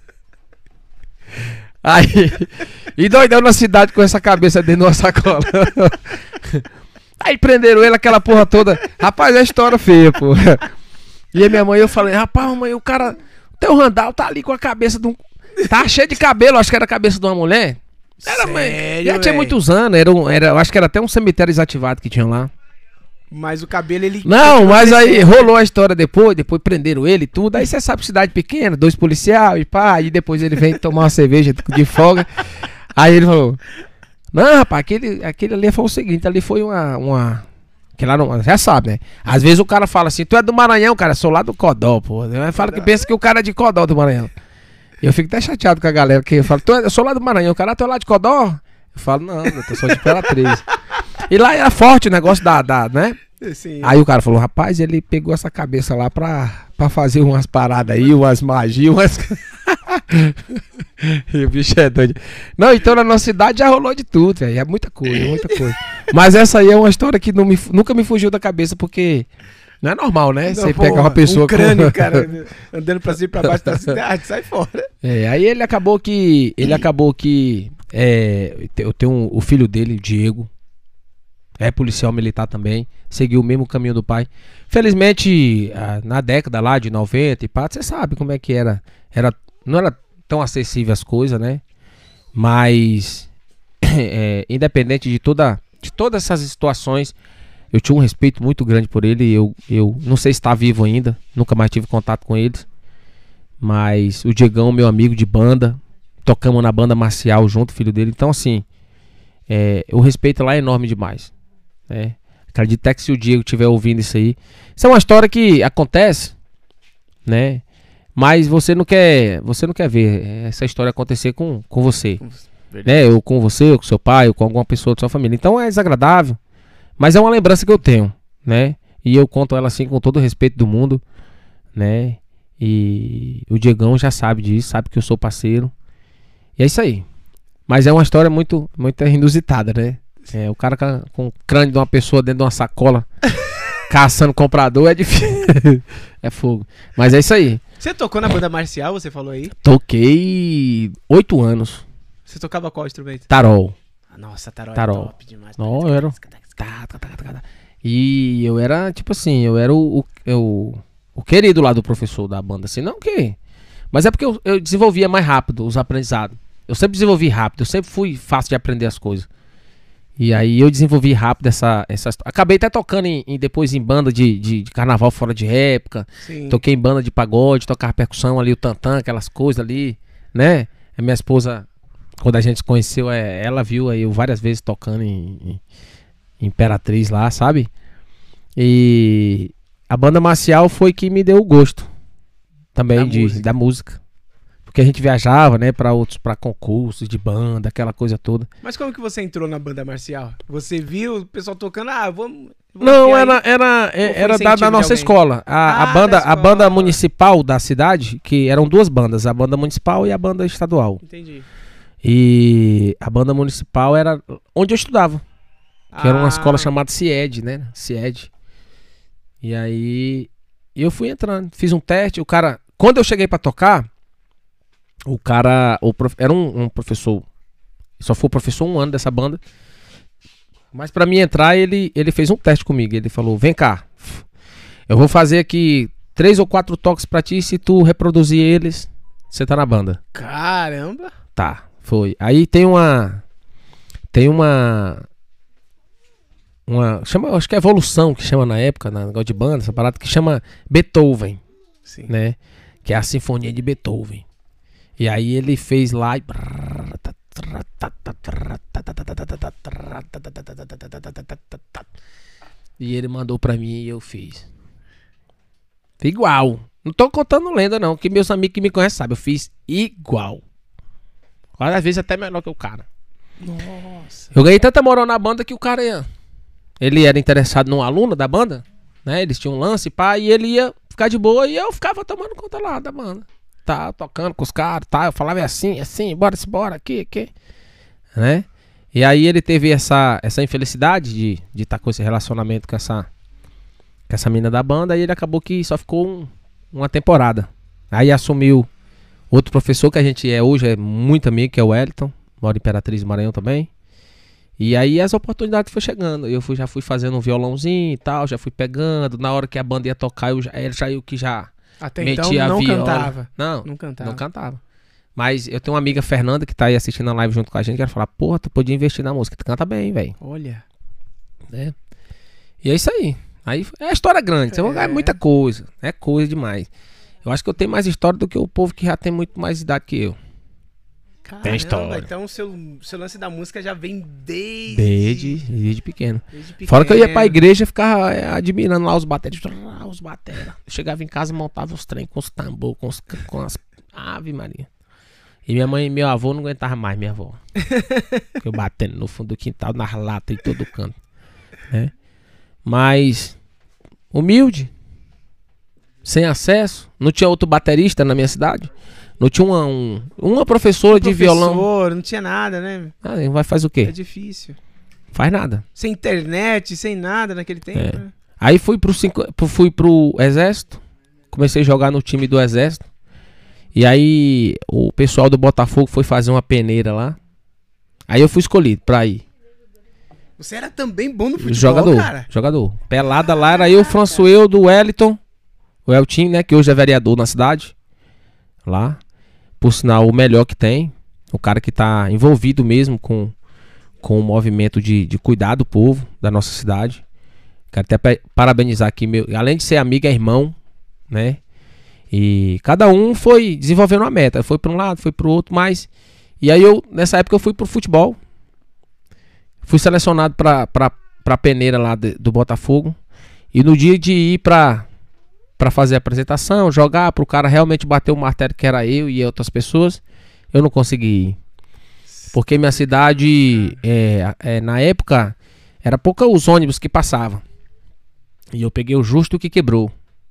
Aí... E doidão na cidade com essa cabeça dentro de uma sacola. Aí prenderam ele, aquela porra toda. Rapaz, é história feia, pô. E a minha mãe, eu falei, rapaz, mãe, o cara... O teu Randall tá ali com a cabeça de um... Tá cheio de cabelo, acho que era a cabeça de uma mulher. Era, mãe. Já tinha muitos anos, era, um, era, eu acho que era até um cemitério desativado que tinham lá. Mas o cabelo, ele... Não, mas aí rolou a história depois, depois prenderam ele e tudo. Aí você sabe, cidade pequena, dois policiais e pá. Aí depois ele vem tomar uma cerveja de folga. Aí ele falou... Não, rapaz, aquele, aquele ali foi o seguinte, ali foi uma... uma que lá não, já sabe, né? Às vezes o cara fala assim, tu é do Maranhão, cara, sou lá do Codó, pô. Fala que pensa que o cara é de Codó do Maranhão. Eu fico até chateado com a galera que fala, tu é, eu sou lá do Maranhão, o cara, tu é lá de Codó? Eu falo, não, eu sou de Imperatriz. E lá era forte o negócio da, da né? Sim. Aí o cara falou, rapaz, ele pegou essa cabeça lá pra, pra fazer umas paradas aí, umas magias, umas... E o bicho é doido. Não, então na nossa cidade já rolou de tudo, velho. É muita coisa, muita coisa. Mas essa aí é uma história que não me, nunca me fugiu da cabeça, porque não é normal, né? Você pegar uma pessoa um crânio, com... cara, andando pra cima e pra baixo da cidade, sai fora. É, aí ele acabou que... Ele acabou que... É, eu tenho um, o filho dele, o Diego. É policial militar também. Seguiu o mesmo caminho do pai. Felizmente, na década lá de noventa e pá, você sabe como é que era. Era não era tão acessível as coisas, né? Mas, é, independente de, toda, de todas essas situações, eu tinha um respeito muito grande por ele. Eu, eu não sei se está vivo ainda. Nunca mais tive contato com eles. Mas o Diegão, meu amigo de banda. Tocamos na banda marcial junto, filho dele. Então, assim, é, o respeito lá é enorme demais. É. Acredito até que se o Diego estiver ouvindo isso aí. Isso é uma história que acontece, né? Mas você não quer, você não quer ver essa história acontecer com, com você. Né? Ou com você, ou com seu pai, ou com alguma pessoa da sua família. Então é desagradável. Mas é uma lembrança que eu tenho, né? E eu conto ela assim com todo o respeito do mundo, né? E o Diegão já sabe disso, sabe que eu sou parceiro. E é isso aí. Mas é uma história muito, muito inusitada, né? É, o cara com, com o crânio de uma pessoa dentro de uma sacola caçando comprador é difícil. É fogo. Mas é isso aí. Você tocou na banda marcial, você falou aí? Toquei oito anos. Você tocava qual instrumento? Tarol. Nossa, tarol, tarol. é top demais. Não, eu era... E eu era, tipo assim, eu era o, o, o, o querido lá do professor da banda, assim, não que... Mas é porque eu, eu desenvolvia mais rápido os aprendizados. Eu sempre desenvolvi rápido, eu sempre fui fácil de aprender as coisas. E aí eu desenvolvi rápido essa... essa... Acabei até tocando em, em, depois em banda de, de, de carnaval fora de época. Sim. Toquei em banda de pagode, tocava percussão ali, o tantã, aquelas coisas ali, né? A minha esposa, quando a gente se conheceu, é, ela viu aí eu várias vezes tocando em, em Imperatriz lá, sabe? E a banda marcial foi que me deu o gosto também da, de, música. da música. Porque a gente viajava, né, para outros, para concursos de banda, aquela coisa toda. Mas como que você entrou na banda marcial? Você viu o pessoal tocando, ah, vamos... Não, era, era, era da, da nossa escola. A, ah, a, banda, escola. a banda municipal da cidade, que eram duas bandas, a banda municipal e a banda estadual. Entendi. E a banda municipal era onde eu estudava. Que ah. era uma escola chamada CIED, né? CIED. E aí eu fui entrando, fiz um teste, o cara... Quando eu cheguei pra tocar, o cara... O prof, era um, um professor, só foi professor um ano dessa banda. Mas pra mim entrar, ele, ele fez um teste comigo. Ele falou, vem cá, eu vou fazer aqui três ou quatro toques pra ti, se tu reproduzir eles, você tá na banda. Caramba! Tá, foi. Aí tem uma... Tem uma... Uma, chama, acho que é evolução que chama na época, na negócio de banda, essa parada que chama Beethoven. Sim. Né? Que é a sinfonia de Beethoven. E aí ele fez lá e... E ele mandou pra mim e eu fiz. Igual. Não tô contando lenda não, que meus amigos que me conhecem sabem, eu fiz igual. Às vezes até melhor que o cara. Nossa. Eu ganhei tanta moral na banda que o cara ia... Ele era interessado num aluno da banda, né? Eles tinham um lance, pá, e ele ia ficar de boa e eu ficava tomando conta lá da banda. Tá, tocando com os caras, tá? Eu falava é assim, é assim, bora, se bora, aqui, aqui. Né? E aí ele teve essa, essa infelicidade de estar de tá com esse relacionamento com essa, com essa mina da banda, e ele acabou que só ficou um, uma temporada. Aí assumiu outro professor que a gente é hoje, é muito amigo, que é o Wellington, mora em Imperatriz do Maranhão também. E aí as oportunidades foram chegando. Eu fui, já fui fazendo um violãozinho e tal, já fui pegando. Na hora que a banda ia tocar, eu já, já eu que já Até metia então não a viola. cantava. Não, não cantava. Não cantava. Mas eu tenho uma amiga, Fernanda, que tá aí assistindo a live junto com a gente, que ela fala, porra, tu podia investir na música, tu canta bem, velho. Olha. Né? E é isso aí. Aí é a história grande, é. é muita coisa, é coisa demais. Eu acho que eu tenho mais história do que o povo que já tem muito mais idade que eu. Caramba, tem história. Então o seu, seu lance da música já vem desde... Desde, desde pequeno. Desde pequeno. Fora que eu ia pra igreja e ficava é, admirando lá os bateras. Os bateras. Chegava em casa e montava os trem com os tambor, com, os, com as... Ave Maria. E minha mãe e meu avô não aguentavam mais, minha avó. Eu batendo no fundo do quintal, nas latas e todo canto. Né? Mas, humilde, sem acesso, não tinha outro baterista na minha cidade. Não tinha uma, um, uma professora um de professor, violão. Não tinha nada, né? Ah, vai fazer o quê? É difícil. Faz nada. Sem internet, sem nada naquele tempo. É. Né? Aí fui pro, cinco, fui pro exército. Comecei a jogar no time do exército. E aí o pessoal do Botafogo foi fazer uma peneira lá. Aí eu fui escolhido pra ir. Você era também bom no futebol, jogador, cara? Jogador. Pelada lá, era eu, o François do Wellington. O Eltinho, né? Que hoje é vereador na cidade. Lá. Por sinal, o melhor que tem. O cara que tá envolvido mesmo com, com o movimento de, de cuidar do povo da nossa cidade. Quero até parabenizar aqui, meu, além de ser amigo, é irmão, né? E cada um foi desenvolvendo uma meta. Foi para um lado, foi para o outro, mas... E aí eu, nessa época, eu fui pro futebol. Fui selecionado para pra peneira lá de, do Botafogo. E no dia de ir pra, pra fazer a apresentação, jogar, pro cara realmente bater o martelo que era eu e outras pessoas, eu não consegui ir. Porque minha cidade, é, é, na época, era pouca os ônibus que passavam. E eu peguei o justo que quebrou.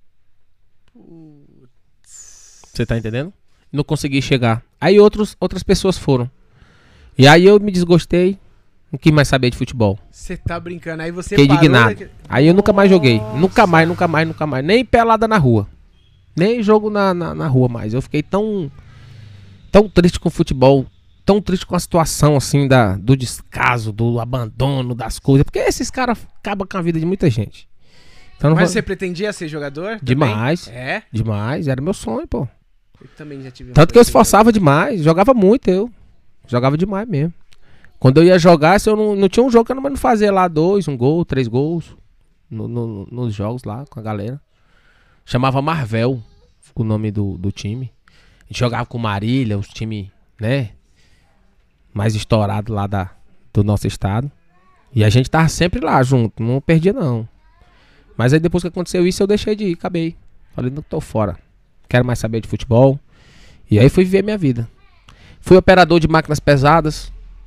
Você tá entendendo? Não consegui chegar. Aí outros, outras pessoas foram. E aí eu me desgostei. Não quis mais saber de futebol. Você tá brincando. Aí você Fiquei parou indignado. daqui... Aí eu nunca mais joguei. Nossa. Nunca mais, nunca mais, nunca mais. Nem pelada na rua. Nem jogo na, na, na rua mais. Eu fiquei tão... Tão triste com o futebol. Tão triste com a situação, assim, da, do descaso, do abandono das coisas. Porque esses caras acabam com a vida de muita gente. Então, não Mas vou... você pretendia ser jogador? Demais. Também? É? Demais. Era meu sonho, pô. Eu também já tive. Tanto que eu esforçava demais. Jogava muito, eu. Jogava demais mesmo. Quando eu ia jogar, se eu não, não tinha um jogo que eu não fazia lá dois, um gol, três gols. No, no, nos jogos lá com a galera. Chamava Marvel, o nome do, do time. A gente jogava com Marília, os times, né? Mais estourados lá da, do nosso estado. E a gente tava sempre lá junto, não perdia não. Mas aí depois que aconteceu isso, eu deixei de ir, acabei. Falei, não, tô fora. Quero mais saber de futebol. E aí fui viver minha vida. Fui operador de máquinas pesadas.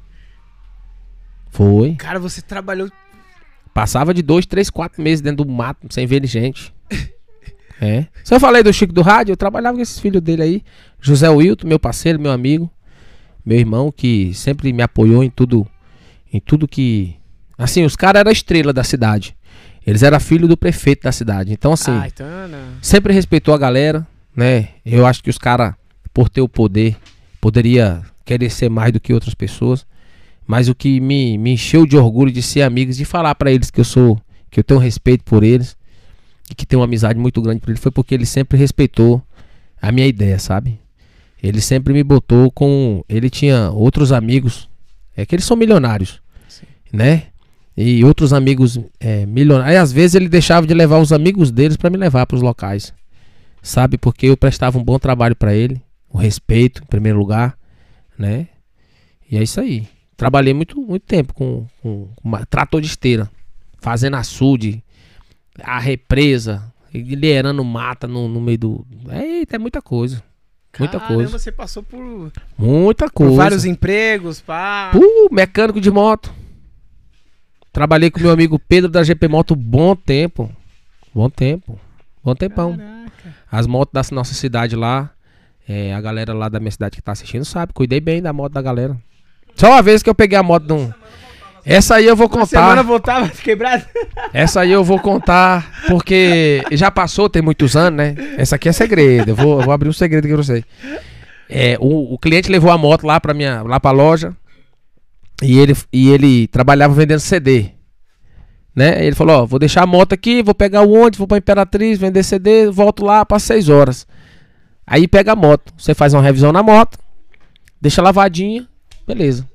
Foi. Cara, você trabalhou... Passava de dois, três, quatro meses dentro do mato, sem ver gente. É. Se eu falei do Chico do Rádio, eu trabalhava com esses filhos dele aí. José Wilton, meu parceiro, meu amigo. Meu irmão, que sempre me apoiou em tudo. Em tudo que... Assim, os caras eram a estrela da cidade. Eles eram filho do prefeito da cidade. Então, assim, ah, então, não. sempre respeitou a galera, né? Eu acho que os caras, por ter o poder, poderia querer ser mais do que outras pessoas. Mas o que me, me encheu de orgulho de ser amigos, de falar pra eles que eu sou, que eu tenho respeito por eles e que tenho uma amizade muito grande por eles, foi porque ele sempre respeitou a minha ideia, sabe? Ele sempre me botou com... Ele tinha outros amigos, é que eles são milionários, sim, né? E outros amigos é, milionários. Aí às vezes ele deixava de levar os amigos deles pra me levar pros locais, sabe? Porque eu prestava um bom trabalho pra ele, o respeito em primeiro lugar, né? E é isso aí. Trabalhei muito, muito tempo com, com uma, trator de esteira, fazendo açude, a represa, liderando mata no, no meio do... Eita, é muita coisa. Muita Caramba, coisa. Você passou por... Muita coisa. Por vários empregos, pá. Uh, mecânico de moto. Trabalhei com meu amigo Pedro da G P Moto bom tempo. Bom tempo. Bom tempão. Caraca. As motos da nossa cidade lá, é, a galera lá da minha cidade que tá assistindo sabe, cuidei bem da moto da galera. Só uma vez que eu peguei a moto de um... Essa aí eu vou contar. Uma semana voltava quebrado. Essa aí eu vou contar, porque já passou, tem muitos anos, né? Essa aqui é segredo, eu vou, eu vou abrir um segredo aqui pra você. É, o, o cliente levou a moto lá pra, minha, lá pra loja e ele, e ele trabalhava vendendo C D. Né? Ele falou, ó, vou deixar a moto aqui, vou pegar o ônibus, vou pra Imperatriz, vender C D, volto lá para seis horas. Aí pega a moto, você faz uma revisão na moto, deixa lavadinha, beleza.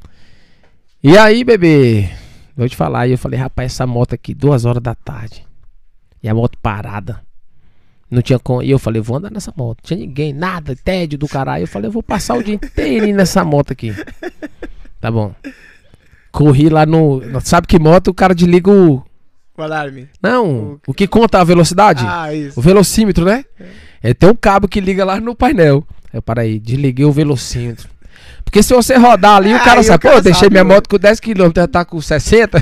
E aí, bebê, vou te falar, aí eu falei, rapaz, essa moto aqui, duas horas da tarde. E a moto parada. Não tinha como. E eu falei, vou andar nessa moto. Não tinha ninguém, nada, tédio do caralho. Eu falei, eu vou passar o dia inteiro nessa moto aqui. Tá bom. Corri lá no... Sabe que moto o cara desliga o... O alarme. Não, o, o que conta a velocidade. Ah, isso. O velocímetro, né? É. É, tem um cabo que liga lá no painel. Eu parei, desliguei o velocímetro. Porque se você rodar ali, ah, o cara sabe, pô, eu deixei sabe, minha moto com dez quilômetros, ela tá com sessenta.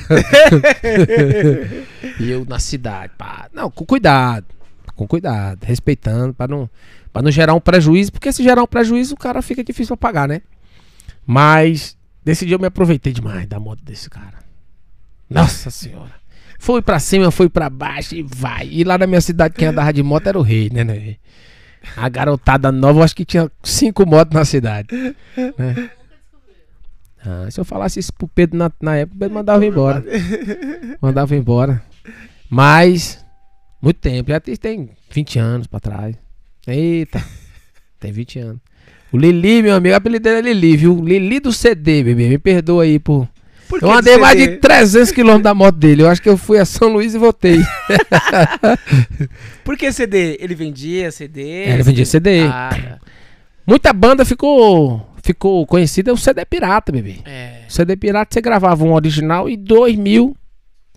E eu na cidade, pá. Não, com cuidado. Com cuidado, respeitando, pra não, pra não gerar um prejuízo. Porque se gerar um prejuízo, o cara fica difícil pra pagar, né? Mas, desse dia eu me aproveitei demais da moto desse cara. Nossa senhora. Fui pra cima, fui pra baixo e vai. E lá na minha cidade, quem andava de moto era o rei, né, né? A garotada nova, eu acho que tinha cinco motos na cidade. Né? Ah, se eu falasse isso pro Pedro na, na época, o Pedro mandava embora. Mandava embora. Mas, muito tempo. Já tem vinte anos pra trás. Eita, tem vinte anos. O Lili, meu amigo, o apelido dele é Lili, viu? Lili do C D, bebê. Me perdoa aí por... Eu andei mais de trezentos quilômetros da moto dele. Eu acho que eu fui a São Luís e voltei. Por que C D? Ele vendia C D? É, ele vendia C D. Ah. Muita banda ficou, ficou conhecida o C D pirata, bebê. É. O C D pirata você gravava um original e dois mil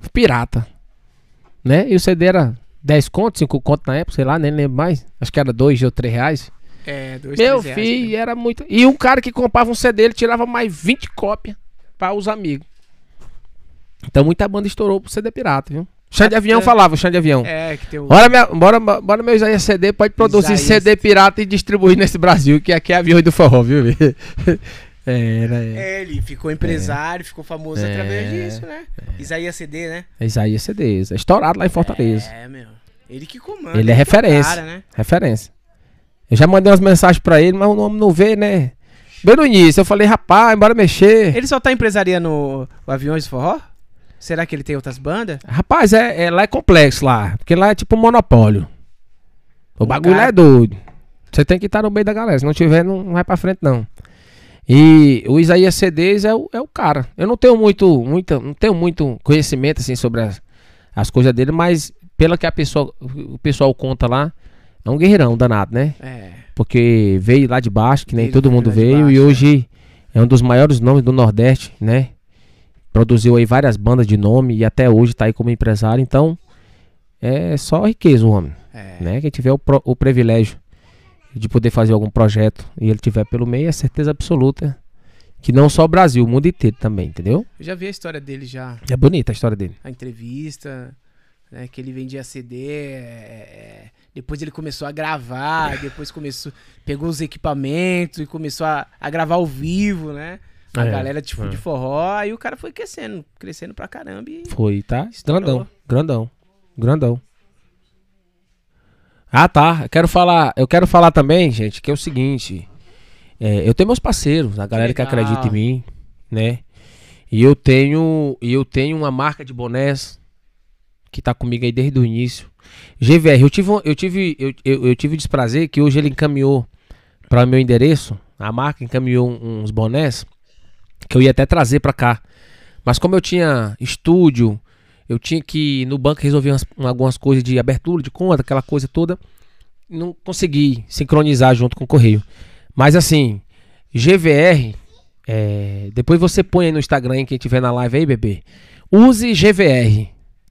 pirata. Né? E o C D era dez contos, cinco contos na época, sei lá, nem lembro mais. Acho que era dois ou três reais. É, dois, Meu três filho, reais, era muito. E um cara que comprava um C D, ele tirava mais vinte cópias para os amigos. Então muita banda estourou pro C D pirata, viu? Chão de Avião falava, o Chão de Avião. É, que tem o... Bora, minha, bora, bora meu Isaías C D, pode produzir Isaías. C D pirata e distribuir nesse Brasil, que aqui é Aviões do Forró, viu? É, né? É, ele ficou empresário, é. ficou famoso é. através disso, né? É. Isaías C D, né? Isaías C D, é estourado lá em Fortaleza. É, meu. Ele que comanda. Ele é referência. Cara, né? Referência. Eu já mandei umas mensagens pra ele, mas o nome não vê, né? Bem no início, eu falei, rapaz, bora mexer. Ele só tá empresariando o, o Aviões do Forró? Será que ele tem outras bandas? Rapaz, é, é, lá é complexo lá. Porque lá é tipo um monopólio. O um bagulho cara... é doido. Você tem que estar no meio da galera. Se não tiver, não, não vai pra frente, não. E o Isaías C Ds é o, é o cara. Eu não tenho muito, muito, não tenho muito conhecimento assim, sobre as, as coisas dele, mas pelo que a pessoa, o pessoal conta lá, é um guerreirão danado, né? É. Porque veio lá de baixo, que nem Ele todo mundo veio, baixo, e hoje é. é um dos maiores nomes do Nordeste, né? Produziu aí várias bandas de nome e até hoje tá aí como empresário, então é só riqueza o homem, é. né? Quem tiver o, pro, o privilégio de poder fazer algum projeto e ele tiver pelo meio, é certeza absoluta que não só o Brasil, o mundo inteiro também, entendeu? Eu já vi a história dele já. É bonita a história dele. A entrevista, né, que ele vendia C D, é, depois ele começou a gravar, depois começou, pegou os equipamentos e começou a, a gravar ao vivo, né? A é, galera tipo é. de forró, aí o cara foi crescendo, crescendo pra caramba e... Foi, tá? Estourou. Grandão, grandão, grandão. Ah, tá. Eu quero falar, eu quero falar também, gente, que é o seguinte. É, eu tenho meus parceiros, a galera que, que acredita em mim, né? E eu tenho, e eu tenho uma marca de bonés que tá comigo aí desde o início. G V R, eu tive, eu tive, eu, eu, eu tive o desprazer que hoje ele encaminhou para meu endereço. A marca encaminhou uns bonés que eu ia até trazer pra cá. Mas como eu tinha estúdio, eu tinha que ir no banco resolver umas, algumas coisas de abertura de conta, aquela coisa toda. Não consegui sincronizar junto com o correio. Mas assim, G V R, é, depois você põe aí no Instagram, quem tiver na live aí, bebê. Use G V R.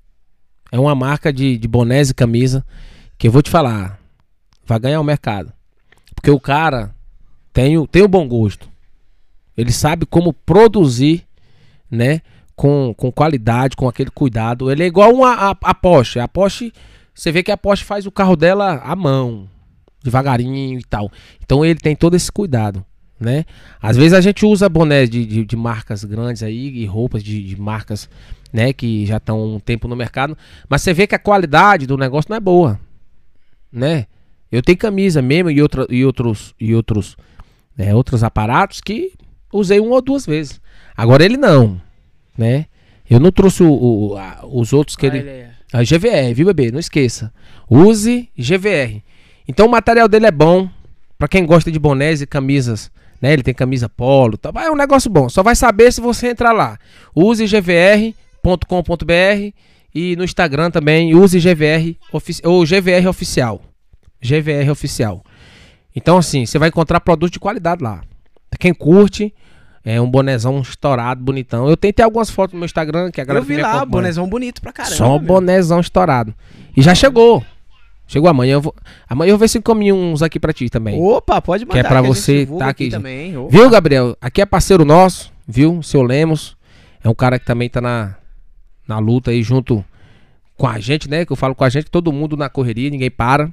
É uma marca de, de bonés e camisa que eu vou te falar, vai ganhar o mercado. Porque o cara tem o, tem o bom gosto. Ele sabe como produzir, né? Com, com qualidade, com aquele cuidado. Ele é igual uma, a, a Porsche. A Porsche, você vê que a Porsche faz o carro dela à mão, devagarinho e tal. Então ele tem todo esse cuidado, né? Às vezes a gente usa bonés de, de, de marcas grandes aí e roupas de, de marcas, né, que já estão um tempo no mercado, mas você vê que a qualidade do negócio não é boa, né? Eu tenho camisa mesmo e, outra, e outros, e outros, né, outros aparatos que usei uma ou duas vezes. Agora ele não, né? Eu não trouxe o, o, a, os outros que ah, ele... ele é. A G V R, viu, bebê? Não esqueça. Use G V R. Então o material dele é bom. Pra quem gosta de bonés e camisas, né? Ele tem camisa polo, tá? É um negócio bom. Só vai saber se você entrar lá. Use G V R ponto com ponto B R e no Instagram também use G V R ou G V R oficial. G V R oficial. Então assim, você vai encontrar produto de qualidade lá. Quem curte, é um bonézão estourado, bonitão. Eu tentei algumas fotos no meu Instagram que a galera... Eu vi lá, bonézão bonito pra caramba. Só um bonézão estourado. E já chegou. Chegou amanhã. Eu vou, amanhã eu vou ver se eu caminho uns aqui pra ti também. Opa, pode mandar. Que é pra que você tá aqui. aqui também. Viu, Gabriel? Aqui é parceiro nosso, viu? Seu Lemos. É um cara que também tá na, na luta aí junto com a gente, né? Que eu falo com a gente, todo mundo na correria, ninguém para.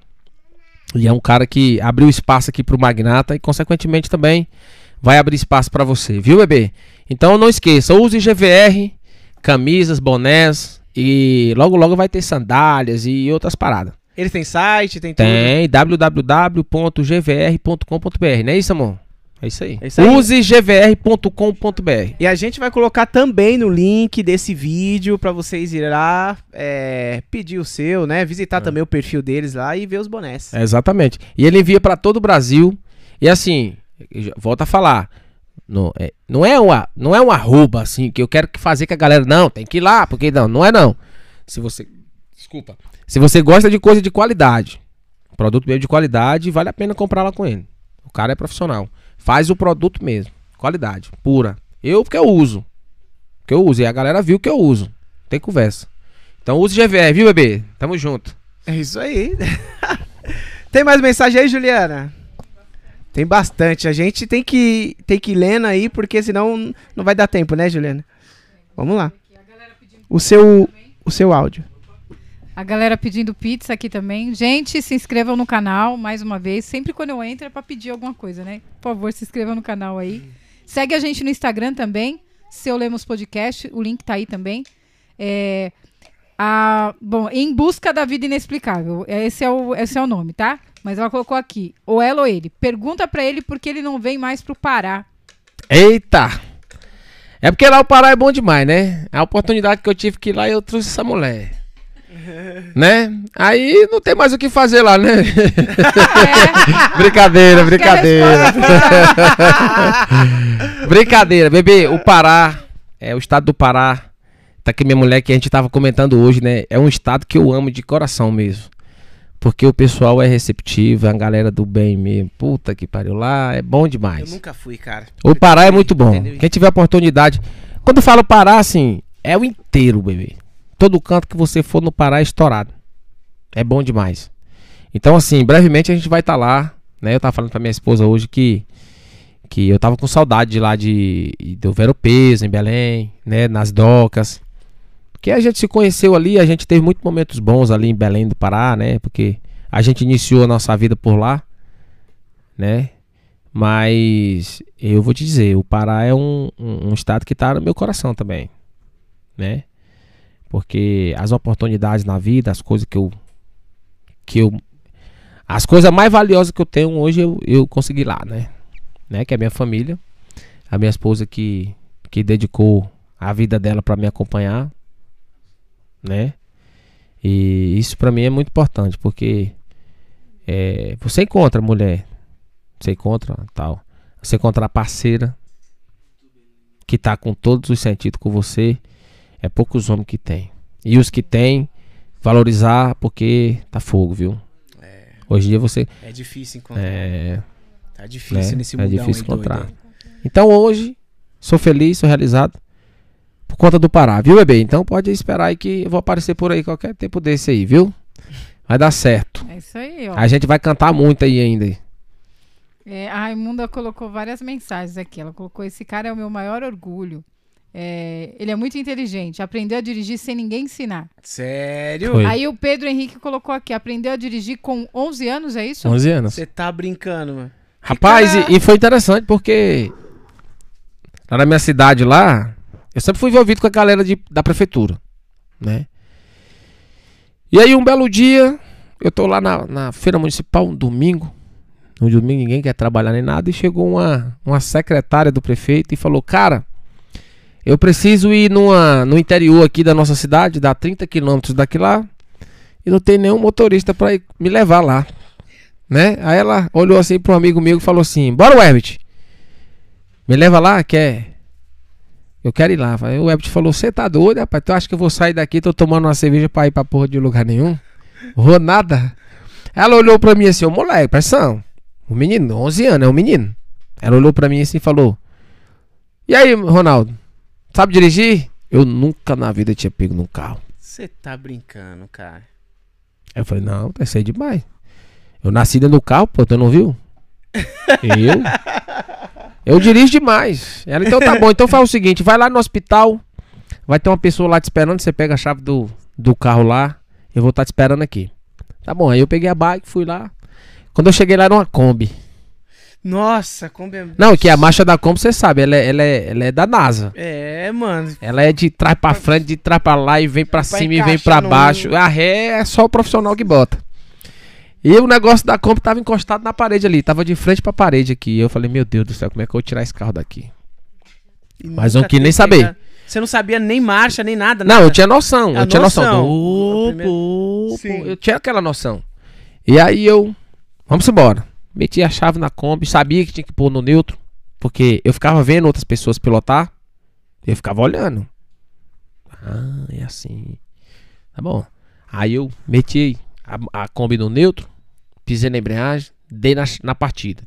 E é um cara que abriu espaço aqui pro Magnata e consequentemente também vai abrir espaço pra você, viu, bebê? Então não esqueça, use G V R, camisas, bonés e logo logo vai ter sandálias e outras paradas. Ele tem site, tem tudo? Tem, w w w ponto g v r ponto com ponto b r, não é isso, amor? É isso aí. É isso aí. Use g v r ponto com ponto b r. E a gente vai colocar também no link desse vídeo pra vocês ir lá é, pedir o seu, né? Visitar é. também o perfil deles lá e ver os bonés. É, exatamente. E ele envia pra todo o Brasil. E assim, volta a falar, não é, não é uma, não é um arroba assim que eu quero fazer que a galera não tem que ir lá, porque não, não é não. Se você, desculpa, se você gosta de coisa de qualidade, produto mesmo de qualidade, vale a pena comprar lá com ele. O cara é profissional, faz o produto mesmo, qualidade pura. Eu porque eu uso, porque eu uso e a galera viu que eu uso. Tem conversa. Então use G V R, viu, bebê? Tamo junto. É isso aí. Tem mais mensagem aí, Juliana? Tem bastante. A gente tem que, tem que ir lendo aí, porque senão não vai dar tempo, né, Juliana? Vamos lá. O seu, o seu áudio. A galera pedindo pizza aqui também. Gente, se inscrevam no canal, mais uma vez. Sempre quando eu entro é pra pedir alguma coisa, né? Por favor, se inscrevam no canal aí. Segue a gente no Instagram também, Seu Lemos Podcast. O link tá aí também. É... A, bom, Em Busca da Vida Inexplicável. Esse é, o, esse é o nome, tá? Mas ela colocou aqui, ou ela ou ele. Pergunta pra ele por que ele não vem mais pro Pará. Eita! É porque lá o Pará é bom demais, né? A oportunidade que eu tive que ir lá, eu trouxe essa mulher. Né? Aí não tem mais o que fazer lá, né? É. Brincadeira, brincadeira. Brincadeira, bebê. O Pará, é o estado do Pará. Tá aqui minha mulher que a gente tava comentando hoje, né? É um estado que eu amo de coração mesmo. Porque o pessoal é receptivo, a galera do bem mesmo. Puta que pariu, lá é bom demais. Eu nunca fui, cara. O Pará é muito bom. Quem tiver oportunidade. Quando falo Pará, assim, é o inteiro, bebê. Todo canto que você for no Pará é estourado. É bom demais. Então, assim, brevemente a gente vai estar tá lá, né? Eu tava falando pra minha esposa hoje que que eu tava com saudade de lá de do Vero Peso, em Belém, né? Nas docas. Porque a gente se conheceu ali, a gente teve muitos momentos bons ali em Belém do Pará, né? Porque a gente iniciou a nossa vida por lá, né? Mas eu vou te dizer, o Pará é um, um, um estado que tá no meu coração também, né? Porque as oportunidades na vida, as coisas que eu... Que eu as coisas mais valiosas que eu tenho hoje, eu, eu consegui lá, né? né? Que é a minha família. A minha esposa que, que dedicou a vida dela pra me acompanhar, né? E isso pra mim é muito importante, porque é, você encontra mulher, você encontra tal, você encontra a parceira que tá com todos os sentidos com você, é poucos homens que tem. E os que tem, valorizar, porque tá fogo, viu? É, hoje em dia você... É difícil encontrar. É, tá difícil, né? Nesse mundão. É difícil aí, encontrar. doido. Então hoje, sou feliz, sou realizado por conta do Pará, viu, bebê? Então pode esperar aí que eu vou aparecer por aí qualquer tempo desse aí, viu? Vai dar certo. É isso aí, ó. A gente vai cantar muito aí ainda. É, a Raimunda colocou várias mensagens aqui. Ela colocou: esse cara é o meu maior orgulho. É, ele é muito inteligente. Aprendeu a dirigir sem ninguém ensinar. Sério? Foi. Aí o Pedro Henrique colocou aqui: aprendeu a dirigir com onze anos, é isso? onze anos. Você tá brincando, mano. Rapaz, cara... e, e foi interessante porque lá na minha cidade lá, eu sempre fui envolvido com a galera de, da prefeitura, né? E aí um belo dia, eu tô lá na, na feira municipal, um domingo. No domingo ninguém quer trabalhar nem nada. E chegou uma, uma secretária do prefeito e falou: cara, eu preciso ir numa, no interior aqui da nossa cidade, dá trinta quilômetros daqui lá, e não tem nenhum motorista pra ir me levar lá, né? Aí ela olhou assim para um amigo meu e falou assim: bora, Herbert, me leva lá, quer? Eu quero ir lá. Aí o Herbert falou: você tá doido, rapaz? Tu acha que eu vou sair daqui, tô tomando uma cerveja pra ir pra porra de lugar nenhum? Vou nada. Ela olhou pra mim assim: ô moleque, pressão. O menino, onze anos, é um menino. Ela olhou pra mim assim e falou: e aí, Ronaldo, sabe dirigir? Eu nunca na vida tinha pego num carro. Você tá brincando, cara. Aí eu falei: não, tá sei demais. Eu nasci dentro do carro, pô, tu não viu? Eu? Eu dirijo demais. Ela: então tá bom, então faz o seguinte, vai lá no hospital, vai ter uma pessoa lá te esperando, você pega a chave do, do carro lá, eu vou estar tá te esperando aqui. Tá bom, aí eu peguei a bike, fui lá. Quando eu cheguei lá era uma Kombi. Nossa, Kombi é... Não, que a marcha da Kombi, você sabe, ela é, ela, é, ela é da NASA. É, mano. Ela é de trás pra frente, de trás pra lá, e vem pra, pra cima e vem pra baixo. No... A ré é só o profissional que bota. E o negócio da Kombi tava encostado na parede ali, tava de frente pra parede aqui. Eu falei: meu Deus do céu, como é que eu vou tirar esse carro daqui? E mas eu não quis nem saber. Pegar... Você não sabia nem marcha, nem nada, nada. Não, eu tinha noção, a eu tinha noção. noção. Do... Primeiro... Eu tinha aquela noção. E aí eu... Vamos embora. Meti a chave na Kombi, sabia que tinha que pôr no neutro, porque eu ficava vendo outras pessoas pilotar, eu ficava olhando. Ah, é assim. Tá bom. Aí eu meti a, a Kombi no neutro, pisei na embreagem, dei na, na partida.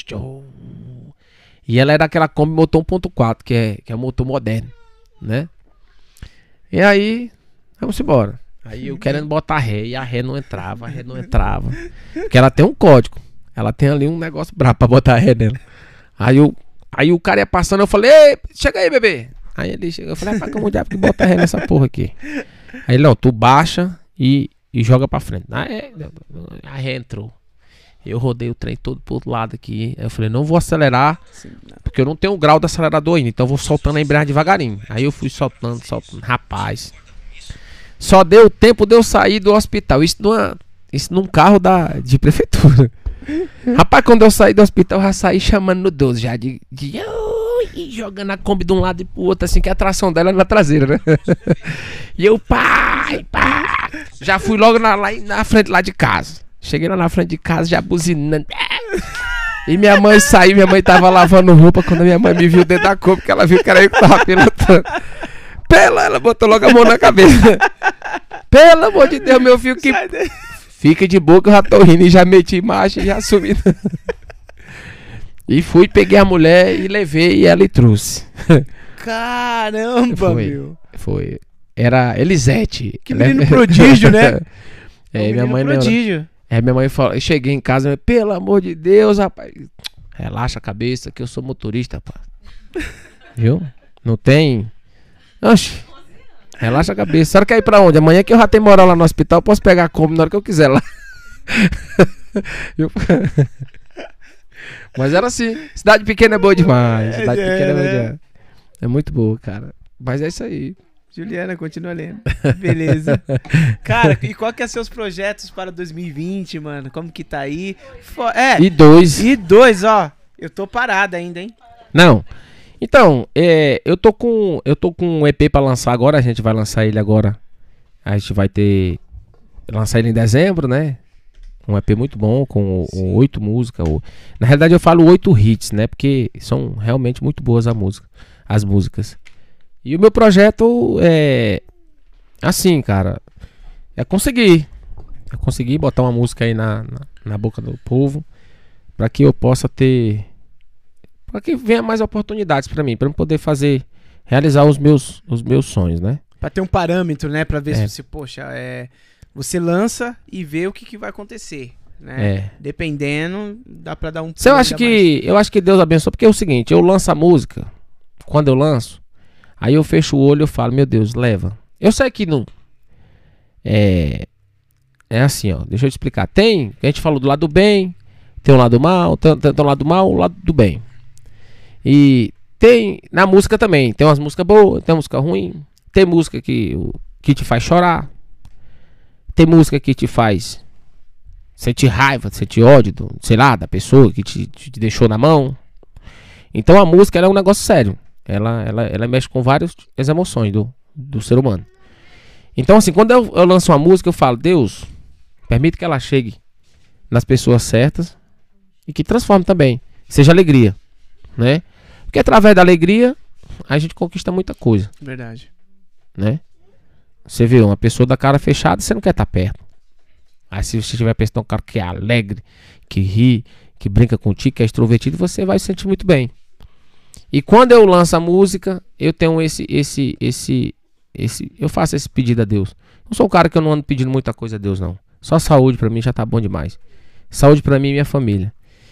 E ela era aquela Kombi motor um ponto quatro, que é, que é um motor moderno, né? E aí, vamos embora. Aí eu querendo botar ré, e a ré não entrava, a ré não entrava. Porque ela tem um código. Ela tem ali um negócio brabo pra botar ré nela. Aí, eu, aí o cara ia passando, eu falei, ei, chega aí, bebê. Aí ele chegou, eu falei, rapaz, como o diabo que bota ré nessa porra aqui? Aí ele, ó, tu baixa e, e joga pra frente. Aí a ré entrou. Eu rodei o trem todo pro outro lado aqui. Aí eu falei, não vou acelerar, porque eu não tenho o grau do acelerador ainda. Então eu vou soltando a embreagem devagarinho. Aí eu fui soltando, soltando. Rapaz, só deu tempo de eu sair do hospital. Isso, numa, isso num carro da, de prefeitura. Rapaz, quando eu saí do hospital, eu já saí chamando no doze, já de, de e jogando a Kombi de um lado e pro outro, assim, que a tração dela é na traseira, né? E eu, pai, pá, já fui logo na, lá na frente lá de casa. Cheguei lá na frente de casa, já buzinando. E minha mãe saiu, minha mãe tava lavando roupa. Quando a minha mãe me viu dentro da Kombi, porque ela viu que era eu que tava pilotando. Pela, ela botou logo a mão na cabeça. Pelo amor de Deus, meu filho, que... Fica de boa que eu já tô rindo e já meti marcha e já subi. E fui, peguei a mulher e levei e ela e trouxe. Caramba, foi, meu. Foi. Era Elisete. Que menino é... prodígio, né? É, minha mãe prodígio. Lembra. É, minha mãe falou, eu cheguei em casa, pelo amor de Deus, rapaz. Relaxa a cabeça que eu sou motorista, rapaz. Viu? Não tem. Oxi. Relaxa a cabeça. A senhora quer ir pra onde? Amanhã que eu já tenho moral lá no hospital, eu posso pegar a Kombi na hora que eu quiser lá. eu... Mas era assim. Cidade pequena é boa demais. Cidade é, pequena é boa demais. É muito boa, cara. Mas é isso aí. Juliana, continua lendo. Beleza. Cara, e qual que é seus projetos para dois mil e vinte, mano? Como que tá aí? For... É. E dois. E dois, ó. Eu tô parado ainda, hein? Não. Então, é, eu tô com eu tô com um E P pra lançar agora, a gente vai lançar ele agora. A gente vai ter lançar ele em dezembro, né? Um E P muito bom com oito músicas. Ou, na realidade eu falo oito hits, né? Porque são realmente muito boas a música, as músicas. E o meu projeto é assim, cara, é conseguir, é conseguir botar uma música aí na, na, na boca do povo, para que eu possa ter, para que venha mais oportunidades para mim, para eu poder fazer, realizar os meus, os meus sonhos, né? Para ter um parâmetro, né? Para ver é. se você, poxa, é, você lança e vê o que, que vai acontecer, né? É. Dependendo, dá para dar um. Você acha que, eu acho que Deus abençoe, porque é o seguinte, eu lanço a música, quando eu lanço, aí eu fecho o olho e eu falo, meu Deus, leva. Eu sei que não. É. É assim, ó. Deixa eu te explicar. Tem, a gente falou do lado do bem, tem um lado mal, tem, tem um lado mal, um lado do bem. E tem na música também. Tem umas músicas boas, tem música ruim. Tem música que, que te faz chorar. Tem música que te faz sentir raiva, sentir ódio, do, sei lá, da pessoa que te, te deixou na mão. Então a música ela é um negócio sério. Ela, ela, ela mexe com várias as emoções do, do ser humano. Então assim, quando eu, eu lanço uma música, eu falo, Deus, permite que ela chegue nas pessoas certas e que transforme também, seja alegria, né? Porque através da alegria a gente conquista muita coisa. Verdade. Né? Você vê uma pessoa da cara fechada, você não quer estar perto. Aí se você tiver pensando um cara que é alegre, que ri, que brinca contigo, que é extrovertido, você vai se sentir muito bem. E quando eu lanço a música, eu tenho esse, esse, esse, esse, eu faço esse pedido a Deus. Não sou um cara que eu não ando pedindo muita coisa a Deus, não. Só saúde pra mim já tá bom demais. Saúde pra mim e minha família.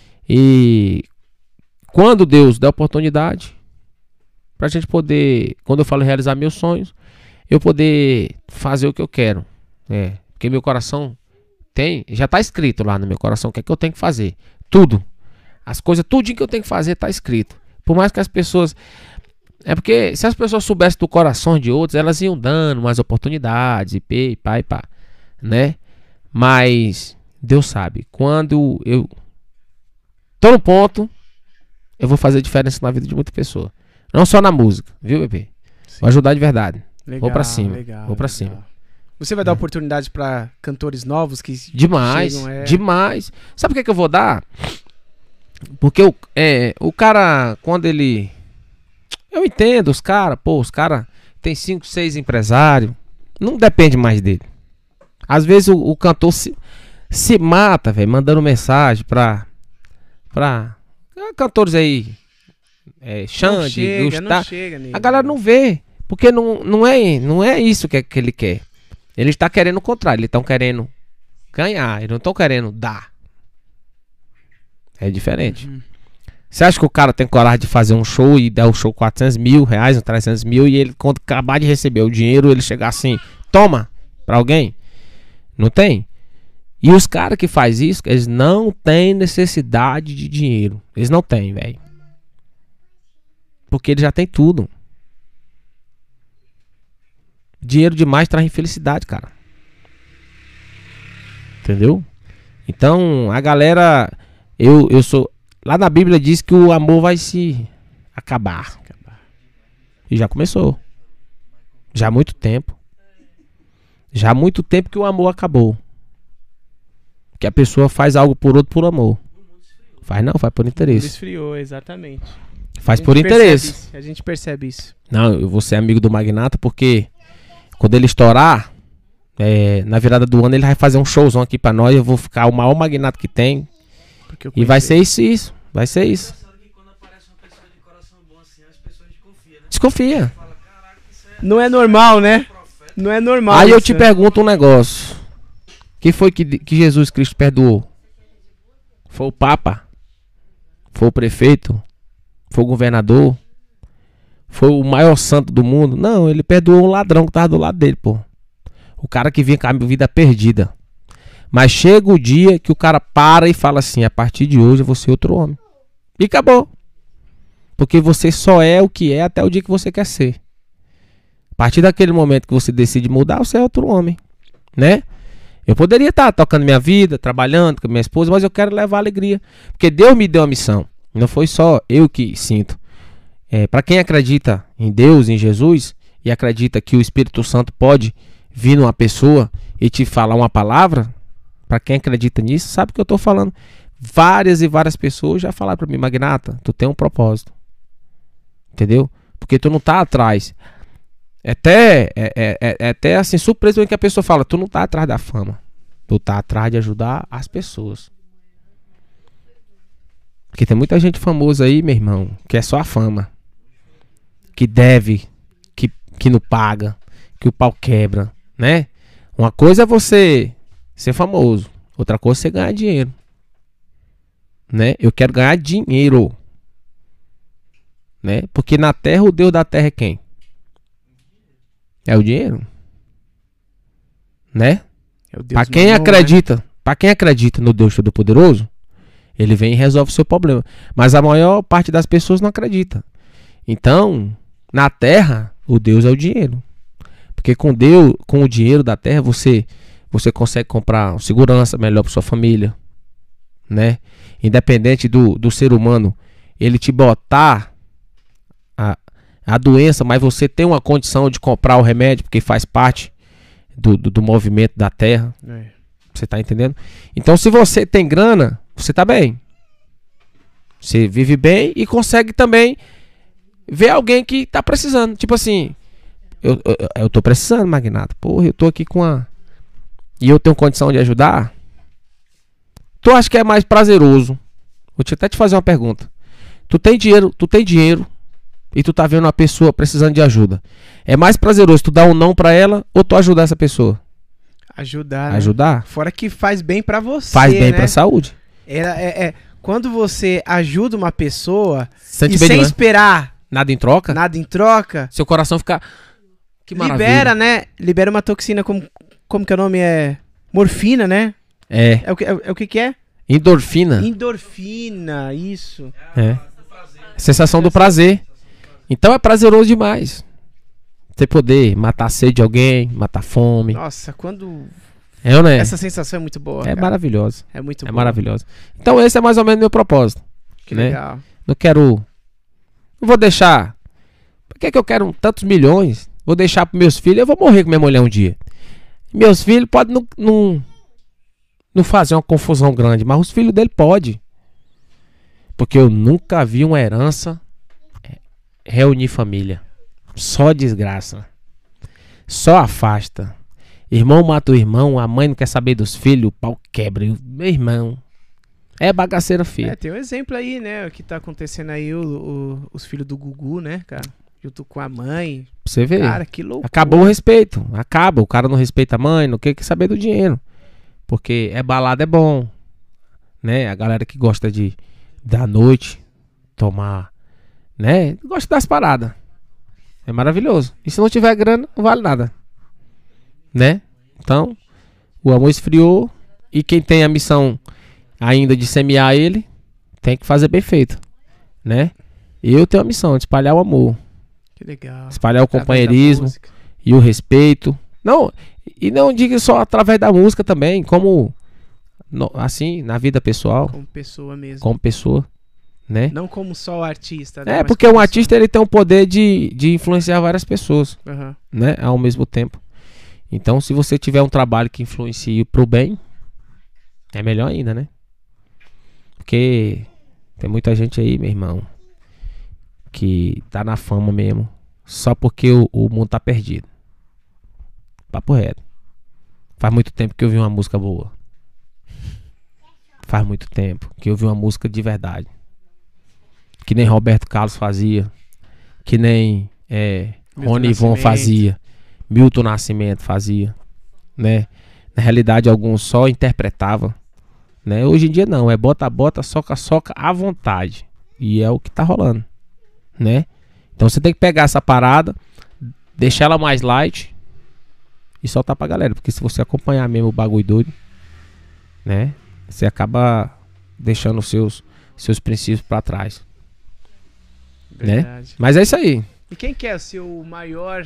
E quando Deus dá oportunidade pra gente poder, quando eu falo realizar meus sonhos, eu poder fazer o que eu quero. É, porque meu coração tem, já tá escrito lá no meu coração o que é que eu tenho que fazer. Tudo. As coisas, tudinho que eu tenho que fazer tá escrito. Por mais que as pessoas... É porque se as pessoas soubessem do coração de outros, elas iam dando mais oportunidades, e pê, e pá, e pá, né? Mas Deus sabe, quando eu tô no ponto, eu vou fazer diferença na vida de muita pessoa. Não só na música, viu, bebê? Sim. Vou ajudar de verdade. Legal, vou pra cima, legal, vou pra legal. cima. Você vai dar é. oportunidade pra cantores novos que demais, chegam, é... demais. Sabe o que é que eu vou dar? Porque o, é, o cara, quando ele... Eu entendo, os caras, pô, os caras tem cinco, seis empresários. Não depende mais dele. Às vezes o, o cantor se, se mata, velho, mandando mensagem pra... Pra... Cantores aí... É, Xande, não chega, não chega, a galera não vê. Porque não, não, é, não é isso que, é que ele quer. Ele está querendo o contrário. Eles estão querendo ganhar. Eles não estão querendo dar. É diferente. Uhum. Você acha que o cara tem coragem de fazer um show e dar o show quatrocentos mil reais, ou trezentos mil, e ele, quando acabar de receber o dinheiro, ele chegar assim, toma, pra alguém? Não tem. E os caras que faz isso, eles não têm necessidade de dinheiro. Eles não têm, velho. Porque eles já têm tudo. Dinheiro demais traz infelicidade, cara. Entendeu? Então, a galera... Eu, eu sou... Lá na Bíblia diz que o amor vai se acabar. E já começou. Já há muito tempo. Já há muito tempo que o amor acabou. Que a pessoa faz algo por outro por amor. Faz não, faz por interesse. Esfriou, exatamente. Faz por interesse. A gente percebe isso. Não, eu vou ser amigo do Magnata porque quando ele estourar, é, na virada do ano ele vai fazer um showzão aqui pra nós. Eu vou ficar o maior Magnata que tem. E vai ser isso, isso. Vai ser isso. Desconfia. Não é normal, né? Não é normal. Aí eu te pergunto um negócio. Quem foi que, que Jesus Cristo perdoou? Foi o Papa? Foi o prefeito? Foi o governador? Foi o maior santo do mundo? Não, ele perdoou um ladrão que tava do lado dele, pô. O cara que vinha com a vida perdida. Mas chega o dia que o cara para e fala assim: a partir de hoje eu vou ser outro homem. E acabou. Porque você só é o que é até o dia que você quer ser. A partir daquele momento que você decide mudar, você é outro homem, né? Eu poderia estar tocando minha vida, trabalhando com minha esposa, mas eu quero levar alegria. Porque Deus me deu a missão. Não foi só eu que sinto. É, para quem acredita em Deus, em Jesus, e acredita que o Espírito Santo pode vir numa pessoa e te falar uma palavra, para quem acredita nisso, sabe o que eu tô falando. Várias e várias pessoas já falaram para mim: Magnata, tu tem um propósito. Entendeu? Porque tu não tá atrás. É até, é, é, é até assim, surpreso que a pessoa fala: tu não tá atrás da fama. Tu tá atrás de ajudar as pessoas. Porque tem muita gente famosa aí, meu irmão, que é só a fama. Que deve, que, que não paga, que o pau quebra, né? Uma coisa é você ser famoso, outra coisa é você ganhar dinheiro, né? Eu quero ganhar dinheiro, né? Porque na terra o Deus da terra é quem? É o dinheiro, né? É para quem maior, acredita, né? Para quem acredita no Deus Todo-Poderoso, ele vem e resolve o seu problema. Mas a maior parte das pessoas não acredita. Então, na terra, o Deus é o dinheiro. Porque com Deus, com o dinheiro da terra, você você consegue comprar segurança melhor para sua família, né? Independente do, do ser humano, ele te botar a, a doença, mas você tem uma condição de comprar o remédio, porque faz parte do, do, do movimento da terra. É. Você tá entendendo? Então, se você tem grana, você tá bem. Você vive bem e consegue também ver alguém que tá precisando. Tipo assim, eu, eu, eu tô precisando, Magnata. Porra, eu tô aqui com a... E eu tenho condição de ajudar. Tu acha que é mais prazeroso? Vou te até te fazer uma pergunta. Tu tem dinheiro, tu tem dinheiro e tu tá vendo uma pessoa precisando de ajuda. É mais prazeroso tu dar um não pra ela ou tu ajudar essa pessoa? Ajudar, né? Ajudar. Fora que faz bem pra você, faz bem, né? Pra saúde. É, é, é, quando você ajuda uma pessoa Sente e bem, sem não é? esperar nada em troca, nada em troca, seu coração fica... Que maravilha. Libera, né? Libera uma toxina, como, como que é o nome? É morfina, né? É. É o que, é, é o que que é? Endorfina. Endorfina, isso. É. Sensação do prazer. Então é prazeroso demais. Você poder matar a sede de alguém, matar a fome. Nossa, quando... É, né? Essa sensação é muito boa. É cara. maravilhosa. É muito é boa. maravilhosa. Então esse é mais ou menos o meu propósito. Que né? legal. Não quero... Não vou deixar... Por que, que eu quero tantos milhões? Vou deixar para meus filhos. Eu vou morrer com minha mulher um dia. Meus filhos podem não, não, não fazer uma confusão grande, mas os filhos dele podem. Porque eu nunca vi uma herança reunir família. Só desgraça. Só afasta. Irmão mata o irmão, a mãe não quer saber dos filhos, o pau quebra. Meu irmão. É bagaceira feia. É, tem um exemplo aí, né? O que tá acontecendo aí, o, o, os filhos do Gugu, né, cara? junto com a mãe. Pra você ver. Cara, que loucura. Acabou o respeito. Acaba. O cara não respeita a mãe, não quer saber do dinheiro. Porque é balada, é bom. Né? A galera que gosta de da noite tomar, né? Gosta das paradas. É maravilhoso. E se não tiver grana, não vale nada. Né? Então, o amor esfriou. E quem tem a missão ainda de semear ele, tem que fazer bem feito. Né? Eu tenho a missão de espalhar o amor. Que legal. Espalhar o companheirismo e o respeito. Não, e não diga só através da música também, como no, assim, na vida pessoal. Como pessoa mesmo. Como pessoa, né? Não como só o artista, né? É, porque um artista ele tem o poder de, de influenciar várias pessoas, uhum. né? Ao mesmo tempo. Então, se você tiver um trabalho que influencie pro bem, é melhor ainda, né? Porque tem muita gente aí, meu irmão, que tá na fama mesmo, só porque o, o mundo tá perdido. Papo reto. Faz muito tempo que eu vi uma música boa. Faz muito tempo que eu vi uma música de verdade. Que nem Roberto Carlos fazia. Que nem é, Rony Von fazia. Milton Nascimento fazia. Né? Na realidade, alguns só interpretavam. Né? Hoje em dia não. É bota, bota, soca, soca à vontade. E é o que tá rolando. Né? Então você tem que pegar essa parada, deixar ela mais light e soltar pra galera. Porque se você acompanhar mesmo o bagulho doido, né? Você acaba deixando os seus, seus princípios pra trás. Verdade. Né? Mas é isso aí. E quem que é o seu maior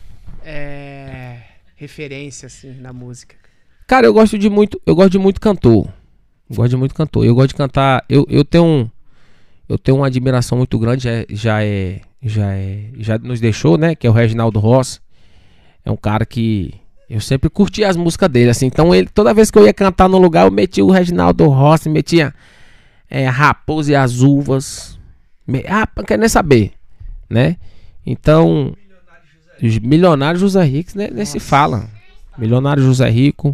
é, referência assim na música? Cara, eu gosto de muito, eu gosto de muito cantor. Eu gosto de muito cantor. Eu gosto de cantar. Eu, eu tenho um, eu tenho uma admiração muito grande. Já, já é, já é, já nos deixou, né? Que é o Reginaldo Rossi. É um cara que eu sempre curti as músicas dele, assim. Então ele, toda vez que eu ia cantar no lugar, eu metia o Reginaldo Rossi, metia é, Raposa e as Uvas. Me, ah, não quer nem saber, né? Então, Milionário José Rico, né? Nem se fala. Milionário José Rico.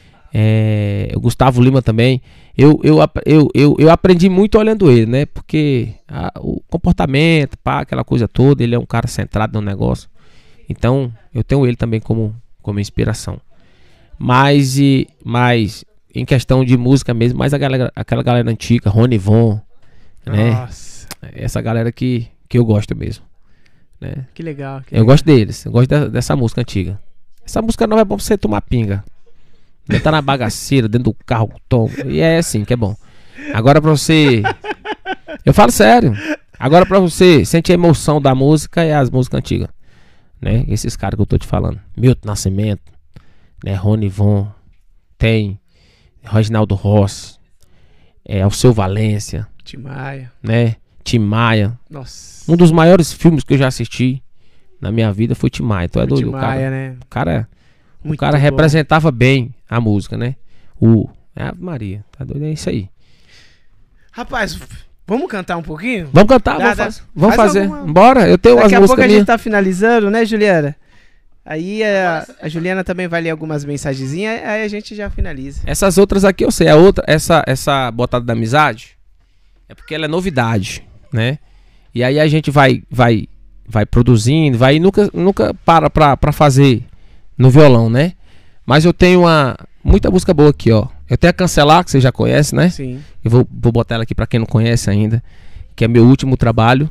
É, o Gustavo Lima também. Eu, eu, eu, eu, eu aprendi muito olhando ele, né? Porque a, o comportamento, pá, aquela coisa toda, ele é um cara centrado no negócio. Então, eu tenho ele também como, como inspiração. Mas, e, mas em questão de música mesmo, mais a galera, aquela galera antiga, Rony Von, né? Nossa. Essa galera que, que eu gosto mesmo. Né? Que legal. Que eu legal. gosto deles, eu gosto de, dessa música antiga. Essa música nova é bom pra você tomar pinga. Tá na bagaceira, dentro do carro, tom. E é assim que é bom. Agora pra você. Eu falo sério. Agora pra você sentir a emoção da música é as músicas antigas. Né? Esses caras que eu tô te falando. Milton Nascimento, né? Rony Von, tem Reginaldo Rossi, é, Alceu Valência, Tim Maia, né? Tim Maia. Nossa. Um dos maiores filmes que eu já assisti na minha vida foi Tim Maia. Tu é doido, Tim o cara, Maia, né? O cara, Muito o cara bom. representava bem a música, né? O Ave Maria, tá doido? É isso aí. Rapaz, vamos cantar um pouquinho? Vamos cantar, Dá, vamos, dá. faz, vamos Faz fazer. alguma... Bora, eu tenho Daqui as a pouco a músicas gente minhas. tá finalizando, né, Juliana? Aí a, a Juliana também vai ler algumas mensagenzinhas, aí a gente já finaliza. Essas outras aqui eu sei. A outra, essa, essa botada da amizade, é porque ela é novidade, né? E aí a gente vai, vai, vai produzindo, vai e nunca, nunca para pra, pra fazer no violão, né? Mas eu tenho uma, muita música boa aqui, ó. Eu tenho a Cancelar, que você já conhece, né? Sim. Eu vou, vou botar ela aqui pra quem não conhece ainda, que é meu último trabalho.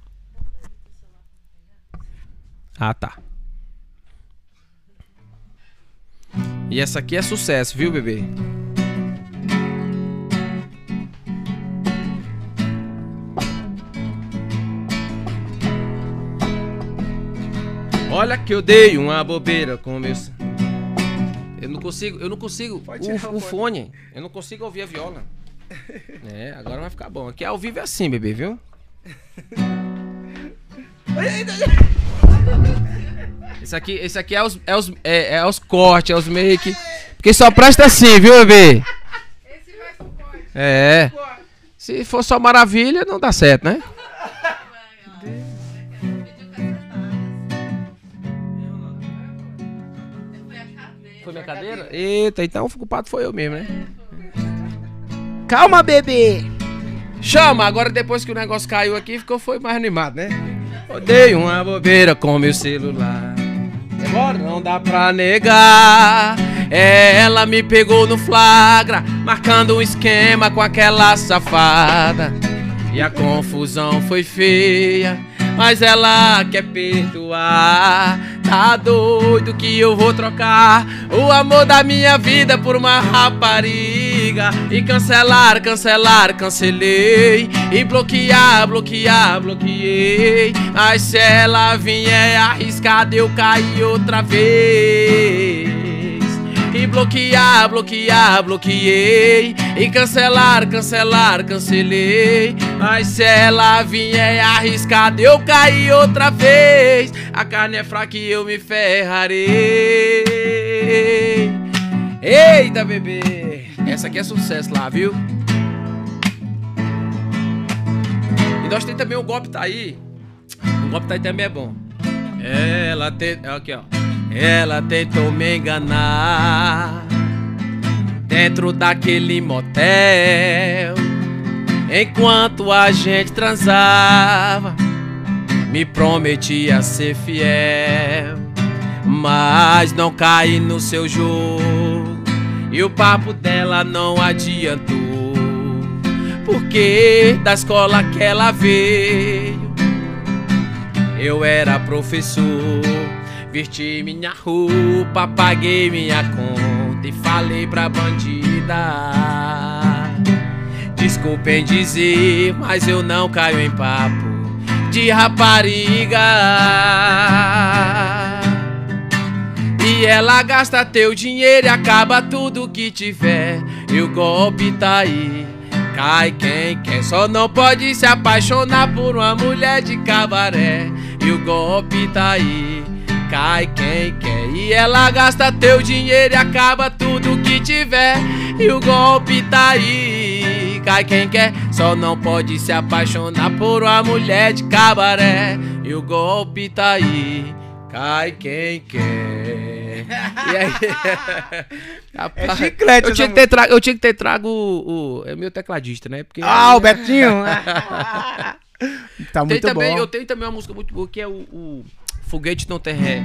Ah, tá. E essa aqui é sucesso, viu, bebê? Olha que eu dei uma bobeira com meu... Eu não consigo, eu não consigo o, o fone, eu não consigo ouvir a viola. É, agora vai ficar bom. Aqui ao vivo é assim, bebê, viu? Esse aqui, esse aqui é os, é os, é, é os cortes, é os make. Porque só presta assim, viu, bebê? Esse vai com corte. É. Se for só maravilha, não dá certo, né? Foi minha cadeira? Eita, então o culpado foi eu mesmo, né? Calma, bebê! Chama! Agora depois que o negócio caiu aqui, ficou foi mais animado, né? Odeio uma bobeira com meu celular. Agora não dá pra negar. Ela me pegou no flagra, marcando um esquema com aquela safada. E a confusão foi feia, mas ela quer perdoar. Tá doido que eu vou trocar o amor da minha vida por uma rapariga. E cancelar, cancelar, cancelei. E bloquear, bloquear, bloqueei. Mas se ela vier arriscada eu caí outra vez. E bloquear, bloquear, bloqueei. E cancelar, cancelar, cancelei. Mas se ela vier arriscada eu caí outra vez. A carne é fraca e eu me ferrarei. Eita, bebê, essa aqui é sucesso lá, viu? E nós tem também o Golpe Tá Aí. O Golpe Tá Aí também é bom. Ela tem... Aqui, ó. Ela tentou me enganar dentro daquele motel. Enquanto a gente transava, me prometia ser fiel, mas não caí no seu jogo. E o papo dela não adiantou, porque da escola que ela veio eu era professor. Vesti minha roupa, paguei minha conta e falei pra bandida: desculpem dizer, mas eu não caio em papo de rapariga. E ela gasta teu dinheiro e acaba tudo que tiver. E o golpe tá aí, cai quem quer. Só não pode se apaixonar por uma mulher de cabaré. E o golpe tá aí, cai quem quer. E ela gasta teu dinheiro e acaba tudo que tiver. E o golpe tá aí, cai quem quer. Só não pode se apaixonar por uma mulher de cabaré. E o golpe tá aí, cai quem quer. E aí, rapaz, é chiclete, eu, tinha que ter trago, eu tinha que ter trago o, o é meu tecladista, né? Porque ah, aí, o Betinho. Tá muito tem também, bom. eu tenho também uma música muito boa que é o, o Foguete Não Tem Ré.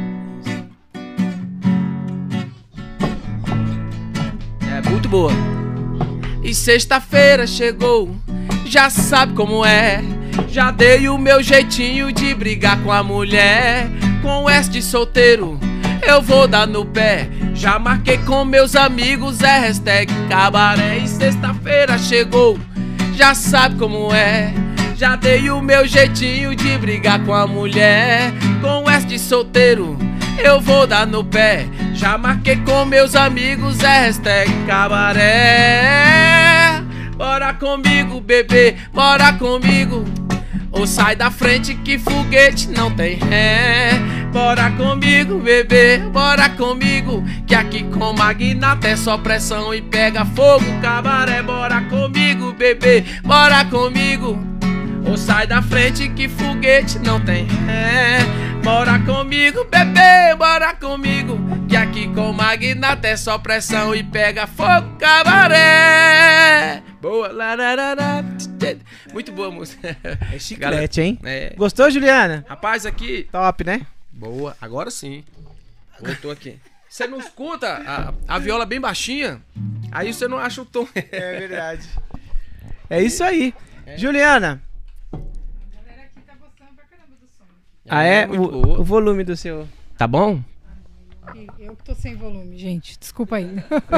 É muito boa. E sexta-feira chegou, já sabe como é. Já dei o meu jeitinho de brigar com a mulher. Com S de solteiro eu vou dar no pé. Já marquei com meus amigos, é hashtag cabaré. E sexta-feira chegou, já sabe como é. Já dei o meu jeitinho de brigar com a mulher. Com S de solteiro eu vou dar no pé. Já marquei com meus amigos, é hashtag cabaré. Bora comigo, bebê, bora comigo. Ou sai da frente que foguete não tem ré. Bora comigo, bebê, bora comigo, que aqui com magnata é só pressão e pega fogo, cabaré. Bora comigo, bebê, bora comigo. Ou sai da frente que foguete não tem ré. Bora comigo, bebê, bora comigo, que aqui com magnata é só pressão e pega fogo, cabaré. Boa, lararara. Muito boa a música. É chiclete, hein? É. Gostou, Juliana? Rapaz, aqui... Top, né? Boa, agora sim. Voltou aqui. Você não escuta a, a viola bem baixinha, aí você não acha o tom. É verdade. É isso aí. É. Juliana. A galera aqui tá gostando pra caramba do som. Ah, é? O, o volume do seu... Tá bom? Eu que tô sem volume, gente. Desculpa aí.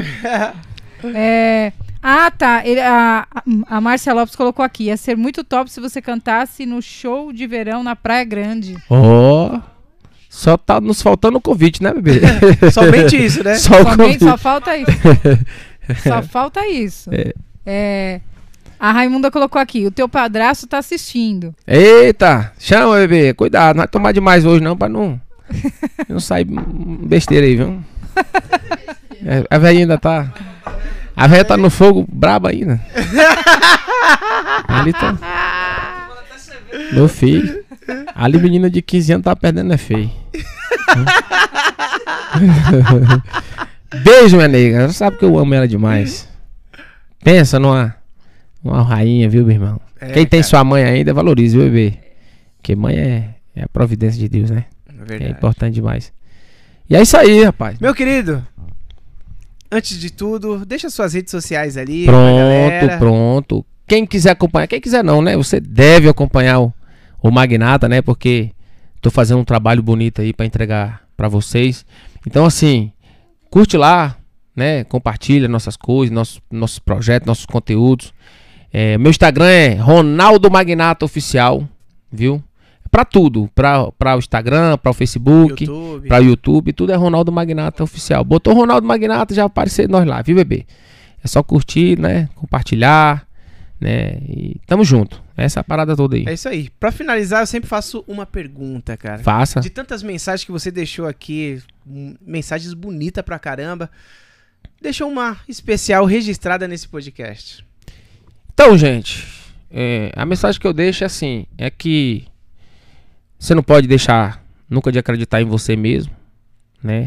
é... Ah, tá. Ele, a, a Márcia Lopes colocou aqui. Ia ser muito top se você cantasse no show de verão na Praia Grande. Ó... Oh. Só tá nos faltando o convite, né, bebê? Somente isso, né? Só, Somente, só falta isso. Só falta isso. É. É, a Raimunda colocou aqui, o teu padrasto tá assistindo. Eita, chama, bebê. Cuidado, não vai tomar demais hoje não, pra não, não sair besteira aí, viu? É, a velhinha ainda tá... A velha tá no fogo braba ainda. Ali tá... Meu filho. Ali menina de quinze anos tá perdendo é feio. Beijo, minha nega. Você sabe que eu amo ela demais. Pensa numa, numa rainha, viu, meu irmão? É, Quem tem cara. Sua mãe ainda, valorize, viu, bebê? Porque mãe é, É a providência de Deus, né? É verdade. É importante demais. E é isso aí, rapaz. Meu querido, antes de tudo, deixa suas redes sociais ali. Pronto, pronto. Quem quiser acompanhar, quem quiser não, né? Você deve acompanhar o, o Magnata, né? Porque tô fazendo um trabalho bonito aí pra entregar pra vocês. Então, assim, curte lá, né? Compartilha nossas coisas, nossos, nossos projetos, nossos conteúdos. É, meu Instagram é Ronaldo Magnata Oficial, viu? Pra tudo, pra, pra o Instagram, pra o Facebook, YouTube. Pra o YouTube, tudo é Ronaldo Magnata Oficial. Botou Ronaldo Magnata, já apareceu nós lá, viu, bebê? É só curtir, né? Compartilhar, né? E tamo junto. Essa é a parada toda aí. É isso aí. Pra finalizar, eu sempre faço uma pergunta, cara. Faça. De tantas mensagens que você deixou aqui, mensagens bonitas pra caramba, deixou uma especial registrada nesse podcast. Então, gente, é, a mensagem que eu deixo é assim, é que você não pode deixar nunca de acreditar em você mesmo, né?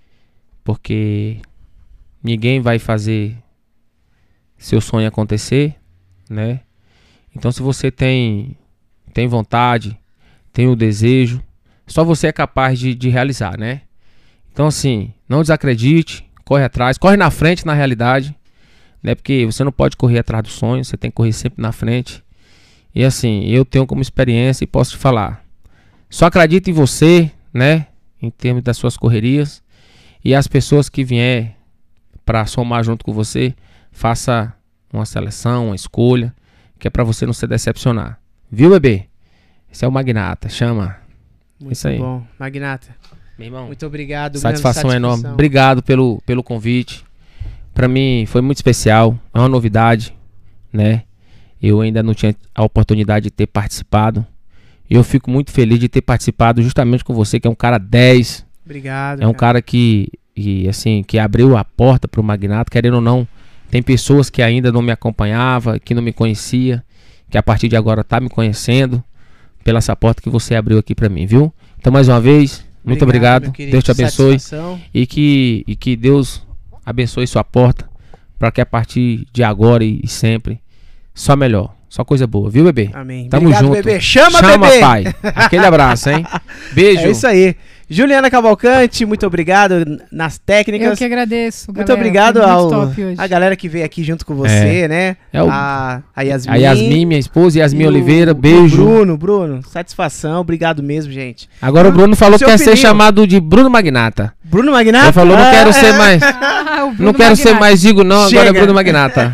Porque ninguém vai fazer seu sonho acontecer, né? Então, se você tem, tem vontade, tem o desejo, só você é capaz de, de realizar, né? Então, assim, não desacredite, corre atrás, corre na frente na realidade, né? Porque você não pode correr atrás do sonho, você tem que correr sempre na frente. E assim, eu tenho como experiência e posso te falar. Só acredita em você, né? Em termos das suas correrias. E as pessoas que vier para somar junto com você, faça uma seleção, uma escolha, que é para você não se decepcionar. Viu, bebê? Esse é o Magnata, chama. Muito Isso aí. Bom, Magnata. Meu irmão, muito obrigado. Satisfação, satisfação enorme. Obrigado pelo, pelo convite. Para mim foi muito especial, é uma novidade, né? Eu ainda não tinha a oportunidade de ter participado. E eu fico muito feliz de ter participado justamente com você, que é um cara dez. Obrigado. É um cara, cara que, que, assim, que abriu a porta pro Magnata, querendo ou não. Tem pessoas que ainda não me acompanhavam, que não me conhecia, que a partir de agora tá me conhecendo, pela essa porta que você abriu aqui para mim, viu? Então, mais uma vez, muito obrigado. obrigado. Deus te abençoe. E que, e que Deus abençoe sua porta, para que a partir de agora e, e sempre, só melhor. Só coisa boa, viu, bebê? Amém. Tamo Obrigado, junto. Bebê. Chama, Chama, bebê. pai. Aquele abraço, hein? Beijo. É isso aí. Juliana Cavalcante, muito obrigado nas técnicas. Eu que agradeço, galera. Muito obrigado ao a galera que veio aqui junto com você, é. né? É o, a, a Yasmin. A Yasmin, minha esposa, Yasmin Oliveira, o, beijo. O Bruno, Bruno, satisfação, obrigado mesmo, gente. Agora ah, o Bruno falou que quer filhinho. ser chamado de Bruno Magnata. Bruno Magnata? Ele falou, não ah, quero é. ser mais, ah, não quero Magnata. ser mais Digo não, Chega. agora é Bruno Magnata.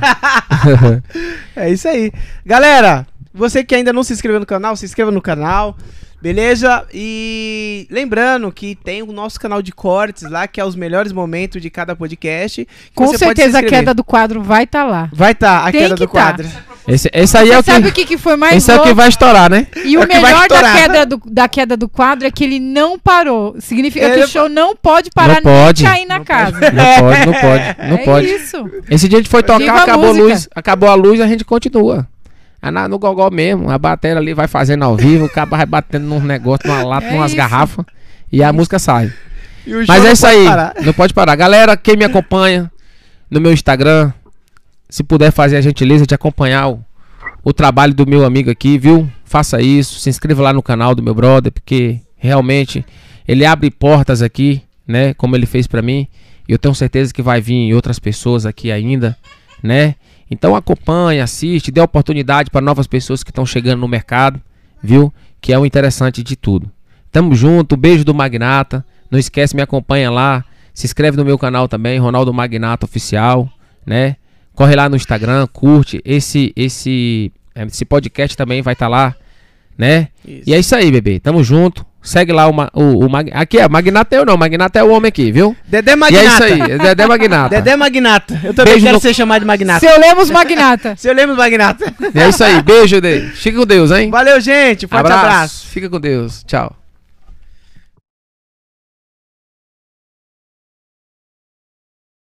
É isso aí. Galera, você que ainda não se inscreveu no canal, se inscreva no canal. Beleza? E lembrando que tem o nosso canal de cortes lá, que é os melhores momentos de cada podcast. Com certeza a queda do quadro vai estar tá lá. Vai estar tá, a tem queda do tá. quadro. Esse, esse aí Você é o que, sabe o que, que foi mais Esse louco? é o que vai estourar, né? E é o, o melhor da queda, do, da queda do quadro é que ele não parou. Significa ele que o show não pode parar não pode. nem cair na não casa. Pode. Não pode, não pode. Não é pode. isso. Esse dia a gente foi tocar, Viva acabou a luz. Acabou a luz, a gente continua. No gogó mesmo, a bateria ali vai fazendo ao vivo, o cara vai batendo num negócio, numa lata, é umas garrafas e a música sai. Mas é isso aí, parar. não pode parar. Galera, quem me acompanha no meu Instagram, se puder fazer a gentileza de acompanhar o, o trabalho do meu amigo aqui, viu? Faça isso, se inscreva lá no canal do meu brother, porque realmente ele abre portas aqui, né? Como ele fez pra mim, e eu tenho certeza que vai vir outras pessoas aqui ainda, né? Então acompanhe, assiste, dê oportunidade para novas pessoas que estão chegando no mercado, viu? Que é o interessante de tudo. Tamo junto, beijo do Magnata. Não esquece, me acompanha lá. Se inscreve no meu canal também, Ronaldo Magnata Oficial, né? Corre lá no Instagram, curte. Esse, esse, esse podcast também vai estar tá lá, né? Isso. E é isso aí, bebê. Tamo junto. Segue lá o, o, o Mag... Aqui é, Magnata eu não, Magnata é o homem aqui, viu? Dedé Magnata. E é isso aí, Dedé Magnata. Dedé Magnata. Eu também beijo quero no... ser chamado de Magnata. Seu Lemos Magnata. Seu Lemos Magnata. É isso aí, beijo, Dedé. Fica com Deus, hein? Valeu, gente. Forte abraço. abraço. Fica com Deus. Tchau.